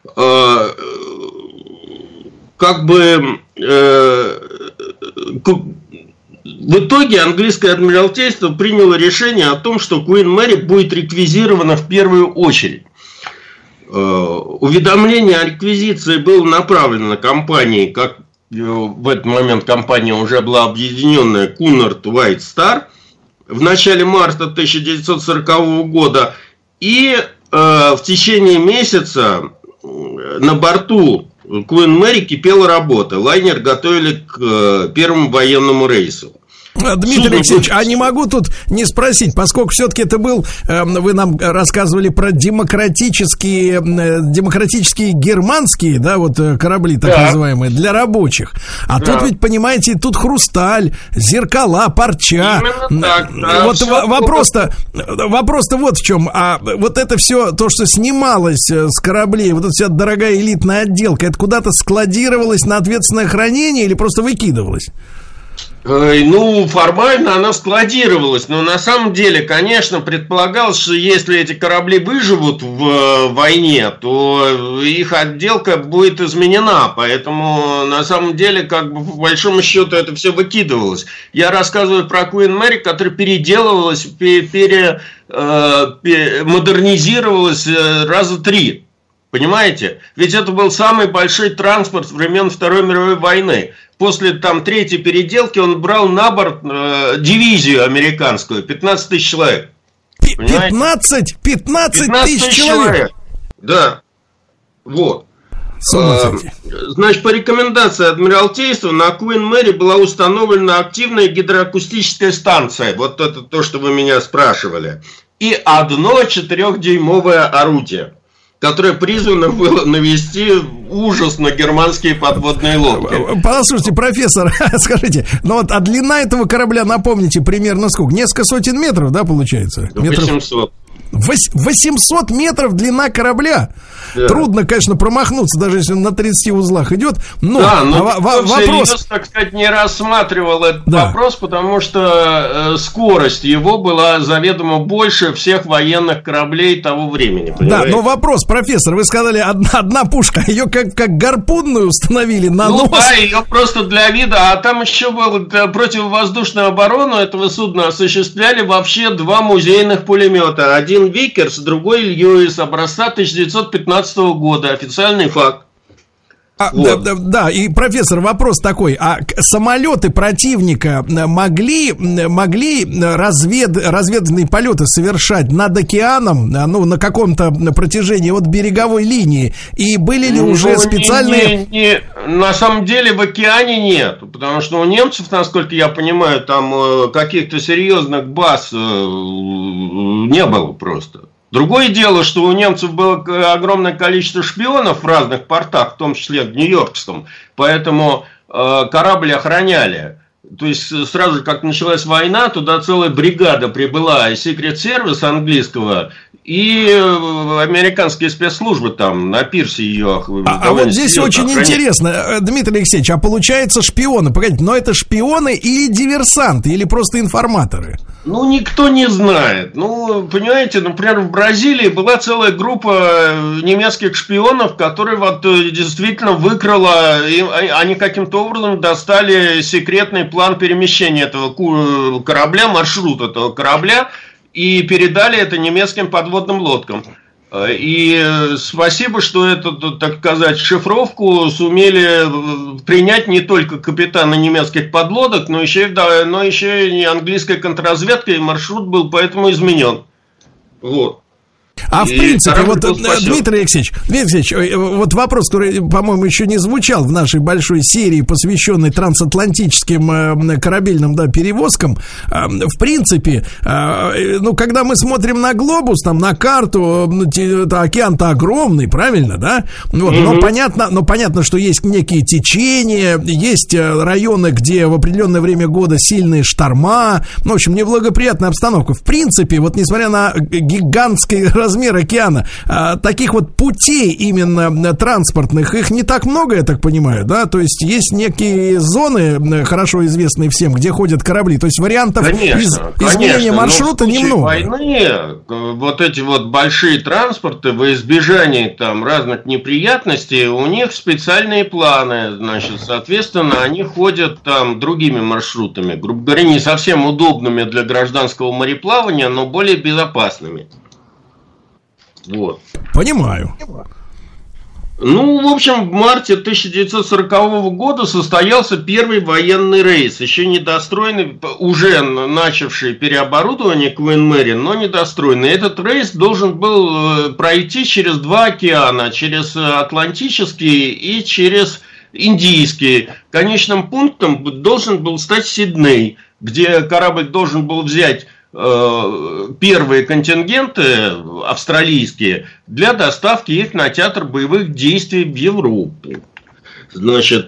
как бы в итоге английское адмиралтейство приняло решение о том, что Queen Mary будет реквизирована в первую очередь. Уведомление о реквизиции было направлено на компании, как в этот момент компания уже была объединенная, Cunard White Star, в начале марта 1940 года. И в течение месяца на борту Queen Mary кипела работа. Лайнер готовили к первому военному рейсу. Дмитрий Алексеевич, а не могу тут не спросить, поскольку все-таки это был, вы нам рассказывали про демократические германские, да, вот корабли так называемые, для рабочих. А тут ведь, понимаете, тут хрусталь, зеркала, парча. Вот вопрос-то вот в чем. А вот это все, то, что снималось с кораблей, вот эта вся дорогая элитная отделка, это куда-то складировалось на ответственное хранение или просто выкидывалось? Формально она складировалась, но на самом деле, конечно, предполагалось, что если эти корабли выживут в войне, то их отделка будет изменена, поэтому на самом деле, как бы, по большому счету, это все выкидывалось. Я рассказываю про Queen Mary, которая переделывалась, модернизировалась раза 3. Понимаете? Ведь это был самый большой транспорт времен Второй мировой войны. После третьей переделки он брал на борт дивизию американскую, 15 тысяч человек. 15 тысяч человек? Да. Вот. Значит, по рекомендации Адмиралтейства на Queen Mary была установлена активная гидроакустическая станция. Вот это то, что вы меня спрашивали. И одно 4-дюймовое орудие, которое призвано было навести ужас на германские подводные лодки. Послушайте, профессор, скажите, ну вот, а длина этого корабля, напомните, примерно сколько? Несколько сотен метров, да, получается? 800. 800 метров длина корабля. Да. Трудно, конечно, промахнуться, даже если он на 30 узлах идет. Но, да, но вопрос, так сказать, не рассматривал этот вопрос, потому что скорость его была заведомо больше всех военных кораблей того времени. Понимаете? Да, но вопрос, профессор, вы сказали, одна пушка, ее как гарпунную установили на нос. Да, ее просто для вида, а там еще был противовоздушную оборону этого судна осуществляли вообще 2 музейных пулемета. Один Викерс, другой Льюис, образца 1915 года. Официальный факт. Вот. Да, и, профессор, вопрос такой. А самолеты противника могли разведывательные полеты совершать над океаном, ну, на каком-то протяжении от береговой линии? И были ли уже специальные... На самом деле в океане нет. Потому что у немцев, насколько я понимаю, там каких-то серьезных баз не было просто. Другое дело, что у немцев было огромное количество шпионов в разных портах, в том числе в Нью-Йоркском, поэтому корабль охраняли. То есть сразу как началась война, туда целая бригада прибыла из Secret Service английского и американские спецслужбы там на пирсе ее. А вот здесь очень интересно, Дмитрий Алексеевич, а получается шпионы, погодите, но это шпионы или диверсанты, или просто информаторы? Ну, никто не знает. Ну, понимаете, например, в Бразилии была целая группа немецких шпионов, которые вот действительно выкрала, и они каким-то образом достали секретный план перемещения этого корабля, маршрут этого корабля, и передали это немецким подводным лодкам. И спасибо, что эту, так сказать, шифровку сумели принять не только капитаны немецких подлодок, но еще и английская контрразведка, и маршрут был поэтому изменен. Вот. А в принципе, вот, Дмитрий Алексеевич, вот вопрос, который, по-моему, еще не звучал в нашей большой серии, посвященной трансатлантическим корабельным, да, перевозкам. В принципе, ну, когда мы смотрим на глобус, там, на карту, океан-то огромный, правильно, да? Вот, но понятно, что есть некие течения, есть районы, где в определенное время года сильные шторма, ну, в общем, неблагоприятная обстановка. В принципе, вот несмотря на гигантский размер океана, таких вот путей именно транспортных, их не так много, я так понимаю, да, то есть есть некие зоны, хорошо известные всем, где ходят корабли, то есть вариантов изменения маршрута немного. В войны вот эти вот большие транспорты во избежание там разных неприятностей, у них специальные планы, значит, соответственно, они ходят там другими маршрутами, грубо говоря, не совсем удобными для гражданского мореплавания, но более безопасными. Вот. Понимаю. Ну, в общем, в марте 1940 года состоялся первый военный рейс, еще недостроенный, уже начавший переоборудование Queen Mary, но недостроенный. Этот рейс должен был пройти через 2 океана, через Атлантический и через Индийский. Конечным пунктом должен был стать Сидней, где корабль должен был взять первые контингенты австралийские для доставки их на театр боевых действий в Европу. Значит,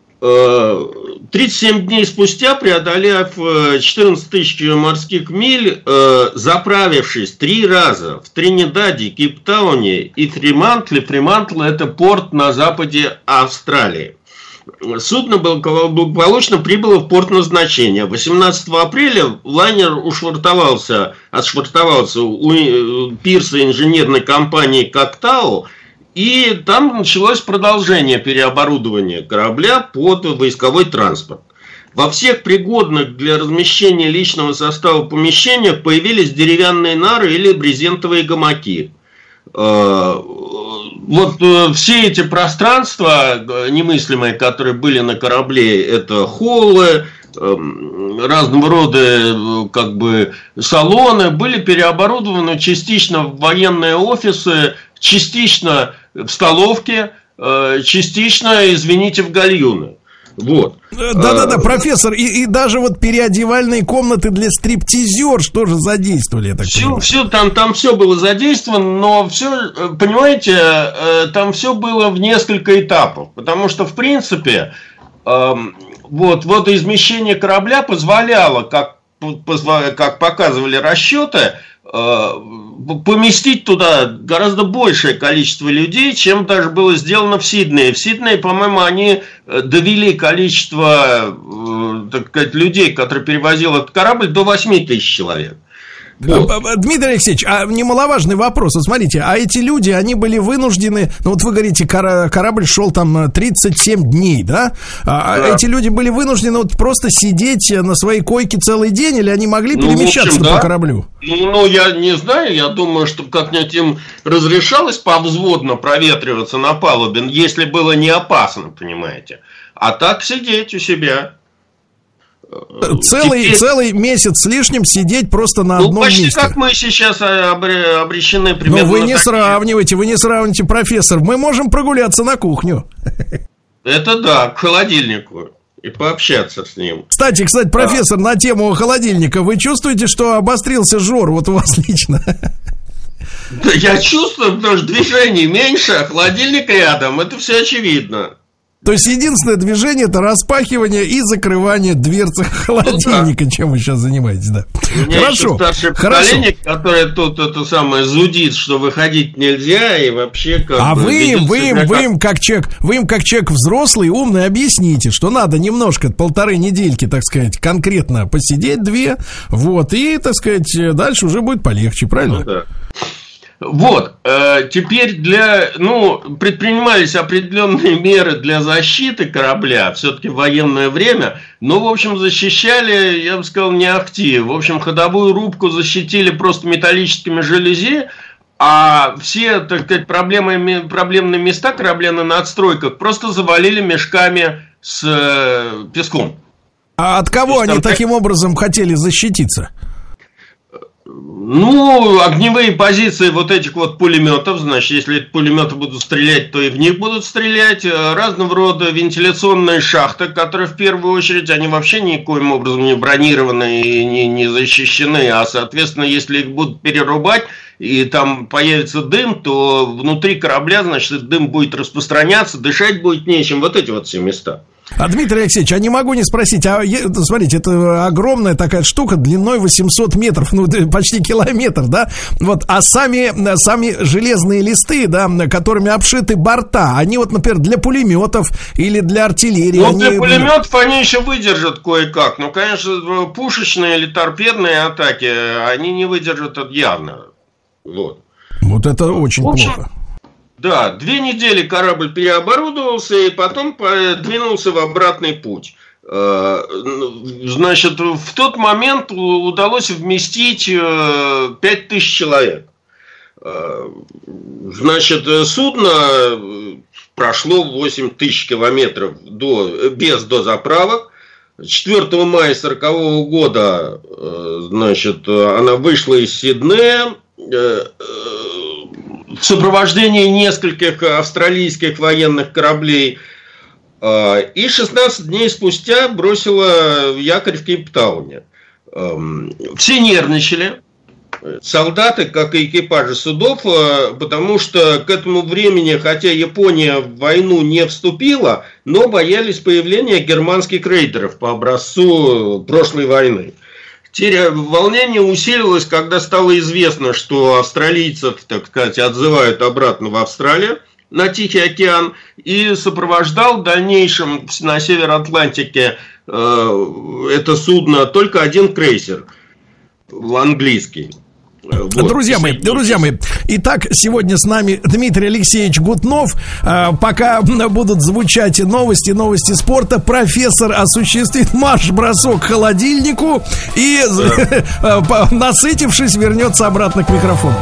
37 дней спустя, преодолев 14 тысяч морских миль, заправившись 3 раза в Тринидаде, Кейптауне и Фримантле, Фримантл — это порт на западе Австралии, судно благополучно прибыло в порт назначения. 18 апреля лайнер отшвартовался у пирса инженерной компании «Коктау», и там началось продолжение переоборудования корабля под войсковой транспорт. Во всех пригодных для размещения личного состава помещениях появились деревянные нары или брезентовые гамаки. Вот все эти пространства немыслимые, которые были на корабле, это холлы, разного рода как бы салоны были переоборудованы частично в военные офисы, частично в столовки, частично, извините, в гальюны. Вот. Да-да-да, профессор, и даже вот переодевальные комнаты для стриптизерш тоже задействовали, я так понимаю. Все, там все было задействовано, но все, понимаете, там все было в несколько этапов, потому что, в принципе, вот водоизмещение корабля позволяло, как показывали расчеты, поместить туда гораздо большее количество людей, чем даже было сделано в Сиднее. В Сиднее, по-моему, они довели количество, так сказать, людей, которые перевозил этот корабль, до 8 тысяч человек. Вот. Дмитрий Алексеевич, а немаловажный вопрос. Вот смотрите, а эти люди, они были вынуждены, ну вот вы говорите, корабль шел там 37 дней, да? А эти люди были вынуждены вот просто сидеть на своей койке целый день, или они могли перемещаться по кораблю? Ну, я не знаю, я думаю, что как-нибудь им разрешалось повзводно проветриваться на палубе, если было не опасно, понимаете. А так сидеть у себя. Целый месяц с лишним сидеть просто на одном почти месте. Как мы сейчас обречены примерно. Но вы не сравнивайте, профессор. Мы можем прогуляться на кухню. Это да, к холодильнику. И пообщаться с ним. Кстати, профессор, на тему холодильника. Вы чувствуете, что обострился жор вот у вас лично? Да, я чувствую, потому что движений меньше, а холодильник рядом. Это все очевидно. То есть единственное движение — это распахивание и закрывание дверцы холодильника, чем вы сейчас занимаетесь, да? У меня еще старшее поколение, которое тут это самое зудит, что выходить нельзя и вообще как. А вы им как человек взрослый, умный, объясните, что надо немножко, 1,5 недельки, так сказать, конкретно посидеть 2, вот, и, так сказать, дальше уже будет полегче, правильно? Ну, да. Вот, теперь предпринимались определенные меры для защиты корабля, все-таки в военное время, но, в общем, защищали, я бы сказал, не ахти. В общем, ходовую рубку защитили просто металлическими жалюзи, а все, так сказать, проблемные места корабля на надстройках просто завалили мешками с песком. А от кого они таким образом хотели защититься? Ну, огневые позиции вот этих вот пулеметов, значит, если пулеметы будут стрелять, то и в них будут стрелять. Разного рода вентиляционные шахты, которые в первую очередь, они вообще никоим образом не бронированы и не защищены, а, соответственно, если их будут перерубать и там появится дым, то внутри корабля, значит, дым будет распространяться, дышать будет нечем, вот эти вот все места. А, Дмитрий Алексеевич, а не могу не спросить, смотрите, это огромная такая штука длиной 800 метров, ну, почти километр, да? Вот, а сами железные листы, да, которыми обшиты борта, они вот, например, для пулеметов или для артиллерии. Ну, для пулеметов они еще выдержат кое-как, но, конечно, пушечные или торпедные атаки, они не выдержат это явно. Вот это очень плохо. Да, 2 недели корабль переоборудовался и потом двинулся в обратный путь. Значит, в тот момент удалось вместить 5000 человек. Значит, судно прошло 8000 километров без дозаправок. 4 мая 1940 года, значит, она вышла из Сиднея в сопровождении нескольких австралийских военных кораблей и 16 дней спустя бросила якорь в Кейптауне. Все нервничали, солдаты, как и экипажи судов, потому что к этому времени, хотя Япония в войну не вступила, но боялись появления германских рейдеров по образцу прошлой войны. Волнение усилилось, когда стало известно, что австралийцев, так сказать, отзывают обратно в Австралию, на Тихий океан, и сопровождал в дальнейшем на Североатлантике это судно только один крейсер английский. Вот. Друзья мои, итак, сегодня с нами Дмитрий Алексеевич Гутнов. Пока будут звучать новости спорта, профессор осуществит марш-бросок к холодильнику и, насытившись, вернется обратно к микрофону.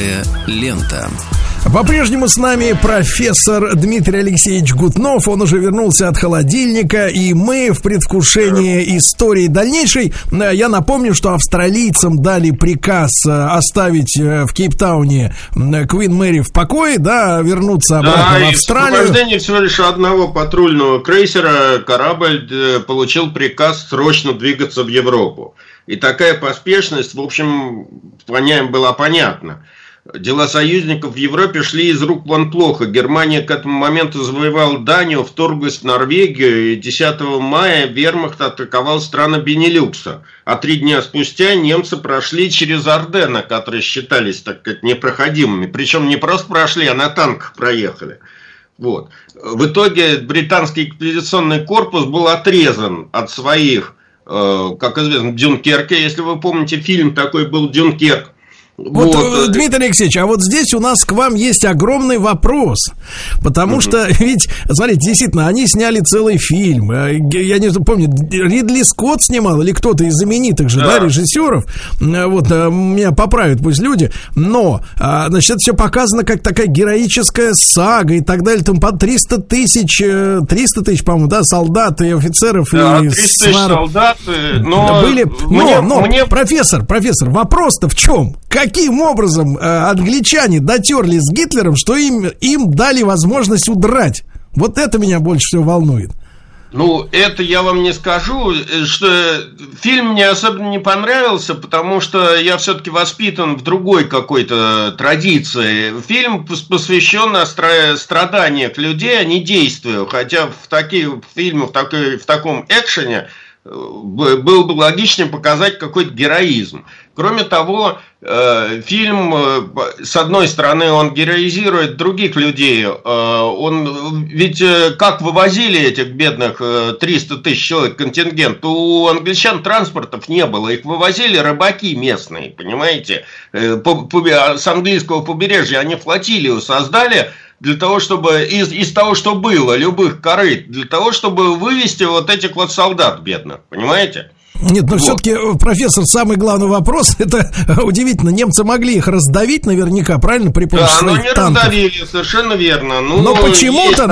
Живая лента. По-прежнему с нами профессор Дмитрий Алексеевич Гутнов. Он уже вернулся от холодильника, и мы в предвкушении истории дальнейшей. Я напомню, что австралийцам дали приказ оставить в Кейптауне Queen Mary в покое, да, вернуться обратно в Австралию. Да, и в сопровождении всего лишь одного патрульного крейсера корабль получил приказ срочно двигаться в Европу. И такая поспешность, в общем, была понятна. Дела союзников в Европе шли из рук вон плохо. Германия к этому моменту завоевала Данию, вторглась в Норвегию, и 10 мая вермахт атаковал страны Бенилюкса. А 3 дня спустя немцы прошли через Арденны, которые считались, так сказать, непроходимыми. Причем не просто прошли, а на танках проехали. Вот. В итоге британский экспедиционный корпус был отрезан от своих, как известно, в Дюнкерке. Если вы помните, фильм такой был «Дюнкерк». Вот, Дмитрий Алексеевич, а вот здесь у нас к вам есть огромный вопрос. Потому что, ведь, смотрите, действительно, они сняли целый фильм. Я не помню, Ридли Скотт снимал или кто-то из знаменитых же, да, режиссеров. Вот, меня поправят пусть люди. Но, значит, это все показано как такая героическая сага и так далее. Там по 300 тысяч, по-моему, да, солдат и офицеров. Да, 300 тысяч солдат, но... Были, но профессор, вопрос-то в чем? Каким образом англичане дотерлись с Гитлером, что им дали возможность удрать? Вот это меня больше всего волнует. Ну, это я вам не скажу, что фильм мне особенно не понравился, потому что я все-таки воспитан в другой какой-то традиции. Фильм посвящен страданиям людей, а не действию. Хотя в таких фильмах, в таком экшене было бы логичнее показать какой-то героизм. Кроме того, фильм, с одной стороны, он героизирует других людей. Ведь как вывозили этих бедных 300 тысяч человек контингент? У англичан транспортов не было. Их вывозили рыбаки местные, понимаете? С английского побережья они флотилию создали для того, чтобы из того, что было, любых корыт, для того, чтобы вывести вот этих вот солдат бедных, понимаете? Нет, но все-таки, профессор, самый главный вопрос, это удивительно, немцы могли их раздавить наверняка, правильно, при помощи своих танков? Да, но не раздавили, совершенно верно. Но почему-то,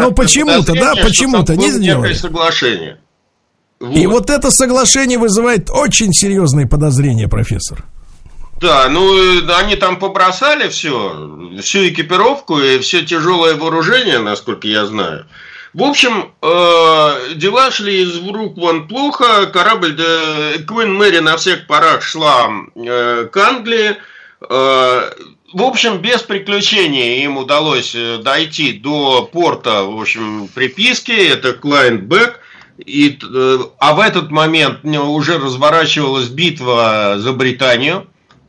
не сделали. Соглашение. Вот. И вот это соглашение вызывает очень серьезные подозрения, профессор. Да, они там побросали всю экипировку и все тяжелое вооружение, насколько я знаю. В общем, дела шли из рук вон плохо. Корабль Queen Mary на всех парах шла к Англии. В общем, без приключений им удалось дойти до порта, в общем, приписки. Это Клайнбек. А в этот момент уже разворачивалась битва за Британию.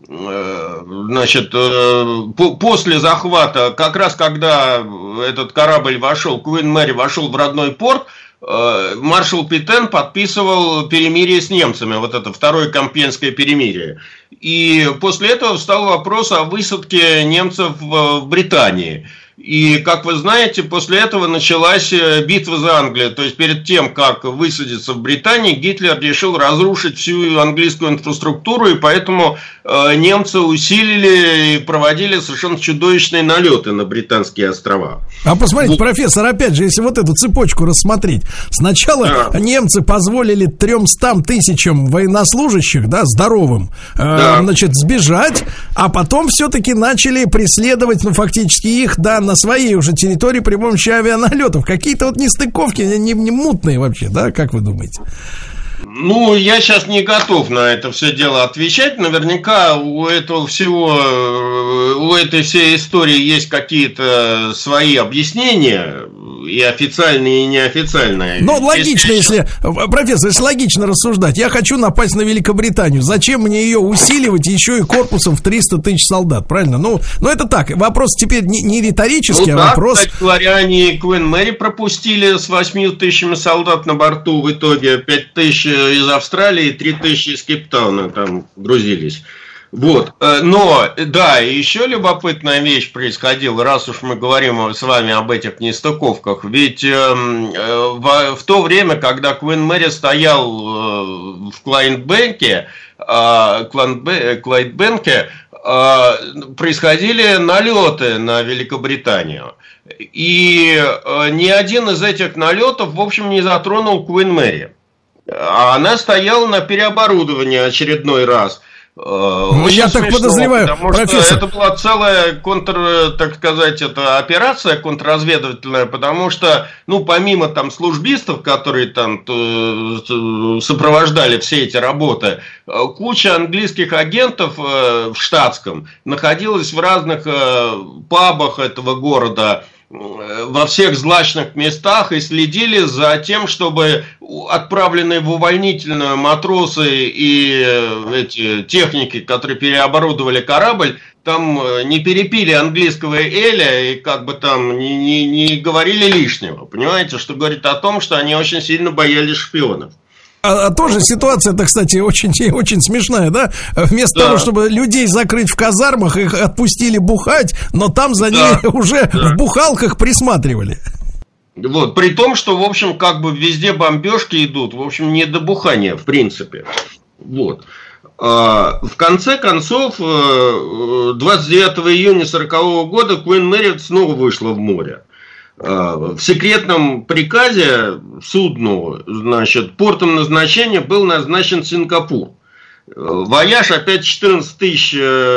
Значит, после захвата, как раз когда этот корабль Queen Mary вошел в родной порт, маршал Петен подписывал перемирие с немцами, вот это второе Компьенское перемирие. И после этого встал вопрос о высадке немцев в Британии. И, как вы знаете, после этого началась битва за Англию. То есть, перед тем, как высадиться в Британии, Гитлер решил разрушить всю английскую инфраструктуру, и поэтому немцы усилили и проводили совершенно чудовищные налеты на британские острова. А посмотрите, профессор, опять же, если вот эту цепочку рассмотреть. Сначала немцы позволили 300 тысячам военнослужащих, да, здоровым, значит, сбежать, а потом все-таки начали преследовать, фактически их, да, на своей уже территории при помощи авианалетов. Какие-то вот нестыковки, не мутные вообще, да, как вы думаете? Я сейчас не готов на это все дело отвечать. Наверняка у этой всей истории есть какие-то свои объяснения, и официальные, и неофициальные. Но логично, профессор, если логично рассуждать, я хочу напасть на Великобританию. Зачем мне ее усиливать еще и корпусом в 300 тысяч солдат, правильно? Это так, вопрос теперь не риторический, а вопрос... Кстати говоря, они Queen Mary пропустили с 8 тысячами солдат на борту, в итоге 5 тысяч из Австралии, 3 тысячи из Кейптауна там грузились. Вот, но, да, еще любопытная вещь происходила, раз уж мы говорим с вами об этих нестыковках, ведь в то время, когда Queen Mary стоял в Клайнбенке, происходили налеты на Великобританию. И ни один из этих налетов, в общем, не затронул Queen Mary. Она стояла на переоборудовании очередной раз. Я так подозреваю, профессор. Это была целая операция контрразведывательная, потому что, помимо там службистов, которые там сопровождали все эти работы, куча английских агентов в штатском находилась в разных пабах этого города, во всех злачных местах, и следили за тем, чтобы отправленные в увольнительную матросы и эти техники, которые переоборудовали корабль, там не перепили английского эля и там не говорили лишнего. Понимаете, что говорит о том, что они очень сильно боялись шпионов. А тоже ситуация-то, кстати, очень смешная, да? Вместо того, чтобы людей закрыть в казармах, их отпустили бухать, но там за ними уже в бухалках присматривали. Вот, при том, что, в общем, везде бомбежки идут, в общем, не до бухания, в принципе. Вот. В конце концов, 29 июня 1940 года Queen Mary снова вышла в море. В секретном приказе судну, портом назначения был назначен Сингапур. Вояж опять 14 тысяч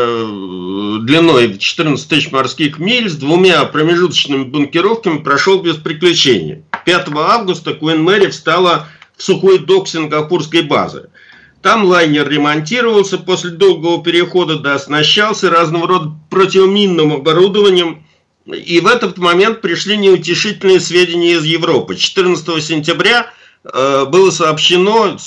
длиной, 14 тысяч морских миль с 2 промежуточными бункеровками прошел без приключений. 5 августа Queen Mary встала в сухой док сингапурской базы. Там лайнер ремонтировался после долгого перехода, дооснащался разного рода противоминным оборудованием. И в этот момент пришли неутешительные сведения из Европы. 14 сентября было сообщено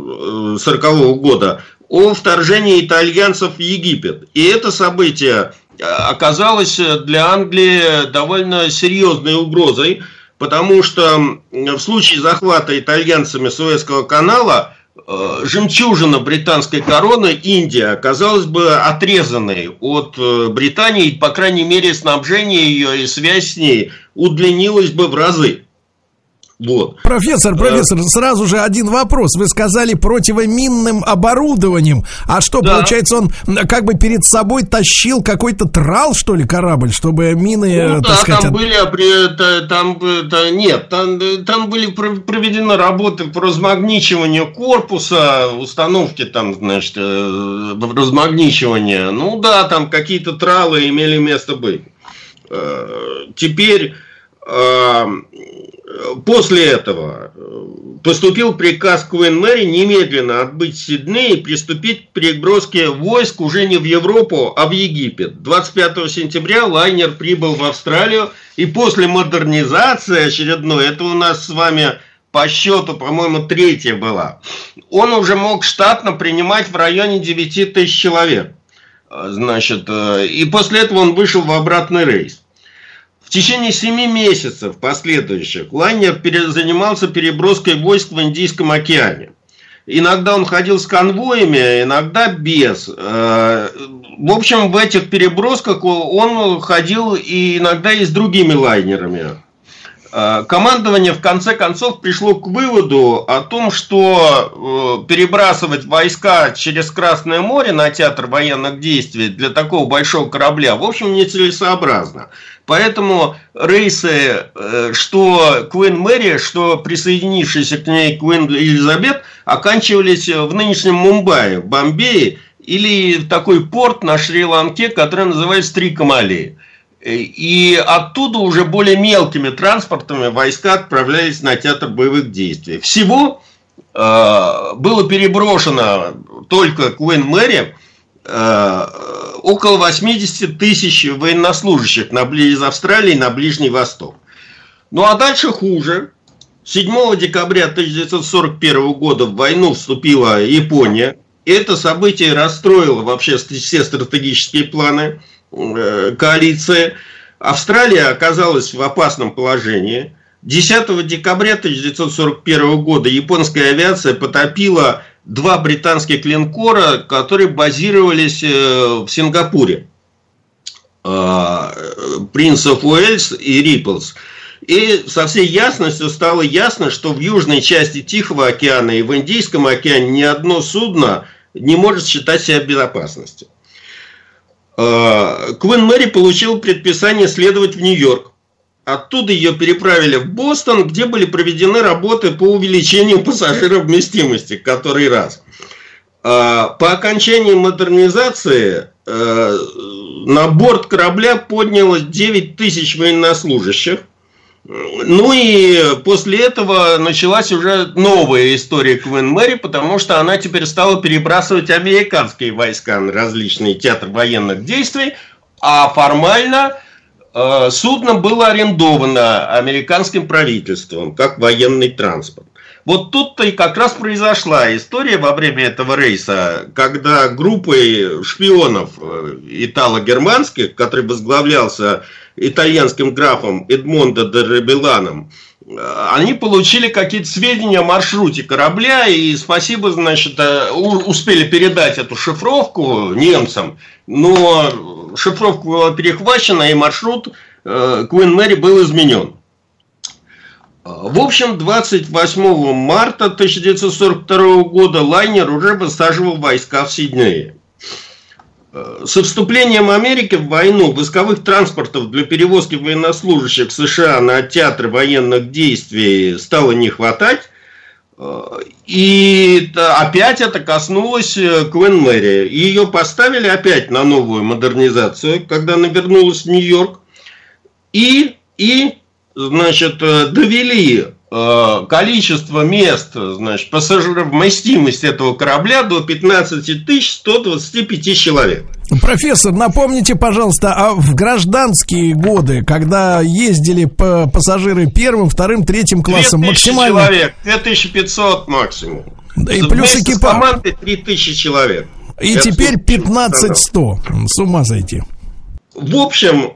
1940 года о вторжении итальянцев в Египет. И это событие оказалось для Англии довольно серьезной угрозой, потому что в случае захвата итальянцами Суэцкого канала жемчужина британской короны, Индия, оказалась бы отрезанной от Британии, по крайней мере, снабжение ее и связь с ней удлинилась бы в разы. Вот. Профессор, сразу же один вопрос. Вы сказали противоминным оборудованием. А что, получается, он перед собой тащил какой-то трал, что ли, корабль, чтобы мины, там были проведены работы по размагничиванию корпуса, установки размагничивания. Там какие-то тралы имели место быть. Теперь... После этого поступил приказ Queen Mary немедленно отбыть в Сидней и приступить к переброске войск уже не в Европу, а в Египет. 25 сентября лайнер прибыл в Австралию, и после модернизации очередной, это у нас с вами по счету, по-моему, 3-я была, он уже мог штатно принимать в районе 9 тысяч человек. И после этого он вышел в обратный рейс. В течение 7 месяцев последующих лайнер занимался переброской войск в Индийском океане. Иногда он ходил с конвоями, иногда без. В общем, в этих перебросках он ходил и иногда и с другими лайнерами. Командование в конце концов пришло к выводу о том, что перебрасывать войска через Красное море на театр военных действий для такого большого корабля, в общем, нецелесообразно. Поэтому рейсы, что Queen Mary, что присоединившиеся к ней Queen Elizabeth, оканчивались в нынешнем Мумбаи, в Бомбее, или в такой порт на Шри-Ланке, который называется Трикомали. И оттуда уже более мелкими транспортами войска отправлялись на театр боевых действий. Всего было переброшено только Queen Mary около 80 тысяч военнослужащих из Австралии на Ближний Восток. Ну а дальше хуже. 7 декабря 1941 года в войну вступила Япония. Это событие расстроило вообще все стратегические планы коалиции. Австралия оказалась в опасном положении. 10 декабря 1941 года японская авиация потопила 2 британских линкора, которые базировались в Сингапуре. Принц оф Уэльс и Риплс. И со всей ясностью стало ясно, что в южной части Тихого океана и в Индийском океане ни одно судно не может считать себя в безопасности. Queen Mary получила предписание следовать в Нью-Йорк. Оттуда ее переправили в Бостон, где были проведены работы по увеличению пассажировместимости который раз. По окончании модернизации на борт корабля поднялось 9 тысяч военнослужащих. Ну и после этого началась уже новая история Queen Mary, потому что она теперь стала перебрасывать американские войска на различные театры военных действий, а формально судно было арендовано американским правительством как военный транспорт. Вот тут-то и как раз произошла история во время этого рейса, когда группой шпионов итало-германских, который возглавлялся итальянским графом Эдмондо де Ребеланом, они получили какие-то сведения о маршруте корабля, и спасибо, значит, успели передать эту шифровку немцам, но шифровка была перехвачена, и маршрут Queen Mary был изменен. В общем, 28 марта 1942 года лайнер уже высаживал войска в Сиднее. Со вступлением Америки в войну войсковых транспортов для перевозки военнослужащих США на театры военных действий стало не хватать. И опять это коснулось Queen Mary. Ее поставили опять на новую модернизацию, когда она вернулась в Нью-Йорк. И значит, довели количество мест, значит, пассажировместимость этого корабля до 15 125 человек. Профессор, напомните, пожалуйста, а в гражданские годы, когда ездили пассажиры первым, вторым, третьим классом, 2000 максимально... человек, 2500 максимум. Да, и плюс экипаж. С командой 3000 человек. И это теперь 15-100. С ума сойти. В общем,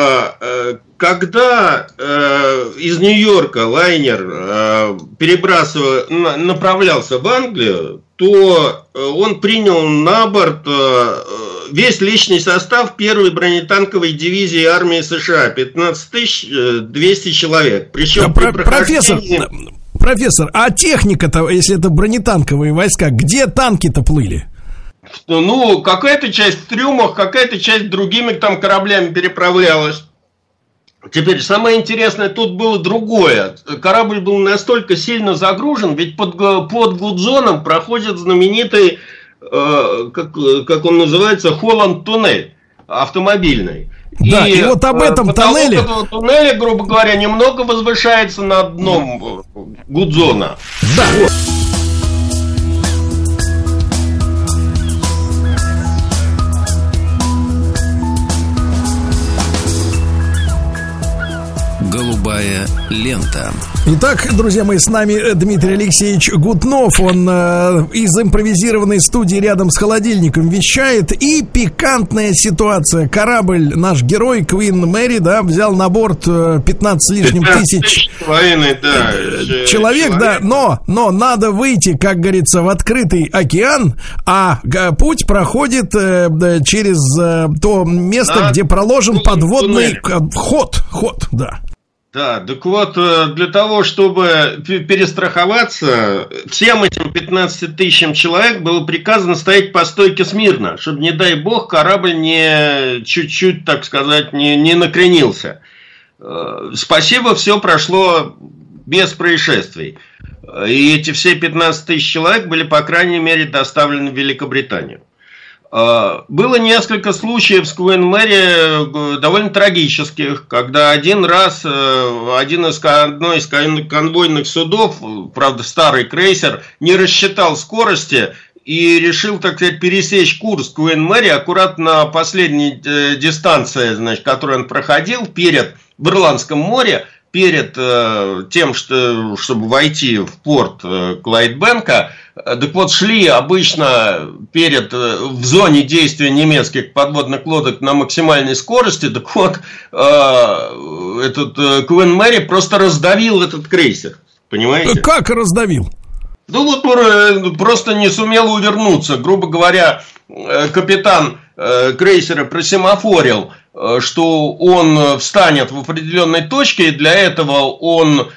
когда из Нью-Йорка лайнер направлялся в Англию, то он принял на борт весь личный состав первой бронетанковой дивизии армии США, 15 200 человек. Причем профессор, а техника-то, если это бронетанковые войска, где танки-то плыли? Ну, какая-то часть в трюмах, какая-то часть другими там кораблями переправлялась. Теперь самое интересное тут было другое. Корабль был настолько сильно загружен, ведь под Гудзоном проходит знаменитый, как он называется, Холланд-туннель автомобильный. Да, и вот об этом тоннеле... Этого туннеля, грубо говоря, немного возвышается над дном Гудзона. Да. Голубая лента. Итак, друзья мои, с нами Дмитрий Алексеевич Гутнов. Он из импровизированной студии рядом с холодильником вещает. И пикантная ситуация. Корабль, наш герой Queen Mary, да, взял на борт 15 с лишним тысяч человек, да, но надо выйти, как говорится, в открытый океан, а путь проходит через то место, где проложен подводный ход, да. Да, так вот, для того, чтобы перестраховаться, всем этим 15 тысячам человек было приказано стоять по стойке смирно, чтобы, не дай бог, корабль не чуть-чуть, так сказать, не накренился. Спасибо, все прошло без происшествий. И эти все 15 тысяч человек были, по крайней мере, доставлены в Великобританию. Было несколько случаев с Queen Mary довольно трагических, когда одной из конвойных судов, правда старый крейсер, не рассчитал скорости и решил, так сказать, пересечь курс Queen Mary аккуратно на последней дистанции, значит, которую он проходил в Ирландском море, перед тем, чтобы войти в порт Клайдбенка. Так вот, шли обычно в зоне действия немецких подводных лодок на максимальной скорости. Так вот, этот Queen Mary просто раздавил этот крейсер. Понимаете? Как раздавил? Ну вот просто не сумел увернуться. Грубо говоря, капитан крейсера просемафорил, что он встанет в определенной точке, и для этого он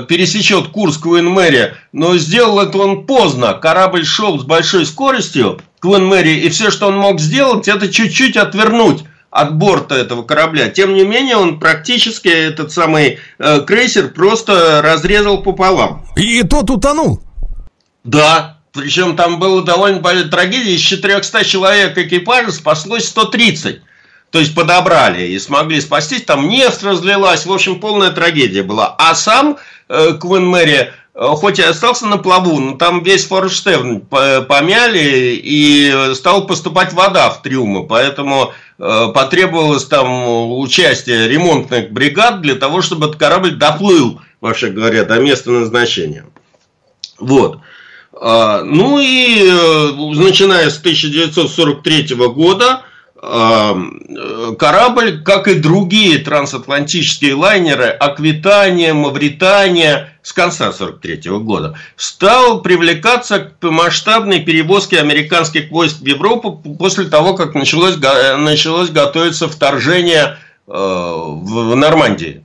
пересечет курс Queen Mary, но сделал это он поздно. Корабль шел с большой скоростью, Queen Mary, и все, что он мог сделать, это чуть-чуть отвернуть от борта этого корабля. Тем не менее, он практически этот самый крейсер просто разрезал пополам. И тот утонул? Да. Причем там была довольно большая трагедия. Из 400 человек экипажа спаслось 130. То есть подобрали и смогли спастись. Там нефть разлилась. В общем, полная трагедия была. А сам Queen Mary, хоть и остался на плаву, но там весь форштевн помяли и стала поступать вода в трюмы. Поэтому потребовалось там участие ремонтных бригад для того, чтобы этот корабль доплыл, вообще говоря, до места назначения. Вот. Ну и начиная с 1943 года корабль, как и другие трансатлантические лайнеры, Аквитания, Мавритания, с конца 1943 года, стал привлекаться к масштабной перевозке американских войск в Европу после того, как началось готовиться вторжение в Нормандии.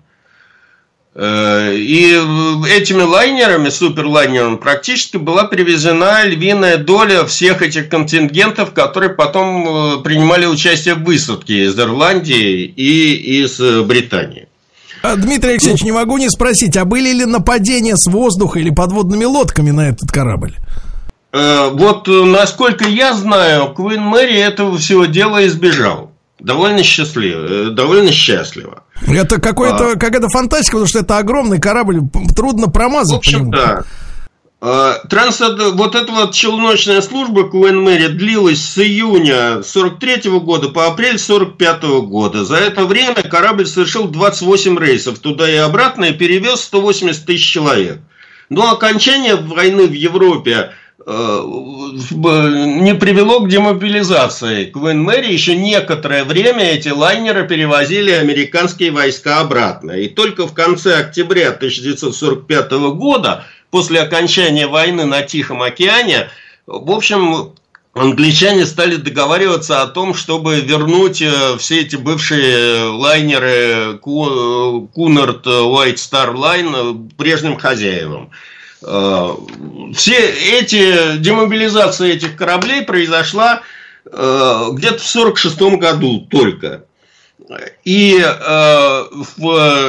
И этими лайнерами, суперлайнерами, практически была перевезена львиная доля всех этих контингентов, которые потом принимали участие в высадке из Ирландии и из Британии. Дмитрий Алексеевич, не могу не спросить, а были ли нападения с воздуха или подводными лодками на этот корабль? Вот, насколько я знаю, Queen Mary этого всего дела избежал. Довольно счастливо. Это какая-то фантастика, потому что это огромный корабль, трудно промазать. В общем, да. Вот эта вот челночная служба Queen Mary длилась с июня 1943 года по апрель 1945 года. За это время корабль совершил 28 рейсов туда и обратно и перевез 180 тысяч человек. Но окончание войны в Европе не привело к демобилизации Queen Mary. Еще некоторое время эти лайнеры перевозили американские войска обратно. И только в конце октября 1945 года, после окончания войны на Тихом океане, в общем, англичане стали договариваться о том, чтобы вернуть все эти бывшие лайнеры Cunard White Star Line прежним хозяевам. Все эти демобилизация этих кораблей произошла где-то в 1946 году только. И в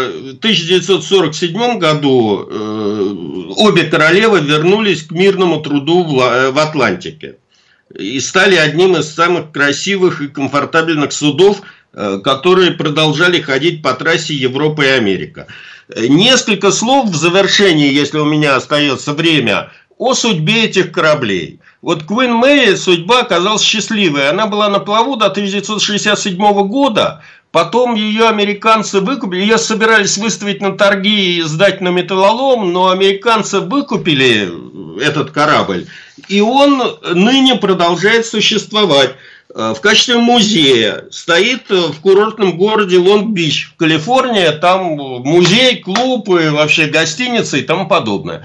1947 году обе королевы вернулись к мирному труду в Атлантике и стали одним из самых красивых и комфортабельных судов, которые продолжали ходить по трассе Европа и Америка. Несколько слов в завершении, если у меня остается время, о судьбе этих кораблей. Вот Queen Mary судьба оказалась счастливой. Она была на плаву до 1967 года. Потом ее американцы выкупили. Ее собирались выставить на торги и сдать на металлолом, но американцы выкупили этот корабль. И он ныне продолжает существовать. В качестве музея стоит в курортном городе Лонг-Бич в Калифорнии. Там музей, клуб и вообще гостиница и тому подобное.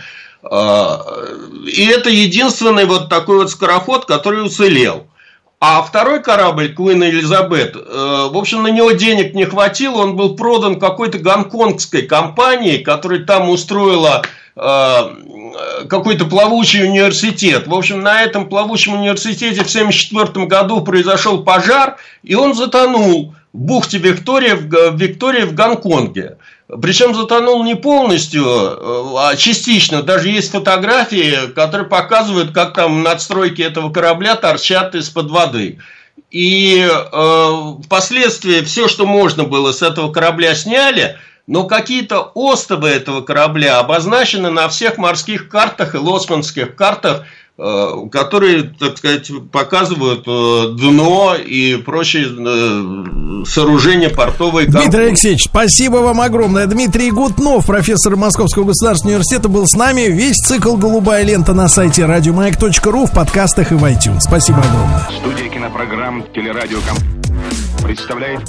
И это единственный вот такой вот скороход, который уцелел. А второй корабль, Queen Elizabeth, в общем, на него денег не хватило. Он был продан какой-то гонконгской компании, которая там устроила какой-то плавучий университет. В общем, на этом плавучем университете в 1974 году произошел пожар, и он затонул в бухте Виктория в Гонконге. Причем затонул не полностью, а частично. Даже есть фотографии, которые показывают, как там надстройки этого корабля торчат из-под воды. И впоследствии все, что можно было с этого корабля, сняли. Но какие-то остовы этого корабля обозначены на всех морских картах и лоцманских картах, которые, так сказать, показывают дно и прочие сооружения портовой компании. Дмитрий Алексеевич, спасибо вам огромное. Дмитрий Гутнов, профессор Московского государственного университета, был с нами. Весь цикл «Голубая лента» на сайте радиомаяк.ру, в подкастах и в iTunes. Спасибо огромное. Студия кинопрограмм «Телерадиоком» представляет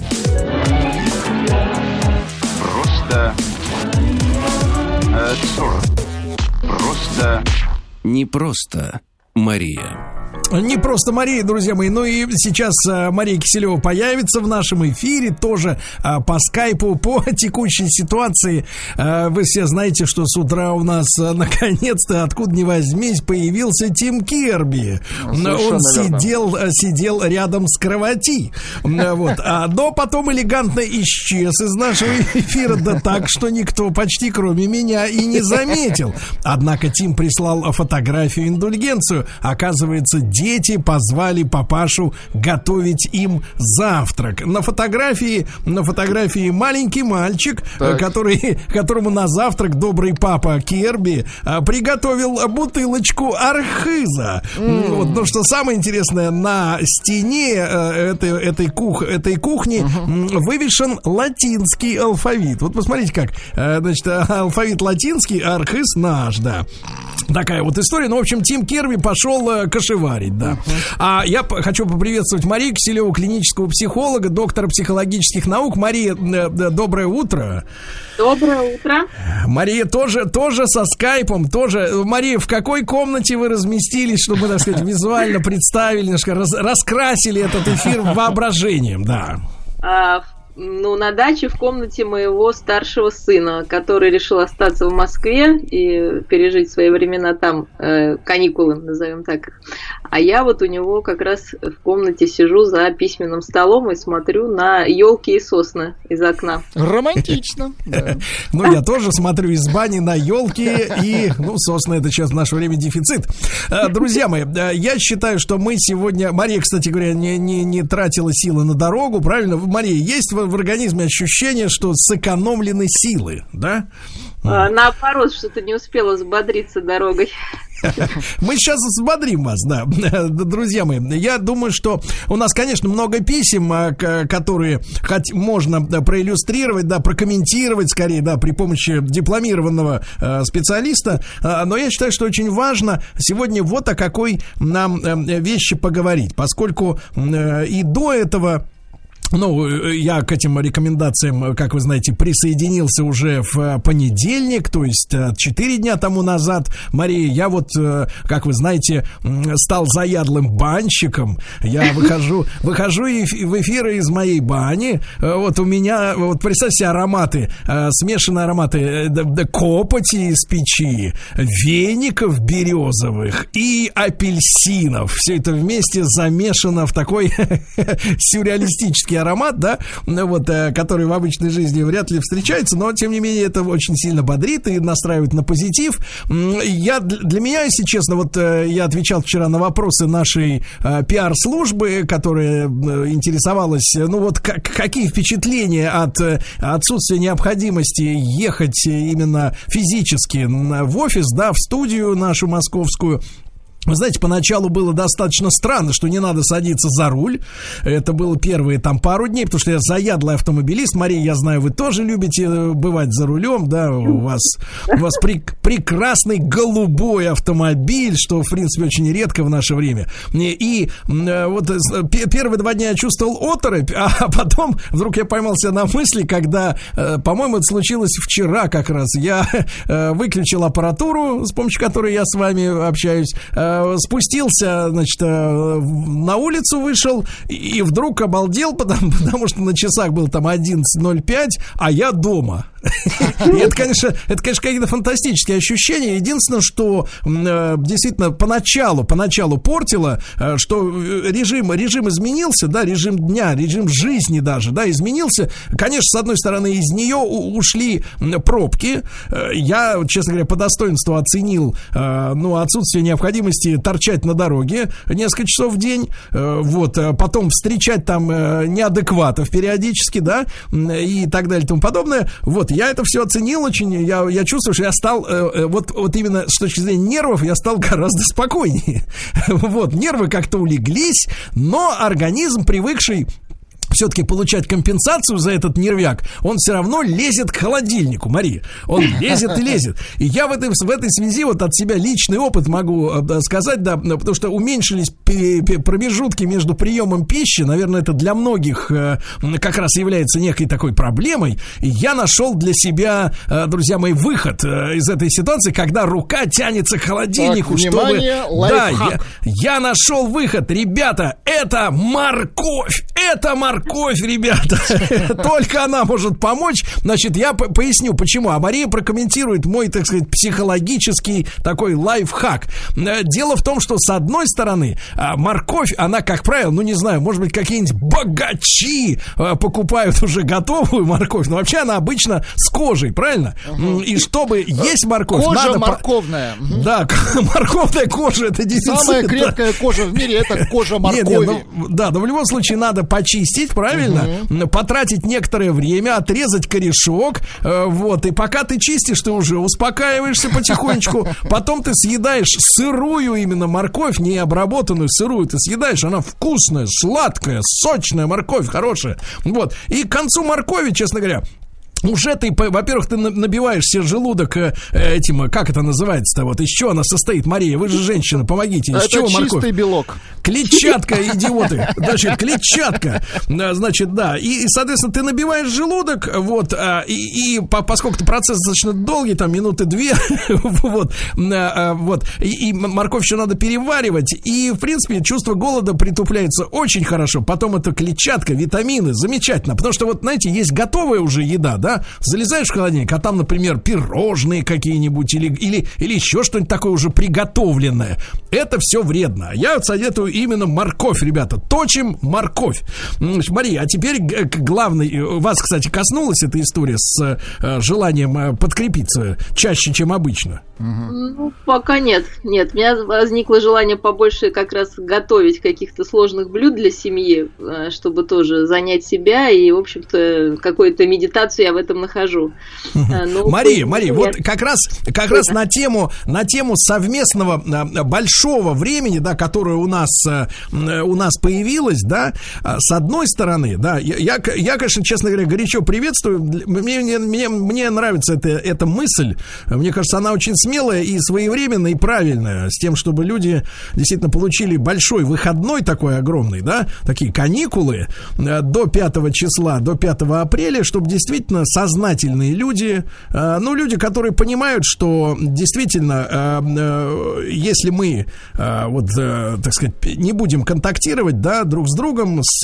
Просто не просто Мария. Не просто Мария, друзья мои, но и сейчас Мария Киселева появится в нашем эфире тоже по скайпу, по текущей ситуации. Вы все знаете, что с утра у нас наконец-то, откуда ни возьмись, появился Тим Керби. Он сидел рядом с кровати. Вот. Но потом элегантно исчез из нашего эфира, да так, что никто почти кроме меня и не заметил. Однако Тим прислал фотографию, индульгенцию. Оказывается, дети позвали папашу готовить им завтрак. На фотографии маленький мальчик, которому на завтрак добрый папа Керби приготовил бутылочку архиза. Вот, но что самое интересное, на стене этой кухни вывешен латинский алфавит. Вот посмотрите как. Значит, алфавит латинский, архиз наш, да. Такая вот история. Ну, в общем, Тим Керби пошел кошеварить, да. А я хочу поприветствовать Марию Киселеву, клинического психолога, доктора психологических наук. Мария, доброе утро. Доброе утро. Мария тоже со скайпом, тоже. Мария, в какой комнате вы разместились, чтобы, так сказать, визуально представили, немножко раскрасили этот эфир воображением, да? Ну, на даче в комнате моего старшего сына, который решил остаться в Москве и пережить свои времена там, каникулы, назовем так. А я вот у него как раз в комнате сижу за письменным столом и смотрю на елки и сосны из окна. Романтично. Ну, я тоже смотрю из бани на елки и, сосны, это сейчас в наше время дефицит. Друзья мои, я считаю, что мы сегодня... Мария, кстати говоря, не тратила силы на дорогу, правильно? Мария, есть в организме ощущение, что сэкономлены силы, да? Наоборот, что-то не успела взбодриться дорогой. Мы сейчас взбодрим вас, да. Друзья мои, я думаю, что у нас, конечно, много писем, которые можно проиллюстрировать, да, прокомментировать, скорее, да, при помощи дипломированного специалиста. Но я считаю, что очень важно сегодня вот о какой нам вещи поговорить, поскольку и до этого... я к этим рекомендациям, как вы знаете, присоединился уже в понедельник, то есть 4 дня тому назад. Мария, я вот, как вы знаете, стал заядлым банщиком. Я выхожу в эфиры из моей бани. Вот у меня, вот представьте себе ароматы, смешанные ароматы копоти из печи, веников березовых и апельсинов. Все это вместе замешано в такой сюрреалистический аромат, да, вот, который в обычной жизни вряд ли встречается, но, тем не менее, это очень сильно бодрит и настраивает на позитив. Для меня, если честно, вот я отвечал вчера на вопросы нашей пиар-службы, которая интересовалась, какие впечатления от отсутствия необходимости ехать именно физически в офис, да, в студию нашу московскую. Вы знаете, поначалу было достаточно странно, что не надо садиться за руль. Это было первые пару дней, потому что я заядлый автомобилист. Мария, я знаю, вы тоже любите бывать за рулем, да? У вас прекрасный голубой автомобиль, что, в принципе, очень редко в наше время. И вот первые 2 дня я чувствовал оторопь, а потом вдруг я поймался на мысли, когда, по-моему, это случилось вчера как раз. Я выключил аппаратуру, с помощью которой я с вами общаюсь, спустился, значит, на улицу вышел и вдруг обалдел, потому что на часах был там 11:05, а я дома. И это, конечно, какие-то фантастические ощущения. Единственное, что действительно поначалу портило, что режим изменился, да, режим дня, режим жизни даже, да, изменился. Конечно, с одной стороны, из нее ушли пробки. Я, честно говоря, по достоинству оценил, отсутствие необходимости торчать на дороге несколько часов в день, вот, потом встречать там неадекватов периодически, да, и так далее и тому подобное. Вот, я это все оценил очень, я чувствую, что я стал, вот именно с точки зрения нервов, я стал гораздо спокойнее. Вот, нервы как-то улеглись, но организм, привыкший все-таки получать компенсацию за этот нервяк, он все равно лезет к холодильнику, Мария. Он лезет и лезет. И я в этой связи вот от себя личный опыт могу сказать, да, потому что уменьшились промежутки между приемом пищи. Наверное, это для многих как раз является некой такой проблемой. И я нашел для себя, друзья мои, выход из этой ситуации, когда рука тянется к холодильнику, так, внимание, чтобы... Да, я нашел выход, ребята, это морковь. Это морковь, ребята. Только она может помочь. Значит, я поясню, почему. А Мария прокомментирует мой, так сказать, психологический такой лайфхак. Дело в том, что с одной стороны, морковь, она, как правило, ну не знаю, может быть, какие-нибудь богачи покупают уже готовую морковь, но вообще она обычно с кожей, правильно? И чтобы есть морковь, кожа надо... морковная. Да, морковная кожа, это дефицит. Самая крепкая кожа в мире — это кожа моркови. Да, но в любом случае надо почистить, правильно? Потратить некоторое время, отрезать корешок, вот, и пока ты чистишь, ты уже успокаиваешься потихонечку, потом ты съедаешь сырую именно морковь, не обработанную, сырую ты съедаешь, она вкусная, сладкая, сочная морковь, хорошая, вот, и к концу моркови, честно говоря, уже ты, во-первых, ты набиваешь себе желудок этим, как это называется-то, вот, из чего она состоит, Мария, вы же женщина, помогите, из чего морковь? Это чистый белок. Клетчатка, идиоты, значит, клетчатка, значит, да, и, соответственно, ты набиваешь желудок, вот, и поскольку процесс достаточно долгий, там, минуты 2, вот, и морковь еще надо переваривать, и, в принципе, чувство голода притупляется очень хорошо, потом это клетчатка, витамины, замечательно, потому что, вот, знаете, есть готовая уже еда, да, залезаешь в холодильник, а там, например, пирожные какие-нибудь или еще что-нибудь такое уже приготовленное. Это все вредно. Я советую именно морковь, ребята. Точим морковь. Мария, а теперь главный... Вас, кстати, коснулась эта история с желанием подкрепиться чаще, чем обычно? Ну, пока нет. Нет, у меня возникло желание побольше как раз готовить каких-то сложных блюд для семьи, чтобы тоже занять себя, и, в общем-то, какую-то медитацию я в этом нахожу. Мария, вот как раз на тему совместного большого времени, да, которое у нас появилось, да, с одной стороны, да, я, конечно, честно говоря, горячо приветствую. Мне нравится эта мысль. Мне кажется, она очень смелая и своевременная, и правильная, с тем, чтобы люди действительно получили большой выходной такой огромный, да, такие каникулы до 5 числа, до 5 апреля, чтобы действительно сознательные люди, люди, которые понимают, что действительно, если мы, так сказать, не будем контактировать, да, друг с другом, с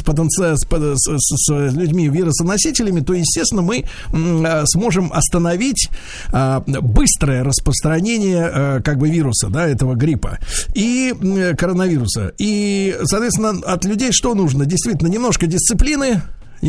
людьми вирусоносителями, то, естественно, мы сможем остановить быстрое распространение как бы вируса, да, этого гриппа и коронавируса. И, соответственно, от людей что нужно? Действительно, немножко дисциплины,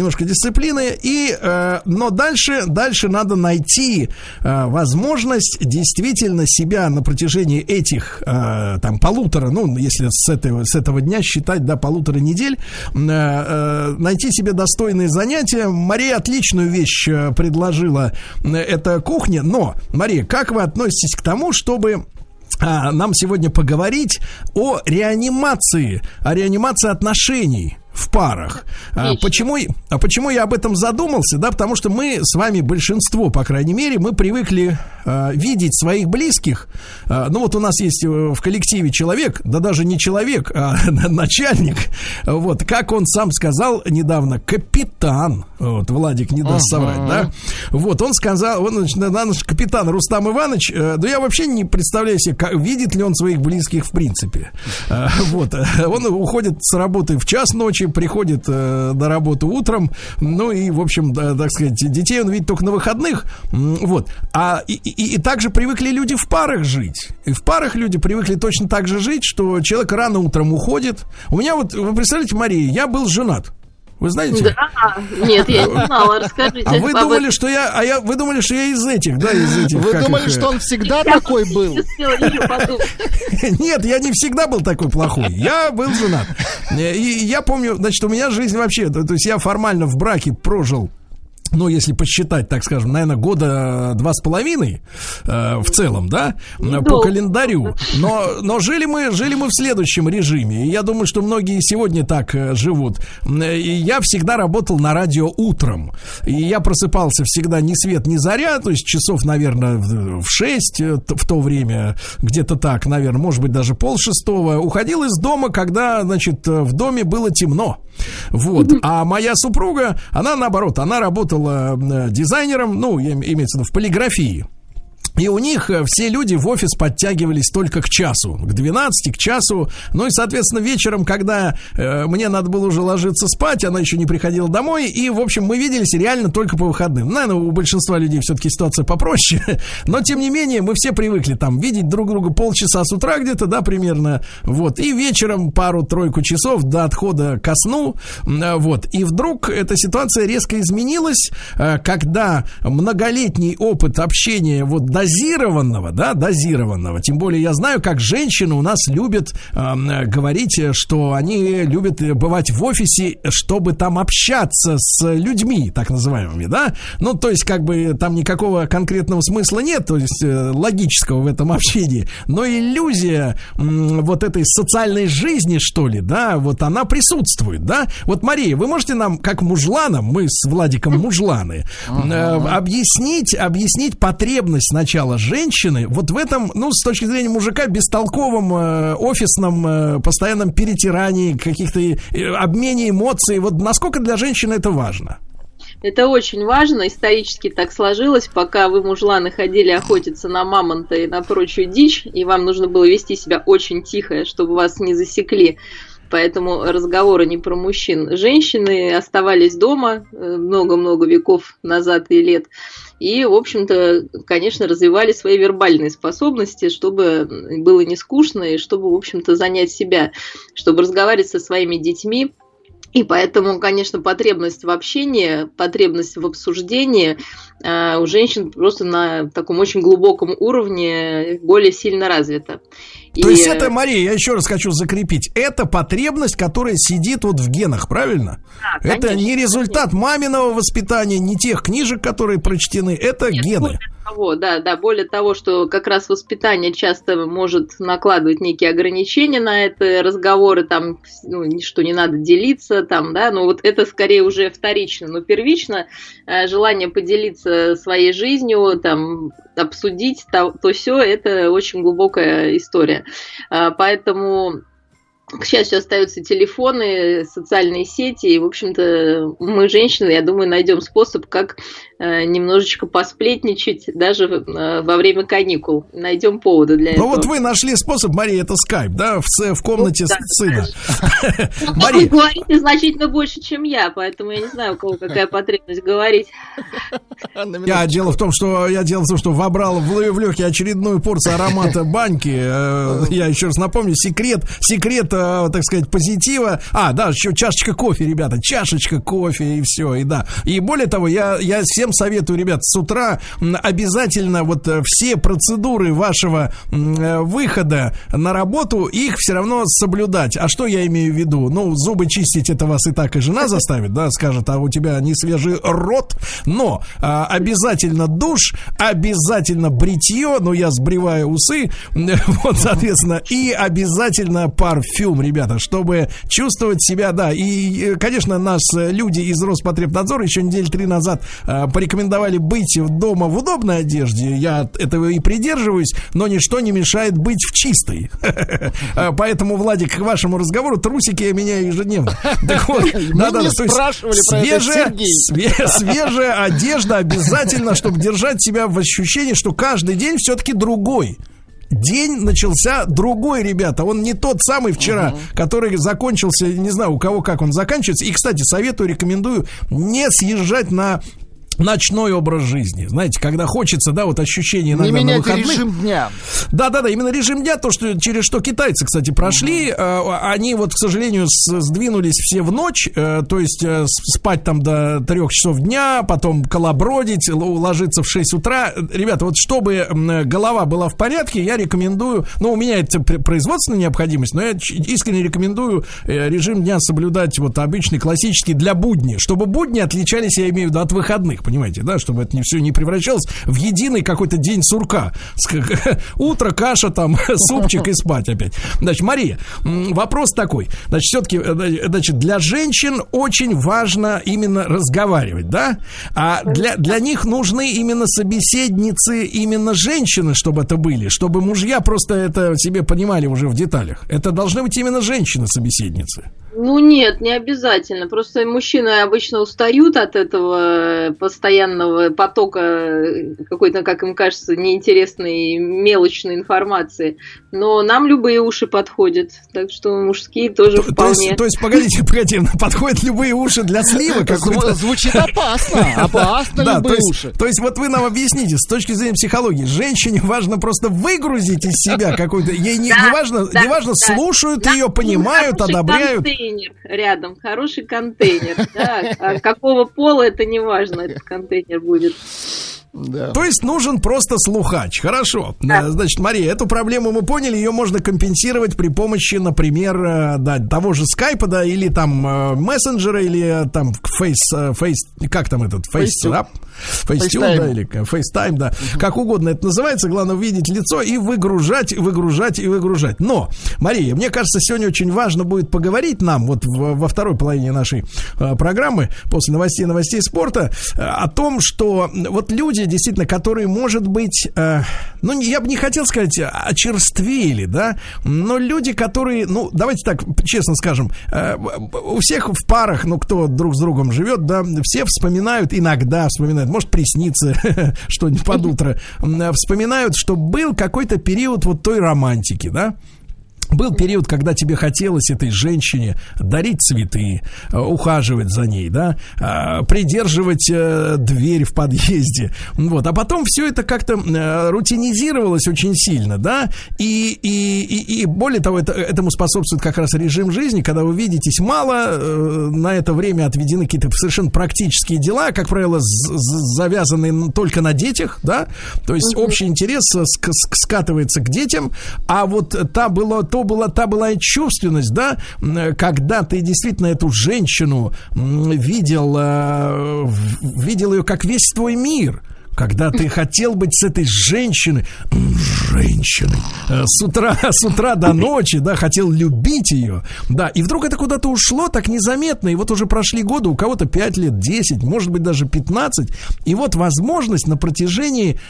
но дальше надо найти возможность действительно себя на протяжении этих там полутора, если с этого дня считать, да, полутора недель, найти себе достойные занятия. Мария отличную вещь предложила, это кухня. Но, Мария, как вы относитесь к тому, чтобы нам сегодня поговорить о реанимации отношений в парах? Почему я об этом задумался? Да, потому что мы с вами, большинство, по крайней мере, мы привыкли видеть своих близких. Вот у нас есть в коллективе человек, да даже не человек, а начальник. Вот, как он сам сказал недавно, капитан. Вот, Владик не даст соврать, да? Вот, он сказал, наш капитан Рустам Иванович, да я вообще не представляю себе, видит ли он своих близких в принципе. Вот, он уходит с работы в час ночи, приходит на работу утром, и, в общем, так сказать, детей он видит только на выходных, вот. И также привыкли люди в парах жить. И в парах люди привыкли точно так же жить, что человек рано утром уходит. У меня вот, вы представляете, Мария, я был женат. Вы знаете? Да. Нет, я не знала. Расскажите. Вы думали, что я из этих, да, из этих. Вы думали, что он всегда такой был? Нет, я не всегда был такой плохой. Я был женат. И я помню, значит, у меня жизнь вообще, то есть я формально в браке прожил ну, если посчитать, так скажем, наверное, года 2,5 в целом, да, по календарю. Но жили мы в следующем режиме. И я думаю, что многие сегодня так живут. И я всегда работал на радио утром. И я просыпался всегда ни свет, ни заря, то есть часов, наверное, в 6 в то время, где-то так, наверное, может быть, даже 5:30. Уходил из дома, когда, значит, в доме было темно. Вот. А моя супруга, она наоборот, она работала дизайнером, ну, имеется в виду, в полиграфии. И у них все люди в офис подтягивались только к часу, к 12, к часу. Ну и, соответственно, вечером, когда мне надо было уже ложиться спать, она еще не приходила домой. И, в общем, мы виделись реально только по выходным. Наверное, у большинства людей все-таки ситуация попроще. Но, тем не менее, мы все привыкли там видеть друг друга полчаса с утра где-то, да, примерно. Вот. И вечером пару-тройку часов до отхода ко сну. Вот. И вдруг эта ситуация резко изменилась, когда многолетний опыт общения вот дозированного, тем более я знаю, как женщины у нас любят говорить, что они любят бывать в офисе, чтобы там общаться с людьми, так называемыми, да, ну, то есть, как бы, там никакого конкретного смысла нет, то есть, логического в этом общении, но иллюзия вот этой социальной жизни, что ли, да, вот она присутствует, да, вот, Мария, вы можете нам, как мужланам, мы с Владиком мужланы, объяснить потребность сначала женщины вот в этом, ну, с точки зрения мужика, бестолковом, офисном, постоянном перетирании, каких-то обмене эмоций. Вот насколько для женщины это важно? Это очень важно, исторически так сложилось, пока вы, мужланы, ходили охотиться на мамонта и на прочую дичь, и вам нужно было вести себя очень тихо, чтобы вас не засекли. Поэтому разговоры не про мужчин. Женщины оставались дома много-много веков назад и лет. И, в общем-то, конечно, развивали свои вербальные способности, чтобы было не скучно и чтобы, в общем-то, занять себя, чтобы разговаривать со своими детьми. И поэтому, конечно, потребность в общении, потребность в обсуждении у женщин просто на таком очень глубоком уровне более сильно развита. То есть это, Мария, я еще раз хочу закрепить, это потребность, которая сидит вот в генах, правильно? Да, конечно, это не результат маминого воспитания, не тех книжек, которые прочтены, это гены. Более того, что как раз воспитание часто может накладывать некие ограничения на это, разговоры там, ну, что не надо делиться, там, да, но вот это скорее уже вторично, но первично желание поделиться своей жизнью, там, обсудить то все, это очень глубокая история. Поэтому, к счастью, остаются телефоны, социальные сети, и, в общем-то, мы, женщины, я думаю, найдем способ, как немножечко посплетничать даже во время каникул. Найдем поводы для этого. Ну вот вы нашли способ, Мария, это скайп, да, в комнате сына. Мария, вы говорите значительно больше, чем я, поэтому я не знаю, у кого какая потребность говорить. Дело в том, что вобрал в легкие очередную порцию аромата баньки. Я еще раз напомню, секрет, так сказать, позитива. Еще чашечка кофе, ребята, чашечка кофе и все, и да. И более того, я всем советую, ребят, с утра обязательно вот все процедуры вашего выхода на работу, их все равно соблюдать. А что я имею в виду? Ну, зубы чистить, это вас и так и жена заставит, да, скажет, а у тебя не свежий рот. Но обязательно душ, обязательно бритье, ну, я сбриваю усы, вот, соответственно, и обязательно парфюм, ребята, чтобы чувствовать себя, да, и, конечно, нас люди из Роспотребнадзора еще недели 3 назад порекомендовали быть дома в удобной одежде, я этого и придерживаюсь, но ничто не мешает быть в чистой. Поэтому, Владик, к вашему разговору, трусики я меняю ежедневно. Так вот, свежая одежда обязательно, чтобы держать себя в ощущении, что каждый день все-таки другой. День начался другой, ребята. Он не тот самый вчера, который закончился, не знаю, у кого как он заканчивается. И, кстати, советую, рекомендую не съезжать на ночной образ жизни. Знаете, когда хочется, да, вот ощущение иногда не менять на выходных. режим дня. Да, именно режим дня, то, что через что китайцы, кстати, прошли, они вот, к сожалению, сдвинулись все в ночь, то есть спать там до 3 часов дня, потом колобродить, ложиться в 6 утра. Ребята, вот чтобы голова была в порядке, я рекомендую, у меня это производственная необходимость, но я искренне рекомендую режим дня соблюдать вот обычный, классический для будни, чтобы будни отличались, я имею в виду, от выходных, понимаете, да, чтобы это все не превращалось в единый какой-то день сурка. Утро, каша, там, супчик и спать опять. Значит, Мария, вопрос такой. Значит, все-таки, для женщин очень важно именно разговаривать, да? А для них нужны именно собеседницы, именно женщины, чтобы это были, чтобы мужья просто это себе понимали уже в деталях. Это должны быть именно женщины-собеседницы. Нет, не обязательно. Просто мужчины обычно устают от этого постоянного потока какой-то, как им кажется, неинтересной, мелочной информации. Но нам любые уши подходят. Так что мужские тоже вполне. То есть, погодите, подходят любые уши для слива какой-то. Звучит опасно. Опасно любые уши. То есть, вот вы нам объясните, с точки зрения психологии, женщине важно просто выгрузить из себя какой-то. Ей не важно, слушают ее, понимают, одобряют. Рядом, хороший контейнер. Да. А какого пола, это не важно, этот контейнер будет. Да. То есть нужен просто слухач. Хорошо. Да. Значит, Мария, эту проблему мы поняли. Ее можно компенсировать при помощи, например, того же скайпа, да, или там мессенджера, или там как там этот? FaceTime, да, или FaceTime, да. Как угодно это называется. Главное увидеть лицо и выгружать. Но, Мария, мне кажется, сегодня очень важно будет поговорить нам вот во второй половине нашей программы, после новостей спорта, о том, что вот люди, действительно, которые, может быть, я бы не хотел сказать, очерствели, да, но люди, которые, давайте так честно скажем, у всех в парах, кто друг с другом живет, да, все иногда вспоминают, может, приснится что-нибудь под утро, вспоминают, что был какой-то период вот той романтики, да. Был период, когда тебе хотелось этой женщине дарить цветы, ухаживать за ней, да, придерживать дверь в подъезде, вот, а потом все это как-то рутинизировалось очень сильно, да, и более того, этому способствует как раз режим жизни, когда вы видитесь мало, на это время отведены какие-то совершенно практические дела, как правило, завязанные только на детях, да, то есть общий интерес скатывается к детям, а вот та была и чувственность, да, когда ты действительно эту женщину видел ее как весь твой мир, когда ты хотел быть с этой женщиной с утра до ночи, да, хотел любить ее, да, и вдруг это куда-то ушло так незаметно, и вот уже прошли годы, у кого-то 5 лет, 10, может быть, даже 15, и вот возможность на протяжении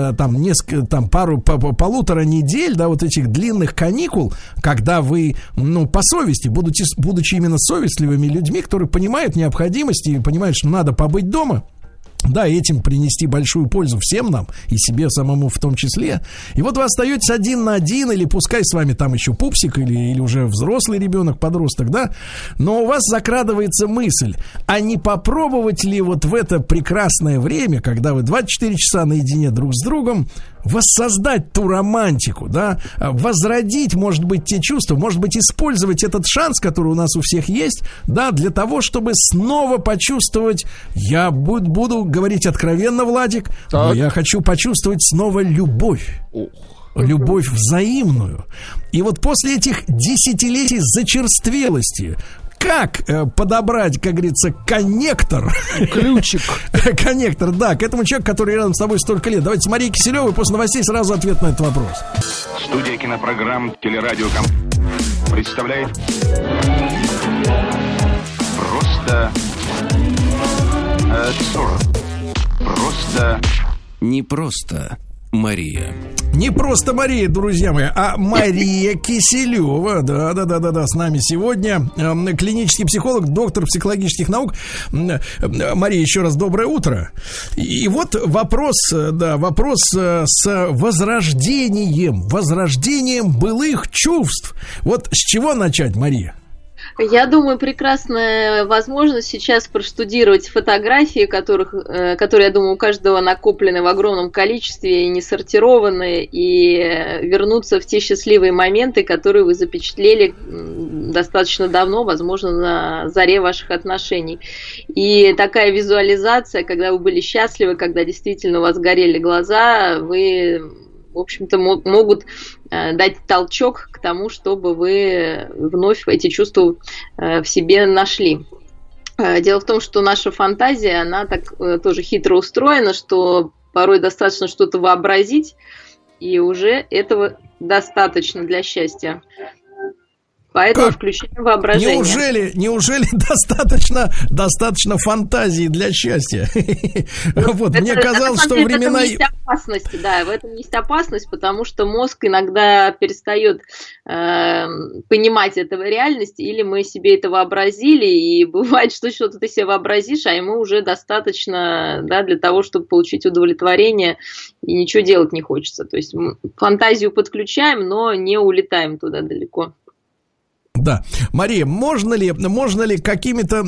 полутора недель, да, вот этих длинных каникул, когда вы, по совести, будучи именно совестливыми людьми, которые понимают необходимость и понимают, что надо побыть дома, да, этим принести большую пользу всем нам, и себе самому в том числе. И вот вы остаетесь один на один, или пускай с вами там еще пупсик, или уже взрослый ребенок, подросток, да, но у вас закрадывается мысль, а не попробовать ли вот в это прекрасное время, когда вы 24 часа наедине друг с другом, воссоздать ту романтику, да, возродить, может быть, те чувства, может быть, использовать этот шанс, который у нас у всех есть, да, для того, чтобы снова почувствовать, я буду говорить откровенно, Владик, но я хочу почувствовать снова любовь. Любовь взаимную. И вот после этих десятилетий зачерствелости, как подобрать, как говорится, коннектор? Ключик. Коннектор, да, к этому человеку, который рядом с тобой столько лет. Давайте с Марией Киселевой после новостей сразу ответ на этот вопрос. Студия кинопрограмм «Телерадиоком» представляет просто не просто Мария. Не просто Мария, друзья мои, а Мария Киселева. Да, с нами сегодня клинический психолог, доктор психологических наук. Мария, еще раз доброе утро. И вот вопрос с возрождением былых чувств. Вот с чего начать, Мария? Я думаю, прекрасная возможность сейчас проштудировать фотографии, которые, я думаю, у каждого накоплены в огромном количестве и не сортированы, и вернуться в те счастливые моменты, которые вы запечатлели достаточно давно, возможно, на заре ваших отношений. И такая визуализация, когда вы были счастливы, когда действительно у вас горели глаза, в общем-то, могут дать толчок к тому, чтобы вы вновь эти чувства в себе нашли. Дело в том, что наша фантазия, она так тоже хитро устроена, что порой достаточно что-то вообразить, и уже этого достаточно для счастья. Поэтому включаем воображение. Неужели достаточно фантазии для счастья? Мне казалось, что времена... В этом есть опасность, в этом есть опасность, потому что мозг иногда перестает понимать этого реальность, или мы себе это вообразили, и бывает, что что-то ты себе вообразишь, а ему уже достаточно, для того, чтобы получить удовлетворение, и ничего делать не хочется. То есть фантазию подключаем, но не улетаем туда далеко. Да. Мария, можно ли какими-то...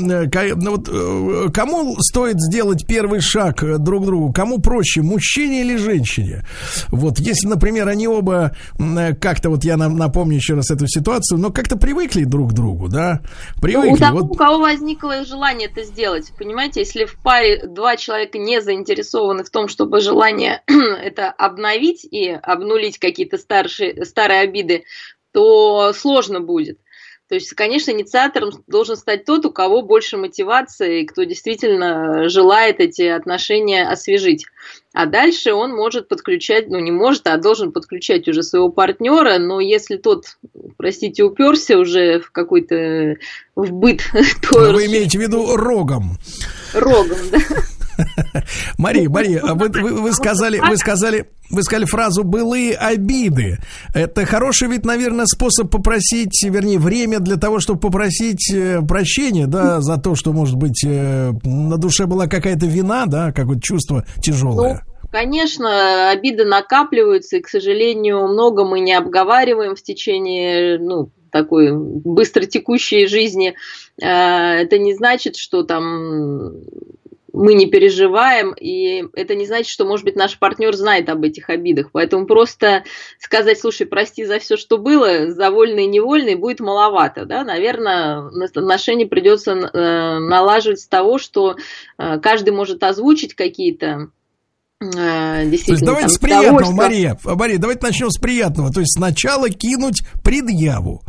кому стоит сделать первый шаг друг к другу? Кому проще, мужчине или женщине? Если, например, они оба как-то, я напомню еще раз эту ситуацию, но как-то привыкли друг к другу, да? Привыкли. У кого возникло желание это сделать, понимаете? Если в паре два человека не заинтересованы в том, чтобы желание это обновить и обнулить какие-то старые обиды, то сложно будет. То есть, конечно, инициатором должен стать тот, у кого больше мотивации, кто действительно желает эти отношения освежить. А дальше он может подключать, не может, а должен подключать уже своего партнера, но если тот, простите, уперся уже в какой-то в быт, то... Вы имеете в виду рогом? Рогом, да. Мария, вы сказали фразу «былые обиды». Это хороший ведь, наверное, способ попросить, время для того, чтобы попросить прощения, за то, что, может быть, на душе была какая-то вина, какое-то чувство тяжелое. Конечно, обиды накапливаются, и, к сожалению, много мы не обговариваем в течение, такой быстротекущей жизни. Это не значит, что там... мы не переживаем, и это не значит, что, может быть, наш партнер знает об этих обидах. Поэтому просто сказать, слушай, прости за все, что было, за вольно и невольно, будет маловато. Наверное, отношения придется налаживать с того, что каждый может озвучить какие-то действительно... То есть давайте с приятного, Мария, давайте начнем с приятного. То есть сначала кинуть предъяву.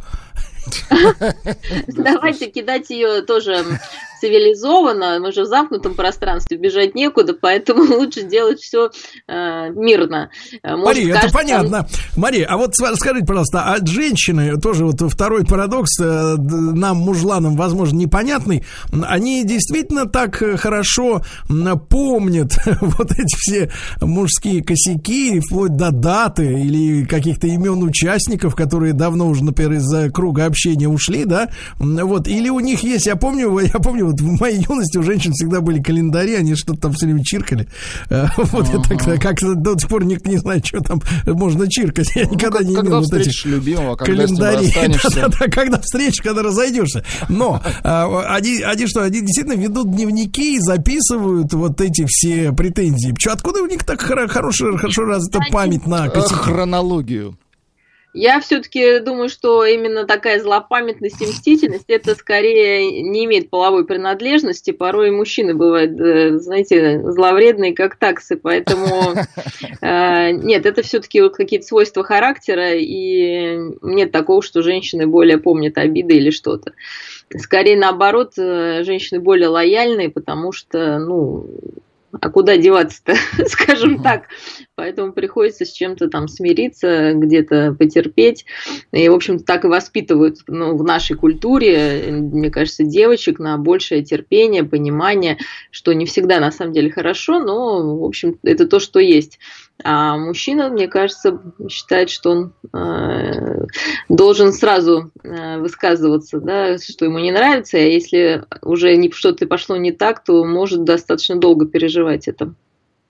Давайте кидать ее тоже цивилизованно, мы же в замкнутом пространстве, бежать некуда, поэтому лучше делать все мирно. Мария, это понятно. Мария, а скажите, пожалуйста, а женщины, тоже второй парадокс, нам, мужланам, возможно, непонятный, они действительно так хорошо помнят эти все мужские косяки, вплоть до даты или каких-то имен участников, которые давно уже, например, из-за круга общения ушли, или у них есть, я помню, в моей юности у женщин всегда были календари, они что-то там все время чиркали. Я как-то до сих пор не знаю, что там можно чиркать. Я никогда не имел этих любимого, календарей. Когда встреча, когда разойдешься. Но они действительно ведут дневники и записывают эти все претензии. Откуда у них так хорошо развита память на косяки? Хронологию. Я все-таки думаю, что именно такая злопамятность и мстительность, это скорее не имеет половой принадлежности. Порой мужчины бывают, знаете, зловредные, как таксы. Поэтому нет, это все-таки какие-то свойства характера, и нет такого, что женщины более помнят обиды или что-то. Скорее наоборот, женщины более лояльные, потому что, а куда деваться-то, скажем так. Поэтому приходится с чем-то там смириться, где-то потерпеть. И, в общем-то, так и воспитывают в нашей культуре, мне кажется, девочек на большее терпение, понимание, что не всегда на самом деле хорошо, но, в общем, это то, что есть. А мужчина, мне кажется, считает, что он должен сразу высказываться, что ему не нравится, а если уже что-то пошло не так, то может достаточно долго переживать это.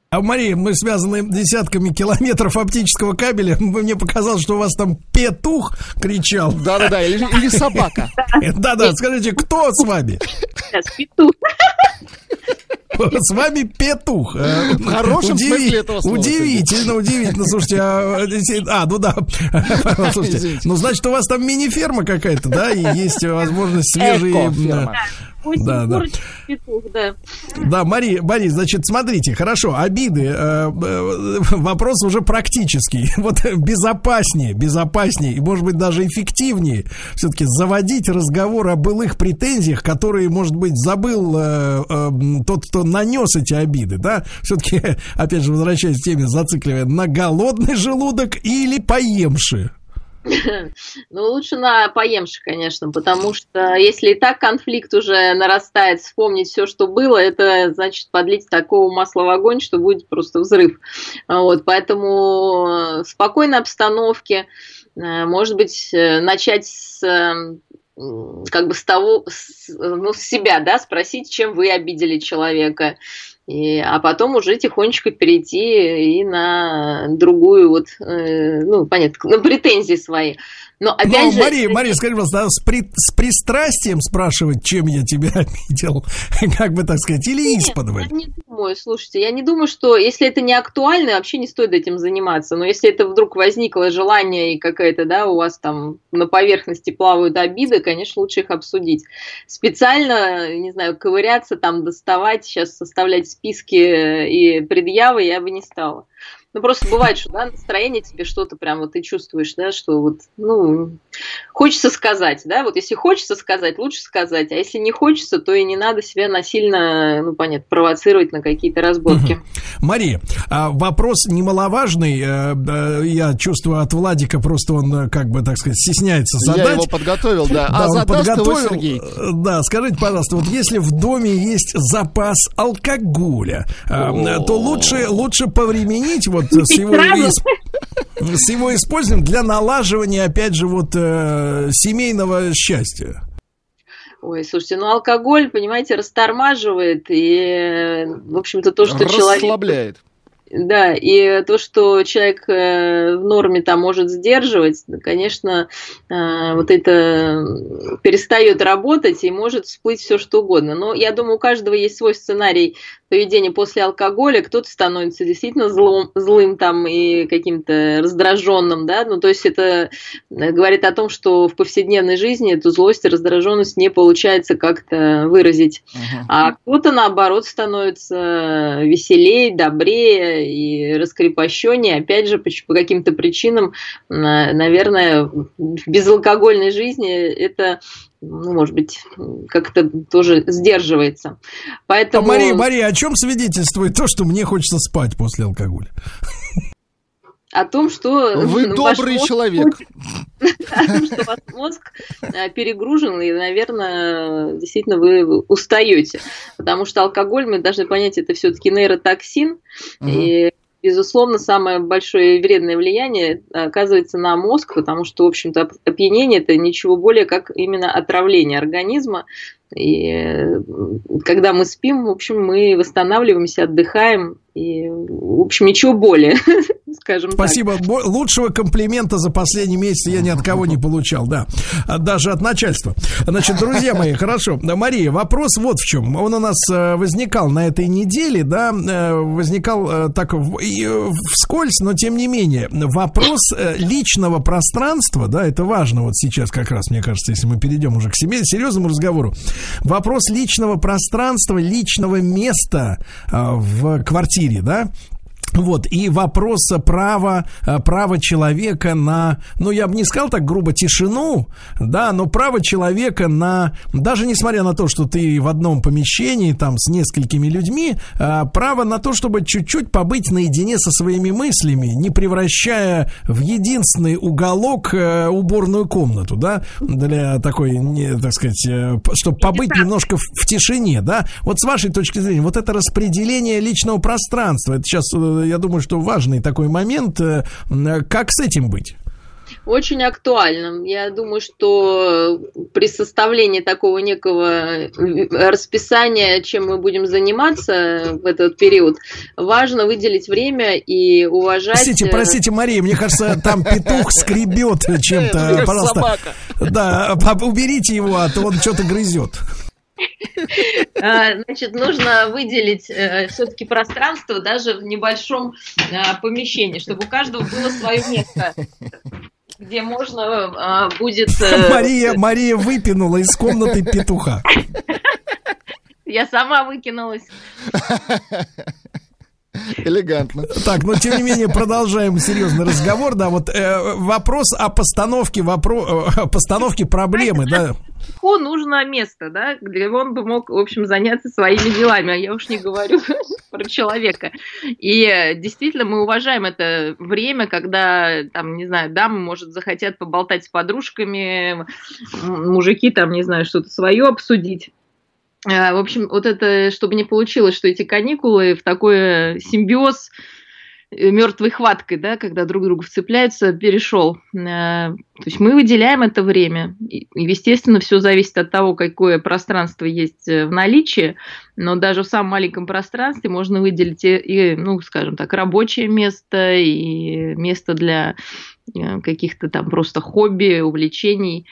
Мария, мы связаны десятками километров оптического кабеля. Мне показалось, что у вас там петух кричал. Да-да-да, или собака. Да-да, скажите, кто с вами? Петух. С вами петух. В хорошем смысле этого слова. Удивительно. Слушайте, ну да. Слушайте, ну, значит, у вас там мини-ферма какая-то, да? И есть возможность свежие... Да. Да, Мария, значит, смотрите, хорошо, обиды, вопрос уже практический. Вот безопаснее и, может быть, даже эффективнее все-таки заводить разговор о былых претензиях, которые, может быть, забыл тот, кто нанес эти обиды, да? Все-таки, опять же, возвращаясь к теме, зацикливая, на голодный желудок или поемши? Ну, лучше на поемши, конечно, потому что если и так конфликт уже нарастает, вспомнить все, что было, это значит подлить такого масла в огонь, что будет просто взрыв. Вот, поэтому в спокойной обстановке, может быть, начать с себя, да, спросить, чем вы обидели человека. А потом уже тихонечко перейти и на другую, понятно, на претензии свои. Но опять же... Мария, скажи, пожалуйста, с пристрастием спрашивать, чем я тебя обидел, как бы так сказать, или исподволь? Я не думаю, слушайте, я не думаю, что если это не актуально, вообще не стоит этим заниматься. Но если это вдруг возникло желание и какая-то, да, у вас там на поверхности плавают обиды, конечно, лучше их обсудить. Специально, не знаю, ковыряться, там, доставать, сейчас составлять списки и предъявы я бы не стала. Ну, просто бывает, что, да, настроение тебе что-то прям вот ты чувствуешь, да, что вот, хочется сказать, да, вот если хочется сказать, лучше сказать, а если не хочется, то и не надо себя насильно, провоцировать на какие-то разборки. Мария, вопрос немаловажный, я чувствую от Владика, просто он, как бы, так сказать, стесняется задать. Я его подготовил, да, задаст его Сергей. Да, скажите, пожалуйста, вот если в доме есть запас алкоголя, то лучше повременить с его использованием для налаживания, опять же, семейного счастья. Ой, слушайте, алкоголь, понимаете, растормаживает, и, в общем-то, то, что человек... Расслабляет. Да, и то, что человек в норме там может сдерживать, конечно, вот это перестает работать и может всплыть все что угодно. Но я думаю, у каждого есть свой сценарий поведения после алкоголя. Кто-то становится действительно злым там и каким-то раздраженным, да, то есть это говорит о том, что в повседневной жизни эту злость и раздраженность не получается как-то выразить. А кто-то, наоборот, становится веселее, добрее и раскрепощеннее, опять же, по каким-то причинам, наверное, в безалкогольной жизни это, может быть, как-то тоже сдерживается. Поэтому... Мария, о чем свидетельствует то, что мне хочется спать после алкоголя? О том, что... Вы добрый человек. О том, что ваш мозг перегружен, и, наверное, действительно вы устаете. Потому что алкоголь, мы должны понять, это все-таки нейротоксин. И, безусловно, самое большое вредное влияние оказывается на мозг, потому что, в общем-то, опьянение – это ничего более как именно отравление организма. И когда мы спим, в общем, мы восстанавливаемся, отдыхаем, и, в общем, ничего более, скажем Спасибо. так. Лучшего комплимента за последний месяц я ни от кого не получал, да, даже от начальства. Значит, друзья мои, хорошо. Мария, вопрос вот в чем. Он у нас возникал на этой неделе, да, возникал так вскользь, но тем не менее. Вопрос личного пространства, да, это важно вот сейчас как раз, мне кажется, если мы перейдем уже к серьезному разговору. Вопрос личного пространства, личного места в квартире, да? Вот, и вопрос права человека на, я бы не сказал так грубо, тишину, да, но право человека на, даже несмотря на то, что ты в одном помещении, там, с несколькими людьми, право на то, чтобы чуть-чуть побыть наедине со своими мыслями, не превращая в единственный уголок уборную комнату, да, для такой, так сказать, чтобы побыть немножко в тишине, да. Вот с вашей точки зрения, вот это распределение личного пространства, это сейчас... Я думаю, что важный такой момент. Как с этим быть? Очень актуально. Я думаю, что при составлении такого некого расписания, чем мы будем заниматься в этот период, важно выделить время и уважать... Простите, Мария, мне кажется, там петух скребет чем-то. Пожалуйста. Да, уберите его, а то он что-то грызет. Значит, нужно выделить все-таки пространство даже в небольшом помещении, чтобы у каждого было свое место, где можно будет... Мария выпинула из комнаты петуха. Я сама выкинулась. Элегантно. Так, но тем не менее продолжаем серьезный разговор. Да, вот вопрос о постановке проблемы, да. Нужно место, да, где он бы мог, в общем, заняться своими делами, а я уж не говорю про человека. И действительно мы уважаем это время, когда, там, не знаю, дамы, может, захотят поболтать с подружками, мужики, там, не знаю, что-то свое обсудить. В общем, вот это, чтобы не получилось, что эти каникулы в такой симбиоз мертвой хваткой, да, когда друг к другу вцепляются, перешел. То есть мы выделяем это время. И, естественно, все зависит от того, какое пространство есть в наличии, но даже в самом маленьком пространстве можно выделить и, ну, скажем так, рабочее место, и место для каких-то там просто хобби, увлечений,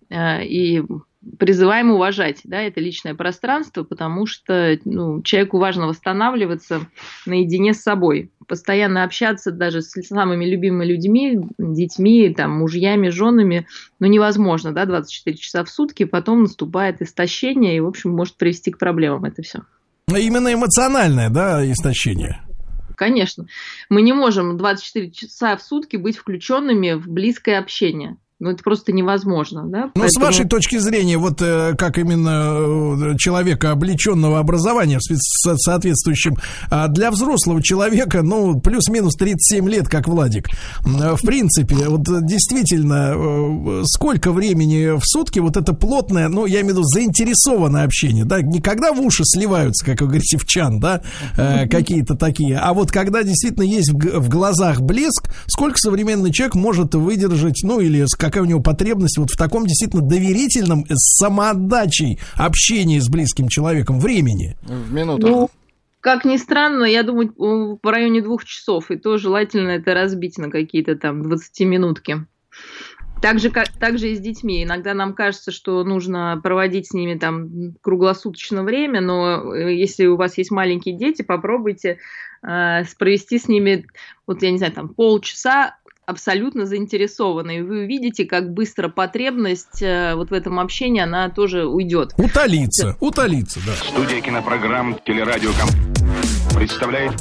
и призываем уважать, да, это личное пространство, потому что, ну, человеку важно восстанавливаться наедине с собой, постоянно общаться даже с самыми любимыми людьми, детьми, там, мужьями, женами, ну, невозможно, да, 24 часа в сутки, потом наступает истощение и, в общем, может привести к проблемам это все. Именно эмоциональное, да, истощение. Конечно. Мы не можем 24 часа в сутки быть включенными в близкое общение. Ну, это просто невозможно, да? Ну, поэтому... с вашей точки зрения, вот как именно человека, облеченного образованием соответствующим, для взрослого человека, ну, плюс-минус 37 лет, как Владик, в принципе, вот действительно, сколько времени в сутки вот это плотное, ну, я имею в виду заинтересованное общение, да, не когда в уши сливаются, как вы говорите, в чан, да, какие-то такие, а вот когда действительно есть в глазах блеск, сколько современный человек может выдержать, ну, или какая у него потребность вот в таком действительно доверительном, с самоотдачей общении с близким человеком времени? В минутах. Ну, как ни странно, я думаю, в районе 2 часов, и то желательно это разбить на какие-то там 20-минутки. Так же и с детьми. Иногда нам кажется, что нужно проводить с ними там круглосуточное время, но если у вас есть маленькие дети, попробуйте провести с ними, вот я не знаю, там полчаса, абсолютно заинтересованы, и вы увидите, как быстро потребность вот в этом общении, она тоже уйдет. Утолится, да. Студия кинопрограмм «Телерадио» представляет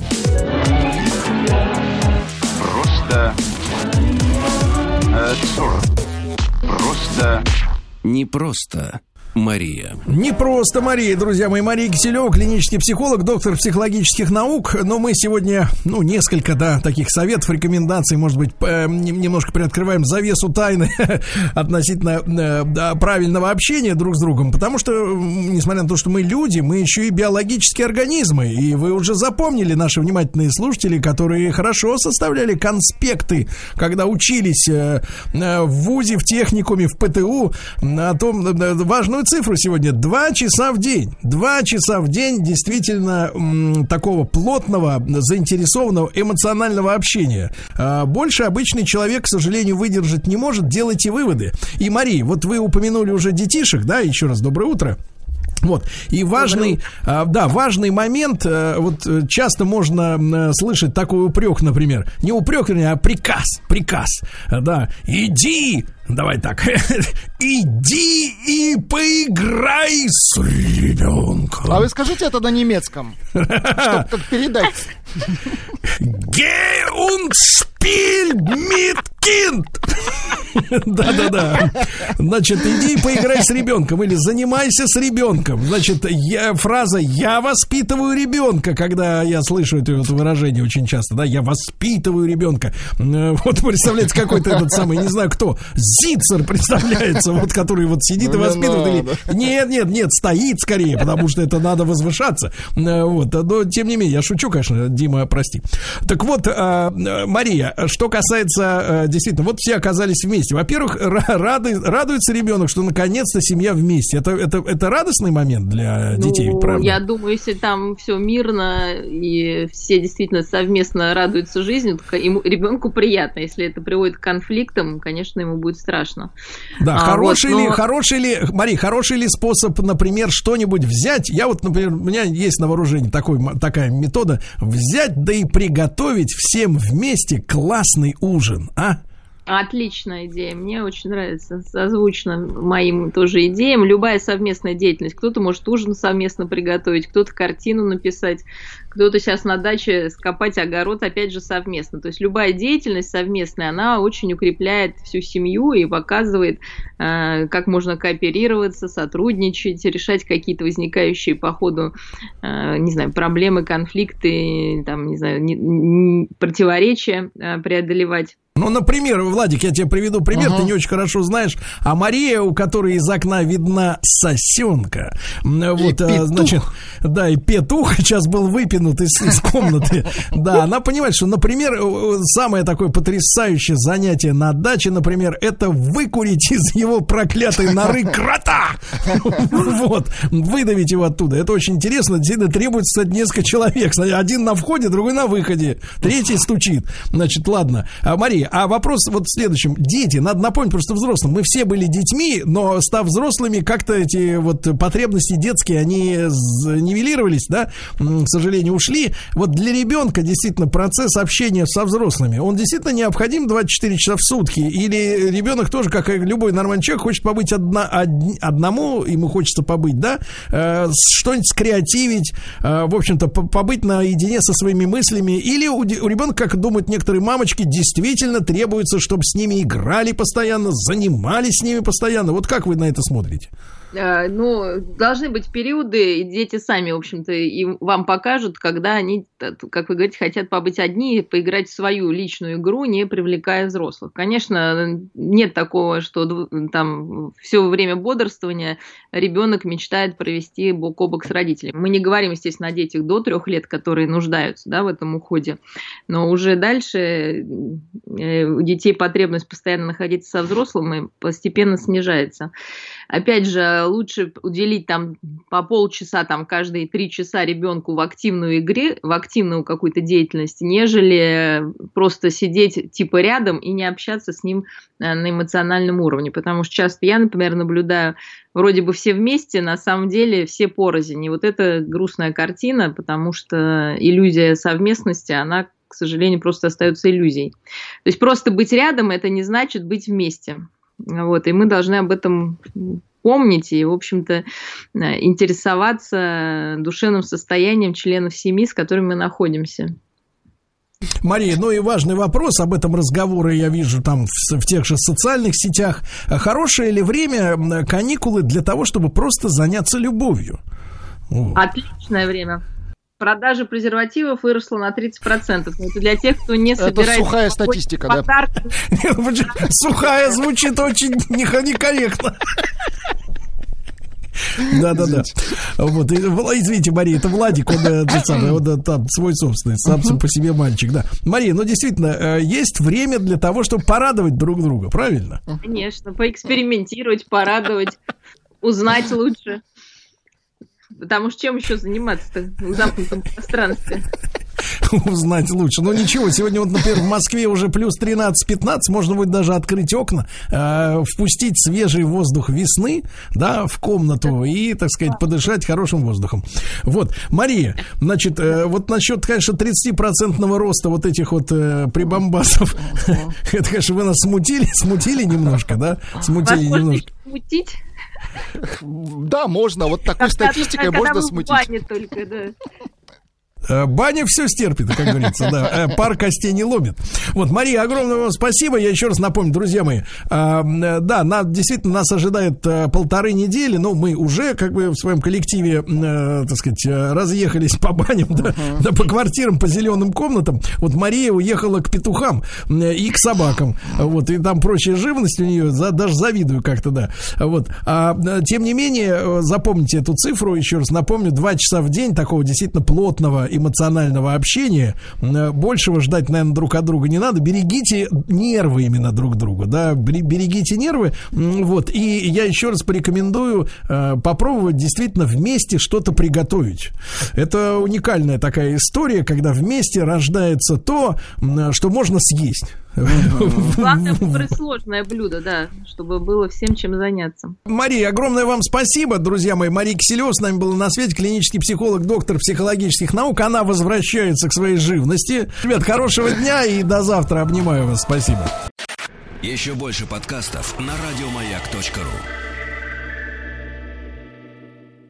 просто не просто Мария. Не просто Мария, друзья мои. Мария Киселева, клинический психолог, доктор психологических наук. Но мы сегодня, ну, несколько, да, таких советов, рекомендаций, может быть, немножко приоткрываем завесу тайны относительно правильного общения друг с другом. Потому что, несмотря на то, что мы люди, мы еще и биологические организмы. И вы уже запомнили, наши внимательные слушатели, которые хорошо составляли конспекты, когда учились в ВУЗе, в техникуме, в ПТУ, о том, важную цифру сегодня, 2 часа в день. 2 часа в день действительно такого плотного, заинтересованного, эмоционального общения. Больше обычный человек, к сожалению, выдержать не может. Делайте выводы. И, Мария, вот вы упомянули уже детишек, да, еще раз доброе утро. Вот, и важный, важный момент, вот часто можно слышать такой упрек, например, не упрек, а приказ, да, иди, давай так, иди и поиграй с ребенком. А вы скажите это на немецком, чтобы как передать. Geh und spiel mit Kind. Да. Значит, иди поиграй с ребенком или занимайся с ребенком. Значит, фраза «я воспитываю ребенка», когда я слышу это вот выражение очень часто, да, «я воспитываю ребенка». Вот представляете, какой-то этот самый, не знаю кто, Зицер представляется, вот который вот сидит и воспитывает. Нет, стоит скорее, потому что это надо возвышаться. Вот, но тем не менее, я шучу, конечно, Дима, прости. Так вот, Мария, что касается, действительно, вот все оказались вместе. Во-первых, радуется ребенок, что наконец-то семья вместе. Это радостный момент для детей, правда? Я думаю, если там все мирно и все действительно совместно радуются жизни, то ребенку приятно. Если это приводит к конфликтам, конечно, ему будет страшно. Да, хороший ли способ, например, что-нибудь взять? Я вот, например, у меня есть на вооружении такая метода: взять, да и приготовить всем вместе классный ужин, а? Отличная идея, мне очень нравится, созвучно моим тоже идеям. Любая совместная деятельность, кто-то может ужин совместно приготовить, кто-то картину написать, кто-то сейчас на даче скопать огород, опять же, совместно. То есть любая деятельность совместная, она очень укрепляет всю семью и показывает, как можно кооперироваться, сотрудничать, решать какие-то возникающие по ходу, не знаю, проблемы, конфликты, там, не знаю, противоречия преодолевать. Ну, например, Владик, я тебе приведу пример, ты не очень хорошо знаешь. А Мария, у которой из окна видна сосенка, вот, значит, да, и петух сейчас был выпинут из комнаты. Да, она понимает, что, например, самое такое потрясающее занятие на даче, например, это выкурить из его проклятой норы крота. Вот, выдавить его оттуда. Это очень интересно, действительно требуется несколько человек. Один на входе, другой на выходе, третий стучит. Значит, ладно. Мария, а вопрос вот в следующем. Дети, надо напомнить просто взрослым. Мы все были детьми, но став взрослыми, как-то эти вот потребности детские, они нивелировались, да, к сожалению, ушли. Вот для ребенка действительно процесс общения со взрослыми, он действительно необходим 24 часа в сутки? Или ребенок тоже, как и любой нормальный человек, хочет побыть одному, ему хочется побыть, да, что-нибудь скреативить, в общем-то, побыть наедине со своими мыслями? Или у ребенка, как думают некоторые мамочки, действительно требуется, чтобы с ними играли постоянно, занимались с ними постоянно? Вот как вы на это смотрите? Ну, должны быть периоды, и дети сами, в общем-то, и вам покажут, когда они, как вы говорите, хотят побыть одни, поиграть в свою личную игру, не привлекая взрослых. Конечно, нет такого, что там все время бодрствования ребенок мечтает провести бок о бок с родителями. Мы не говорим, естественно, о детях до 3 лет, которые нуждаются, да, в этом уходе, но уже дальше у детей потребность постоянно находиться со взрослым постепенно снижается. Опять же, лучше уделить там по полчаса, там каждые 3 часа ребенку в активную игре, в активную какую-то деятельность, нежели просто сидеть типа рядом и не общаться с ним на эмоциональном уровне. Потому что часто я, например, наблюдаю, вроде бы все вместе, на самом деле все порознь. И вот это грустная картина, потому что иллюзия совместности, она, к сожалению, просто остается иллюзией. То есть просто быть рядом – это не значит быть вместе. Вот, и мы должны об этом помнить и, в общем-то, интересоваться душевным состоянием членов семьи, с которыми мы находимся. Мария, ну и важный вопрос, об этом разговоры я вижу там в тех же социальных сетях. Хорошее ли время каникулы для того, чтобы просто заняться любовью? Отличное время. Продажа презервативов выросла на 30%. Но это для тех, кто не собирается... Это сухая статистика, подарки. Да? Сухая звучит очень некорректно. Да. Вот, извините, Мария, это Владик, он там свой собственный, сам по себе мальчик, да. Мария, ну действительно, есть время для того, чтобы порадовать друг друга, правильно? Конечно, поэкспериментировать, порадовать, узнать лучше. Потому что чем еще заниматься-то в замкнутом пространстве? Узнать лучше. Ну ничего, сегодня вот, например, в Москве уже плюс 13-15, можно будет даже открыть окна, впустить свежий воздух весны, да, в комнату и, так сказать, подышать хорошим воздухом. Вот, Мария, значит, вот насчет, конечно, 30% роста вот этих вот прибамбасов, это, конечно, вы нас смутили немножко, да? Смутили немножко. Смутить? Да, можно. Вот такой статистикой можно смутить. Только, да. Баня все стерпит, как говорится, да. Пар костей не ломит. Вот, Мария, огромное вам спасибо. Я еще раз напомню, друзья мои, да, действительно нас ожидает 1,5 недели, но мы уже как бы в своем коллективе, так сказать, разъехались по баням, да, по квартирам, по зеленым комнатам. Вот Мария уехала к петухам и к собакам. Вот, и там прочая живность у нее, даже завидую как-то, да. Вот. Тем не менее, запомните эту цифру, еще раз напомню, 2 часа в день такого действительно плотного эмоционального общения. Большего ждать, наверное, друг от друга не надо. Берегите нервы именно друг друга, да, берегите нервы. Вот. И я еще раз порекомендую попробовать действительно вместе что-то приготовить. Это уникальная такая история, когда вместе рождается то, что можно съесть. Главное, выбрать сложное блюдо, да, чтобы было всем чем заняться. Мария, огромное вам спасибо, друзья мои. Мария Киселева с нами была на свете, клинический психолог, доктор психологических наук. Она возвращается к своей живности. Ребят, хорошего дня и до завтра. Обнимаю вас. Спасибо. Еще больше подкастов на радиомаяк.ру.